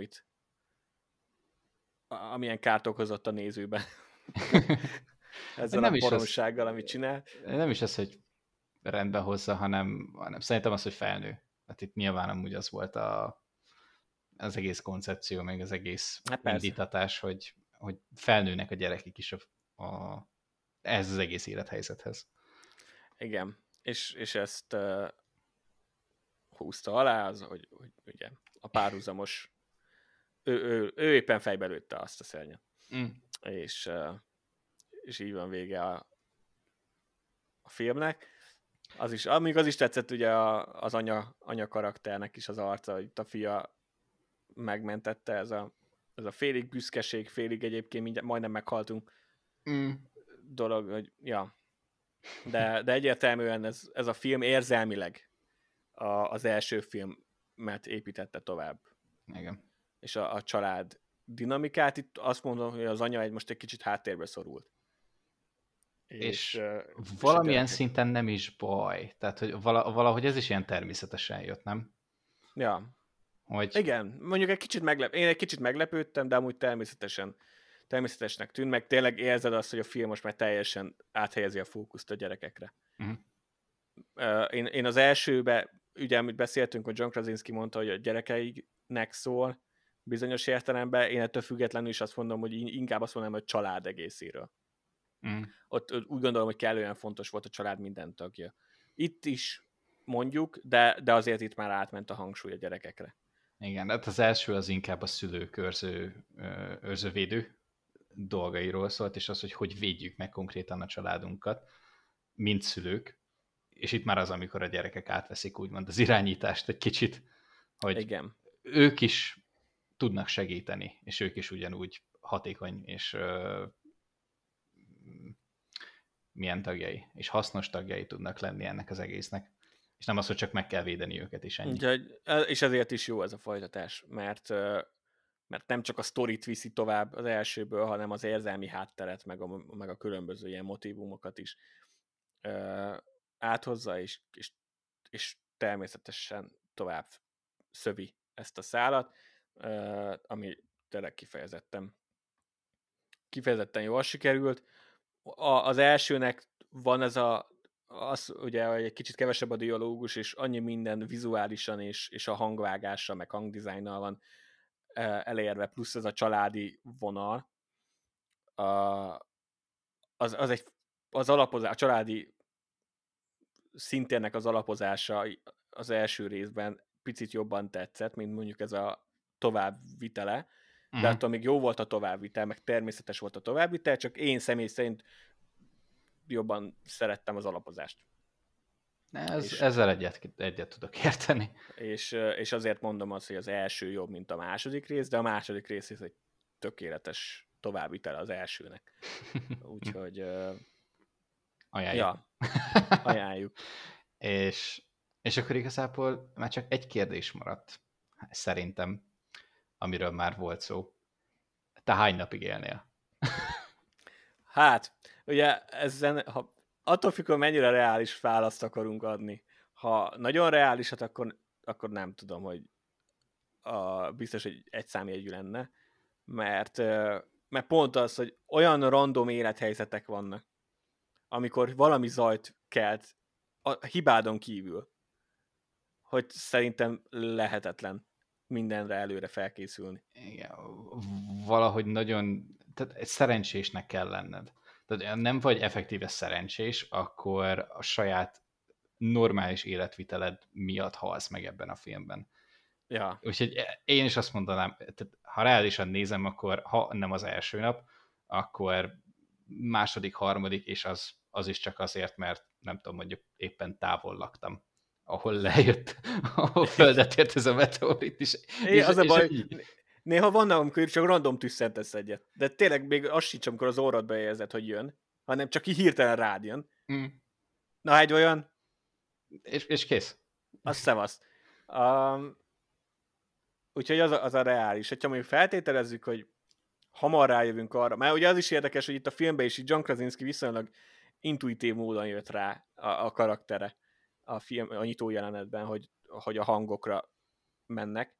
B: amilyen kárt okozott a nézőben. Ezzel
A: Nem
B: a
A: is
B: baromsággal, amit csinál.
A: Nem is az, hogy rendbe hozza, hanem szerintem az, hogy felnő. Hát itt nyilván amúgy az volt az egész koncepció, meg az egész indítatás, hogy felnőnek a gyerekek is ehhez az egész élethelyzethez.
B: Igen, és ezt húzta alá, az, hogy ugye a párhuzamos ő éppen fejbe lőtte azt a szörnyet.
A: Mm.
B: És így van vége a filmnek. Amíg az is tetszett ugye az anya karakternek is az arca, hogy a fia megmentette, ez a félig büszkeség, félig egyébként majdnem meghaltunk dolog, hogy ja. De egyértelműen ez a film érzelmileg az első filmet építette tovább.
A: Igen.
B: És a család dinamikát, itt azt mondom, hogy az anya most egy kicsit háttérbe szorult.
A: És valamilyen szinten nem is baj. Tehát, hogy valahogy ez is ilyen természetesen jött, nem?
B: Ja.
A: Hogy...
B: Igen, mondjuk én egy kicsit meglepődtem, de amúgy természetesnek tűnt, meg tényleg érzed azt, hogy a film most már teljesen áthelyezi a fókuszt a gyerekekre. Én az elsőbe, ugye amit beszéltünk, hogy John Krasinski mondta, hogy a gyerekeiknek szól bizonyos értelemben, én ettől függetlenül is azt mondom, hogy inkább azt mondom, hogy család egészéről. Ott úgy gondolom, hogy kellően fontos volt a család minden tagja. Itt is mondjuk, de azért itt már átment a hangsúly a gyerekekre.
A: Igen, hát az első az inkább a szülők őrzővédő dolgairól szólt, és az, hogy védjük meg konkrétan a családunkat, mint szülők, és itt már az, amikor a gyerekek átveszik úgymond az irányítást egy kicsit, hogy
B: igen.
A: Ők is tudnak segíteni, és ők is ugyanúgy hatékony és milyen tagjai, és hasznos tagjai tudnak lenni ennek az egésznek. És nem az, hogy csak meg kell védeni őket is, ennyi.
B: És ezért is jó ez a folytatás, mert nem csak a sztorit viszi tovább az elsőből, hanem az érzelmi hátteret, meg a különböző ilyen motívumokat is áthozza, és természetesen tovább szövi ezt a szálat, ami tényleg kifejezetten jól sikerült. Az elsőnek van ez az ugye, hogy egy kicsit kevesebb a dialógus, és annyi minden vizuálisan és a hangvágással, meg hangdizájnnal van elérve, plusz ez a családi vonal, az alapozás, a családi szintérnek az alapozása az első részben picit jobban tetszett, mint mondjuk ez a továbbvitele, de attól még jó volt a továbbvitel, meg természetes volt a továbbvitel, csak én személy szerint jobban szerettem az alapozást.
A: Ezzel egyet tudok érteni.
B: És azért mondom azt, hogy az első jobb, mint a második rész, de a második rész is egy tökéletes továbbvitel az elsőnek. Úgyhogy
A: ajánljuk.
B: Ja, ajánljuk.
A: és akkor igazából már csak egy kérdés maradt, szerintem, amiről már volt szó. Te hány napig élnél?
B: Hát, ugye ezen, attól függ, hogy mennyire reális választ akarunk adni. Ha nagyon reálisat, akkor nem tudom, hogy biztos, hogy egy számjegyű lenne, mert pont az, hogy olyan random élethelyzetek vannak, amikor valami zajt kelt a hibádon kívül, hogy szerintem lehetetlen mindenre előre felkészülni.
A: Igen, valahogy nagyon, tehát egy szerencsésnek kell lenned. Tehát nem vagy effektíve szerencsés, akkor a saját normális életviteled miatt halsz meg ebben a filmben.
B: Ja.
A: Úgyhogy én is azt mondanám, tehát ha reálisan nézem, akkor ha nem az első nap, akkor második, harmadik, és az is csak azért, mert nem tudom, mondjuk éppen távol laktam, ahol lejött, ahol földet ért ez a meteorit is.
B: Az a baj, néha vannak, amikor csak random tüsszentesz egyet, de tényleg még az sincs, amikor az orrodba érzed, hogy jön, hanem csak így hirtelen rád jön. Na, egy olyan...
A: És kész.
B: Az szevasz. Úgyhogy az a reális. Hogyha mondjuk feltételezzük, hogy hamar rájövünk arra, mert ugye az is érdekes, hogy itt a filmben is John Krasinski viszonylag intuitív módon jött rá a karaktere a nyitó jelenetben, hogy a hangokra mennek.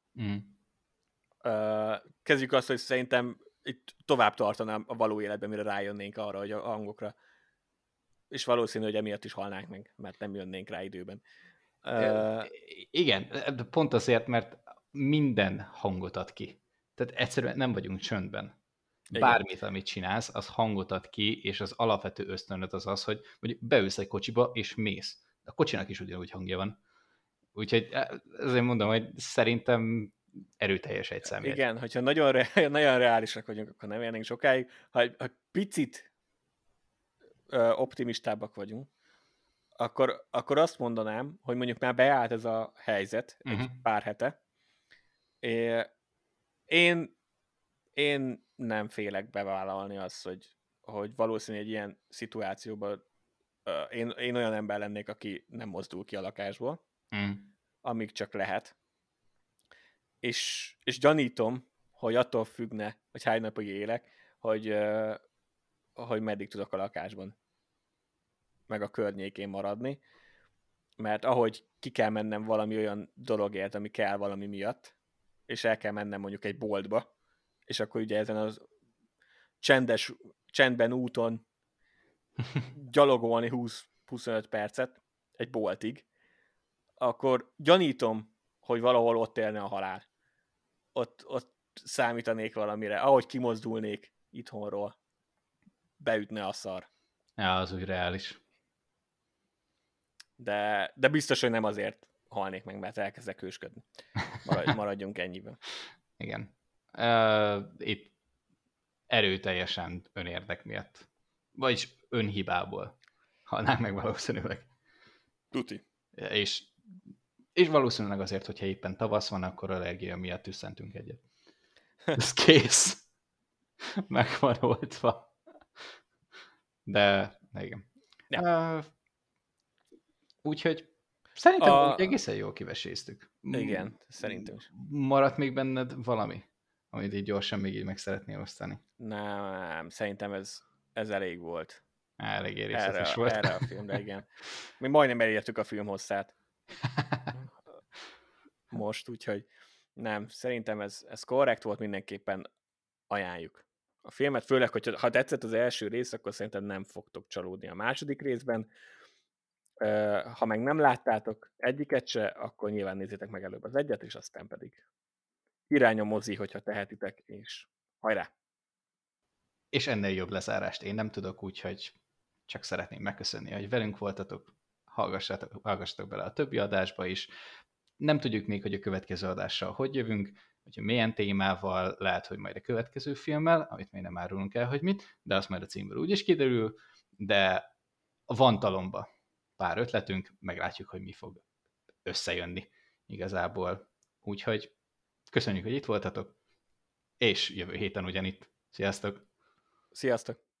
B: Kezdjük azt, hogy szerintem itt tovább tartanám a való életben, mire rájönnénk arra, hogy a hangokra, és valószínű, hogy emiatt is halnánk meg, mert nem jönnénk rá időben.
A: Igen, pont azért, mert minden hangot ad ki. Tehát egyszerűen nem vagyunk csöndben. Bármit, amit csinálsz, az hangot ad ki, és az alapvető ösztönöd az, hogy mondjuk beülsz egy kocsiba, és mész. A kocsinak is ugyanúgy hangja van. Úgyhogy azért mondom, hogy szerintem erőteljes egy számjegy.
B: Igen, hogyha nagyon reálisak vagyunk, akkor nem élnénk sokáig. Ha picit optimistábbak vagyunk, akkor azt mondanám, hogy mondjuk már beállt ez a helyzet egy pár hete. Én nem félek bevállalni azt, hogy valószínű egy ilyen szituációban én olyan ember lennék, aki nem mozdul ki a lakásból, amíg csak lehet. És gyanítom, hogy attól függne, hogy hány napig élek, hogy meddig tudok a lakásban meg a környékén maradni, mert ahogy ki kell mennem valami olyan dologért, ami kell valami miatt, és el kell mennem mondjuk egy boltba, és akkor ugye ezen az csendben úton gyalogolni 20-25 percet egy boltig, akkor gyanítom, hogy valahol ott élne a halál. Ott számítanék valamire. Ahogy kimozdulnék itthonról, beütne a szar.
A: Ja, az úgy reális.
B: De biztos, hogy nem azért halnék meg, mert elkezdek hősködni. Maradjunk ennyiben.
A: Igen. Itt erőteljesen önérdek miatt. Vagyis önhibából halnánk meg valószínűleg.
B: Tuti.
A: És valószínűleg azért, hogyha éppen tavasz van, akkor allergia miatt tüsszentünk egyet. Ez kész. Meg van oldva. De igen. Ja. Úgyhogy szerintem egészen jól kiveséztük.
B: Igen, szerintem is.
A: Maradt még benned valami, amit így gyorsan még így meg szeretnél osztani?
B: Nem, szerintem ez elég volt.
A: Elég részletes volt.
B: Erre a filmre, igen. Mi majdnem elértük a film hosszát. Most, úgyhogy nem, szerintem ez korrekt volt, mindenképpen ajánljuk a filmet, főleg, hogy ha tetszett az első rész, akkor szerintem nem fogtok csalódni a második részben. Ha meg nem láttátok egyiket se, akkor nyilván nézzétek meg előbb az egyet, és aztán pedig Király a mozi, hogyha tehetitek, és hajrá!
A: És ennél jobb lezárást én nem tudok, úgyhogy csak szeretném megköszönni, hogy velünk voltatok, hallgassatok bele a többi adásba is. Nem tudjuk még, hogy a következő adással hogy jövünk, hogy milyen témával, lehet, hogy majd a következő filmmel, amit még nem árulunk el, hogy mit, de azt majd a címből úgyis kiderül, de van talomba pár ötletünk, meglátjuk, hogy mi fog összejönni igazából. Úgyhogy köszönjük, hogy itt voltatok, és jövő héten ugyanitt. Sziasztok!
B: Sziasztok!